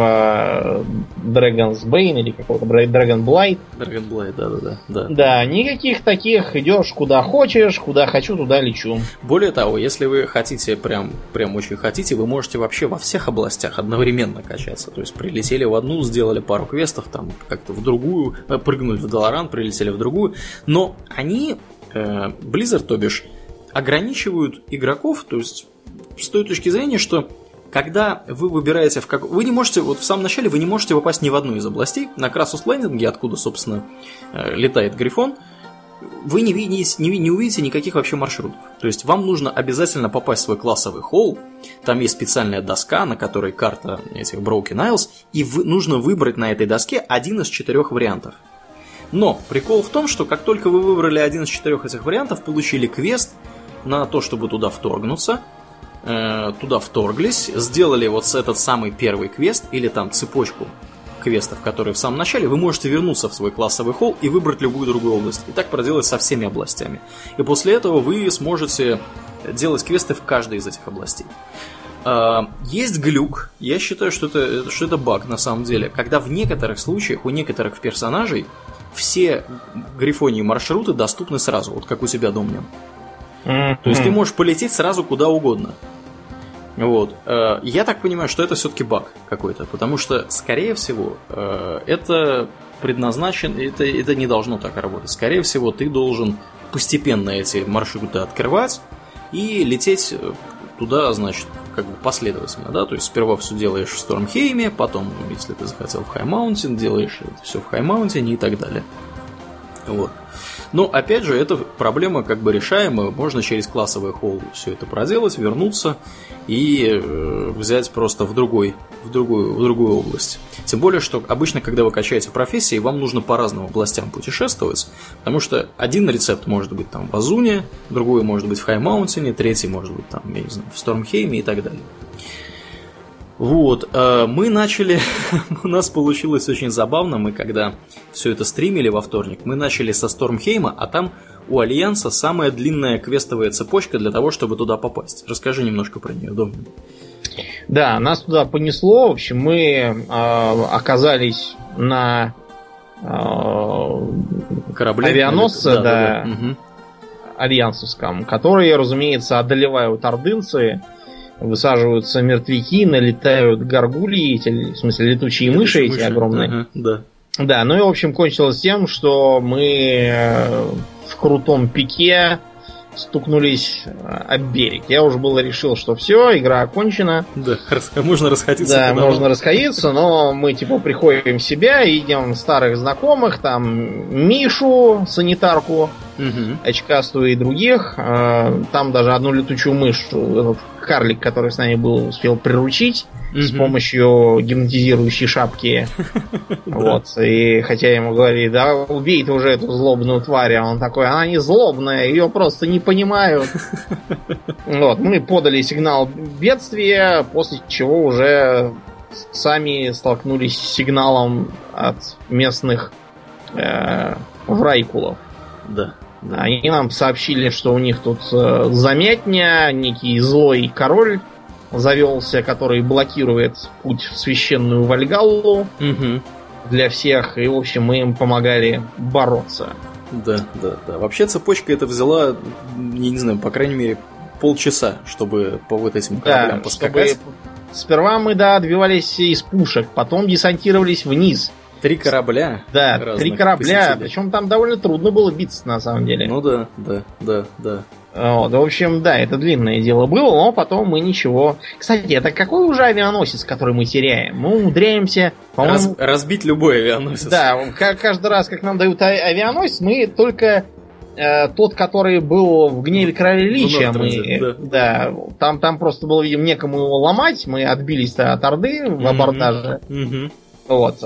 Dragon's Bane или какого-то Dragon Blight. Dragon Blight, да, да, да. Да, никаких таких, идешь куда хочешь, куда хочу, туда лечу. Более того, если вы хотите, прям, прям очень хотите, вы можете вообще во всех областях одновременно качаться. То есть прилетели в одну, сделали пару квестов, там как-то в другую, прыгнули в Долоран, прилетели в другую. Но они, э, Blizzard, то бишь, ограничивают игроков, то есть с той точки зрения, что когда вы выбираете в как... Вы не можете, вот в самом начале вы не можете попасть ни в одну из областей. На Красус Лендинге, откуда, собственно, летает Грифон, вы не, видите, не, не увидите никаких вообще маршрутов. То есть вам нужно обязательно попасть в свой классовый холл. Там есть специальная доска, на которой карта этих Broken Isles, и вы, нужно выбрать на этой доске один из четырех вариантов. Но прикол в том, что как только вы выбрали один из четырех этих вариантов, получили квест на то, чтобы туда вторгнуться, туда вторглись, сделали вот этот самый первый квест или там цепочку квестов, которые в самом начале, вы можете вернуться в свой классовый холл и выбрать любую другую область. И так проделать со всеми областями. И после этого вы сможете делать квесты в каждой из этих областей. Есть глюк, я считаю, что это, что это баг на самом деле, когда в некоторых случаях, у некоторых персонажей все грифонии маршруты доступны сразу, вот как у тебя, Домнин. Mm-hmm. То есть ты можешь полететь сразу куда угодно. Вот. Я так понимаю, что это все-таки баг какой-то, потому что, скорее всего, это предназначено, это, это не должно так работать. Скорее всего, ты должен постепенно эти маршруты открывать и лететь туда, значит, как бы последовательно, да, то есть сперва все делаешь в Стормхейме, потом, если ты захотел в High Mountain, делаешь это все в High Mountain и так далее. Вот. Но, опять же, эта проблема как бы решаемая, можно через классовый холл все это проделать, вернуться и э, взять просто в, другой, в, другую, в другую область. Тем более, что обычно, когда вы качаете профессии, вам нужно по разным областям путешествовать, потому что один рецепт может быть там в Азуне, другой может быть в High Mountain, третий может быть там, я не знаю, в Стормхейме и так далее. Вот, мы начали, у нас получилось очень забавно, мы когда все это стримили во вторник, мы начали со Стормхейма, а там у Альянса самая длинная квестовая цепочка для того, чтобы туда попасть. Расскажи немножко про нее, Домнин. Да, нас туда понесло. В общем, мы э, оказались на э, корабле авианосце, да, да, да, да. Угу. альянсовском, которые, разумеется, одолевают ордынцы, высаживаются мертвяки, налетают горгульи, эти, в смысле летучие мыши, эти мыши. огромные. Ага, да. Да, ну и, в общем, кончилось тем, что мы в крутом пике стукнулись об берег. Я уже было решил, что все, игра окончена. Да, можно расходиться. Да, можно расходиться, но мы типа приходим в себя, идем старых знакомых, там Мишу, санитарку, угу. очкастую и других. Там даже одну летучую мышь, этот карлик, который с нами был, успел приручить. Mm-hmm. С помощью гипнотизирующей шапки. Вот. И хотя я ему говорю, да убей ты уже эту злобную тварь, а он такой, она не злобная, ее просто не понимают. Вот. Мы подали сигнал бедствия, после чего уже сами столкнулись с сигналом от местных э, врайкулов. Да. Да. Они нам сообщили, что у них тут э, замятня, некий злой король завелся, который блокирует путь в священную Вальгаллу угу. для всех. И, в общем, мы им помогали бороться. Да, да, да. Вообще цепочка эта взяла, я не знаю, по крайней мере, полчаса, чтобы по вот этим кораблям да, поскакать. Чтобы... Сперва мы, да, отбивались из пушек, потом десантировались вниз. Три корабля? Да, три корабля. Причем там довольно трудно было биться, на самом деле. Ну да, да, да, да. Вот, в общем, да, это длинное дело было, но потом мы ничего... Кстати, это какой уже авианосец, который мы теряем? Мы умудряемся, по-моему... Раз, разбить любой авианосец. Да, каждый раз, как нам дают авианосец, мы только э, тот, который был в гневе короля Лича, мы... Да, да там, там просто было, видимо, некому его ломать, мы отбились-то от Орды в абордаже. Mm-hmm. Вот,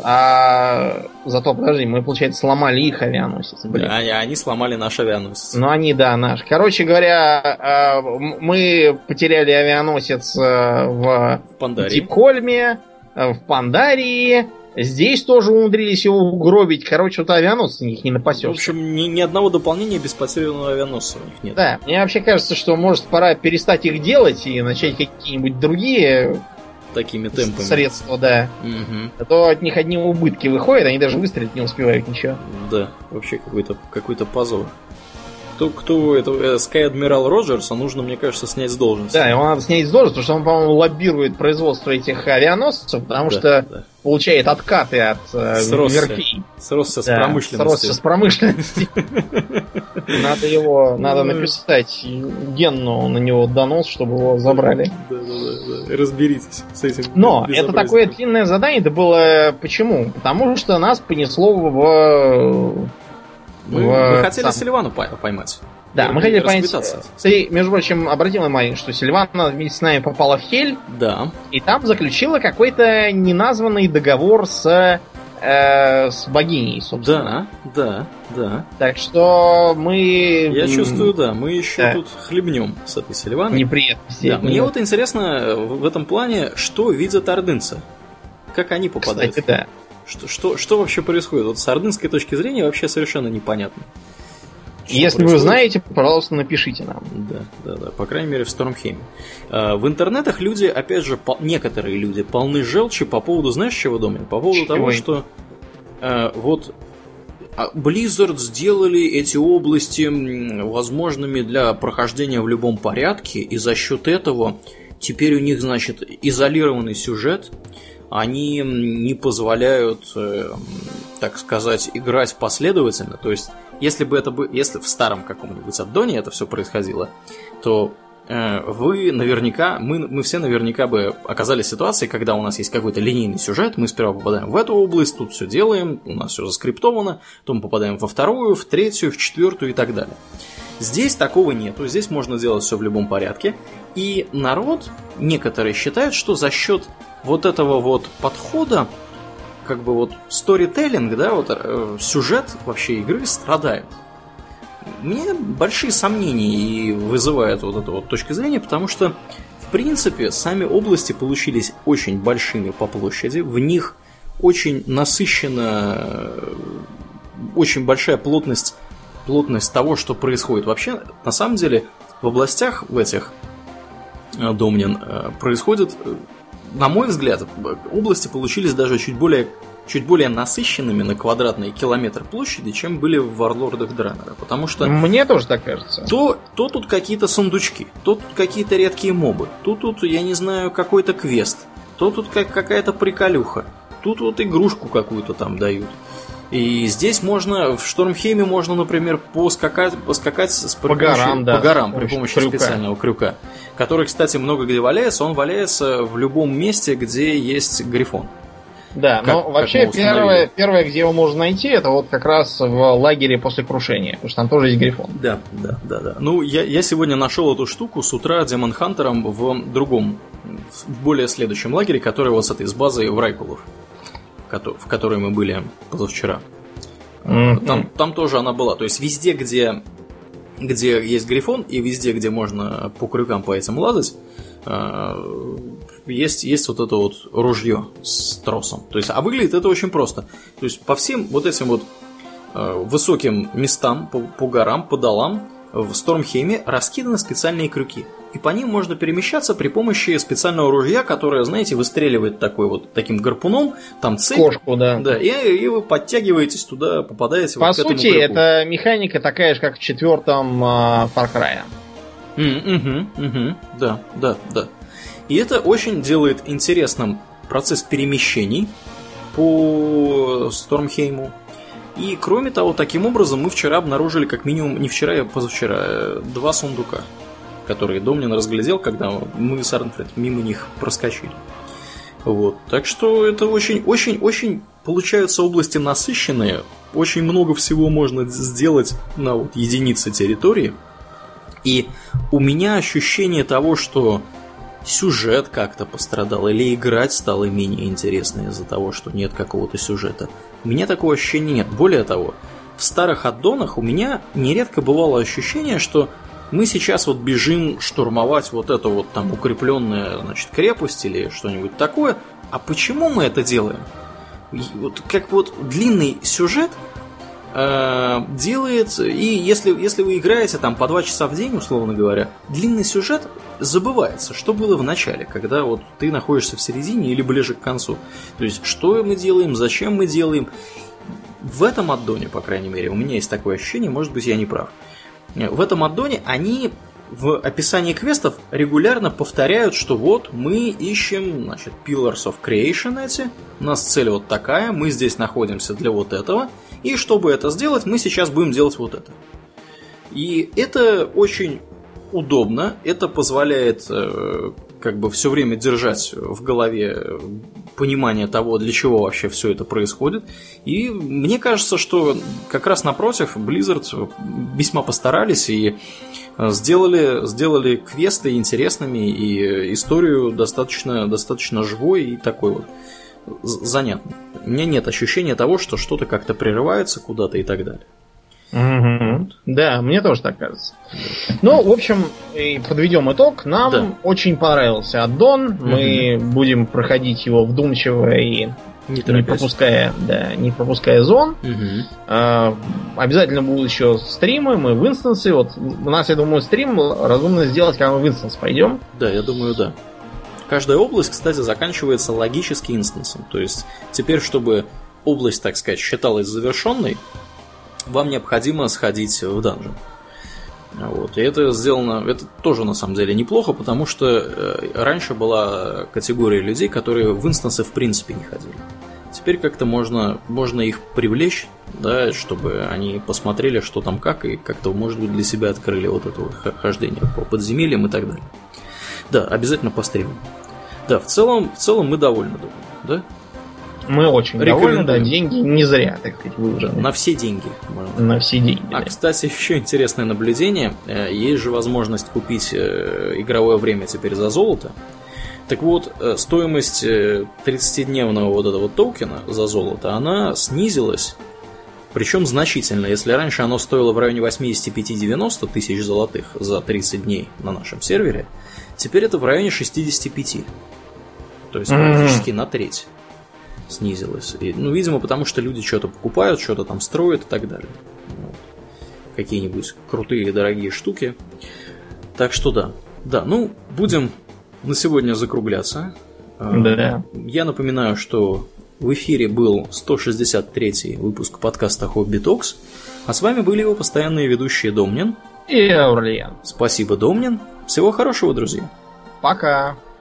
а зато, подожди, мы, получается, сломали их авианосец. Блин. Да, они, они сломали наш авианосец. Ну, они, да, наш. Короче говоря, мы потеряли авианосец в, в Дипхольме, в Пандарии. Здесь тоже умудрились его угробить. Короче, вот авианосец у них не напасешься. В общем, ни, ни одного дополнения без потерянного авианосца у них нет. Да, мне вообще кажется, что, может, пора перестать их делать и начать какие-нибудь другие... такими темпами. Средства, да. Угу. А то от них одни убытки выходят, они даже выстрелить не успевают ничего. Да, вообще какой-то, какой-то позор. Кто, кто это, Sky Admiral Роджерса нужно, мне кажется, снять с должности. Да, его надо снять с должности, потому что он, по-моему, лоббирует производство этих авианосцев, потому да, что да. получает откаты от верфей. Сросся с промышленностью. Сросся с промышленностью. Надо его, надо написать Генну на него донос, чтобы его забрали. Да, да, да. Разберитесь с этим. Но это такое длинное задание, это было почему? Потому что нас понесло в... Мы, в... мы хотели сам... Сильвану поймать. Да, мы хотели поймать. Кстати, между прочим, обратил внимание, что Сильвана вместе с нами попала в Хель. Да. И там заключила какой-то неназванный договор с, э, с богиней, собственно. Да, да, да. Так что мы... Я чувствую, да, мы еще да. тут хлебнем с этой Сильваной. Неприятности. Да, мне вот интересно в этом плане, что видят ордынцы. Как они попадают. Кстати, да. Что, что, что вообще происходит? Вот с ордынской точки зрения вообще совершенно непонятно. Что Если происходит? Вы знаете, пожалуйста, напишите нам. Да, да, да. По крайней мере, в Стормхейме. А, в интернетах люди, опять же, пол... некоторые люди полны желчи по поводу, знаешь, чего, Домин? По поводу чего? того, что а, вот Blizzard сделали эти области возможными для прохождения в любом порядке, и за счет этого теперь у них, значит, изолированный сюжет. Они не позволяют, э, так сказать, играть последовательно. То есть, если бы это бы, если в старом каком-нибудь аддоне это все происходило, то э, вы наверняка, мы, мы все наверняка бы оказались в ситуации, когда у нас есть какой-то линейный сюжет, мы сперва попадаем в эту область, тут все делаем, у нас все заскриптовано, потом мы попадаем во вторую, в третью, в четвертую и так далее. Здесь такого нету, здесь можно делать все в любом порядке. И народ, некоторые считают, что за счет вот этого вот подхода, как бы вот сторителлинг, да, вот э, сюжет вообще игры страдает. Мне большие сомнения и вызывает вот эта вот точка зрения, потому что, в принципе, сами области получились очень большими по площади, в них очень насыщена, очень большая плотность, плотность того, что происходит. Вообще, на самом деле, в областях в этих Домнин, происходит, на мой взгляд, области получились даже чуть более, чуть более насыщенными на квадратный километр площади, чем были в Варлордах Дренера. Потому что... Мне тоже так кажется. То, то тут какие-то сундучки, то тут какие-то редкие мобы, то тут, я не знаю, какой-то квест, то тут как, какая-то приколюха, тут вот игрушку какую-то там дают. И здесь можно, в Штормхейме можно, например, поскакать, поскакать с, по, горам, помощью, да, по горам при помощи крюка. специального крюка, который, кстати, много где валяется. Он валяется в любом месте, где есть грифон. Да, как, но вообще первое, первое, где его можно найти, это вот как раз в лагере после крушения, потому что там тоже есть грифон. Да, да, да, да. Ну, я, я сегодня нашел эту штуку с утра Демон Хантером в другом, в более следующем лагере, который вот с этой, с базой в Райкулов, в которой мы были позавчера. Mm-hmm. Там, там тоже она была. То есть везде, где, где есть грифон, и везде, где можно по крюкам по этим лазать, есть, есть вот это вот ружье с тросом. То есть, а выглядит это очень просто. То есть по всем вот этим вот высоким местам, по, по горам, по долам в Стормхейме раскиданы специальные крюки. И по ним можно перемещаться при помощи специального ружья, которое, знаете, выстреливает такой вот таким гарпуном, там цепь. Кошку, да. Да, и, и вы подтягиваетесь туда, попадаете по вот к этому сути, крюку. это механика такая же, как в четвертом uh, Far Cry. Mm-hmm, mm-hmm, да, да, да. И это очень делает интересным процесс перемещений по Стормхейму. И кроме того, таким образом мы вчера обнаружили, как минимум, не вчера, а позавчера, два сундука, которые Домнин разглядел, когда мы с Арнфред мимо них проскочили. Вот. Так что это очень-очень-очень получаются области насыщенные, очень много всего можно сделать на вот единице территории. И у меня ощущение того, что сюжет как-то пострадал, или играть стало менее интересно из-за того, что нет какого-то сюжета. У меня такого ощущения нет. Более того, в старых аддонах у меня нередко бывало ощущение, что мы сейчас вот бежим штурмовать вот эту вот там укрепленную, значит, крепость или что-нибудь такое. А почему мы это делаем? Вот как вот длинный сюжет э, делает, и если, если вы играете там по два часа в день, условно говоря, длинный сюжет забывается, что было в начале, когда вот ты находишься в середине или ближе к концу. То есть, что мы делаем, зачем мы делаем. В этом аддоне, по крайней мере, у меня есть такое ощущение, может быть, я не прав. В этом аддоне они в описании квестов регулярно повторяют, что вот мы ищем, значит, Pillars of Creation эти, у нас цель вот такая, мы здесь находимся для вот этого, и чтобы это сделать, мы сейчас будем делать вот это. И это очень удобно, это позволяет э, как бы все время держать в голове понимание того, для чего вообще все это происходит. И мне кажется, что как раз напротив, Blizzard весьма постарались и сделали, сделали квесты интересными, и историю достаточно, достаточно живой и такой вот занятной. У меня нет ощущения того, что что-то как-то прерывается куда-то и так далее. Mm-hmm. Да, мне тоже так кажется. Ну, в общем, подведем итог. Нам да. очень понравился аддон. Mm-hmm. Мы будем проходить его вдумчиво и не, не пропуская, да, не пропуская зон. Mm-hmm. А, обязательно будут еще стримы. Мы в инстансе. Вот у нас, я думаю, стрим разумно сделать, когда мы в инстанс пойдем. Да, я думаю, да. Каждая область, кстати, заканчивается логически инстансом. То есть теперь, чтобы область, так сказать, считалась завершенной, вам необходимо сходить в данжен. Вот. И это сделано, это тоже на самом деле неплохо, потому что э, раньше была категория людей, которые в инстансы в принципе не ходили. Теперь как-то можно, можно их привлечь, да, чтобы они посмотрели, что там как, и как-то, может быть, для себя открыли вот это вот хождение по подземельям и так далее. Да, обязательно постримим. Да, в целом, в целом мы довольны, думаю, да? Мы очень довольны, да, деньги не зря, так сказать, выложены. На все деньги. Можно. На все деньги. А, да. Кстати, еще интересное наблюдение. Есть же возможность купить игровое время теперь за золото. Так вот, стоимость тридцатидневного вот этого токена за золото, она снизилась, причем значительно. Если раньше оно стоило в районе восемьдесят пять-девяносто тысяч золотых за тридцать дней на нашем сервере, теперь это в районе шестьдесят пять. То есть практически mm-hmm. на треть снизилось. И, ну, видимо, потому что люди что-то покупают, что-то там строят и так далее. Вот. Какие-нибудь крутые, дорогие штуки. Так что да. Да, ну, будем, на сегодня закругляться. Да. Я напоминаю, что в эфире был сто шестьдесят третий выпуск подкаста Hobby Talks, а с вами были его постоянные ведущие Домнин и Аурлиен. Спасибо, Домнин. Всего хорошего, друзья. Пока.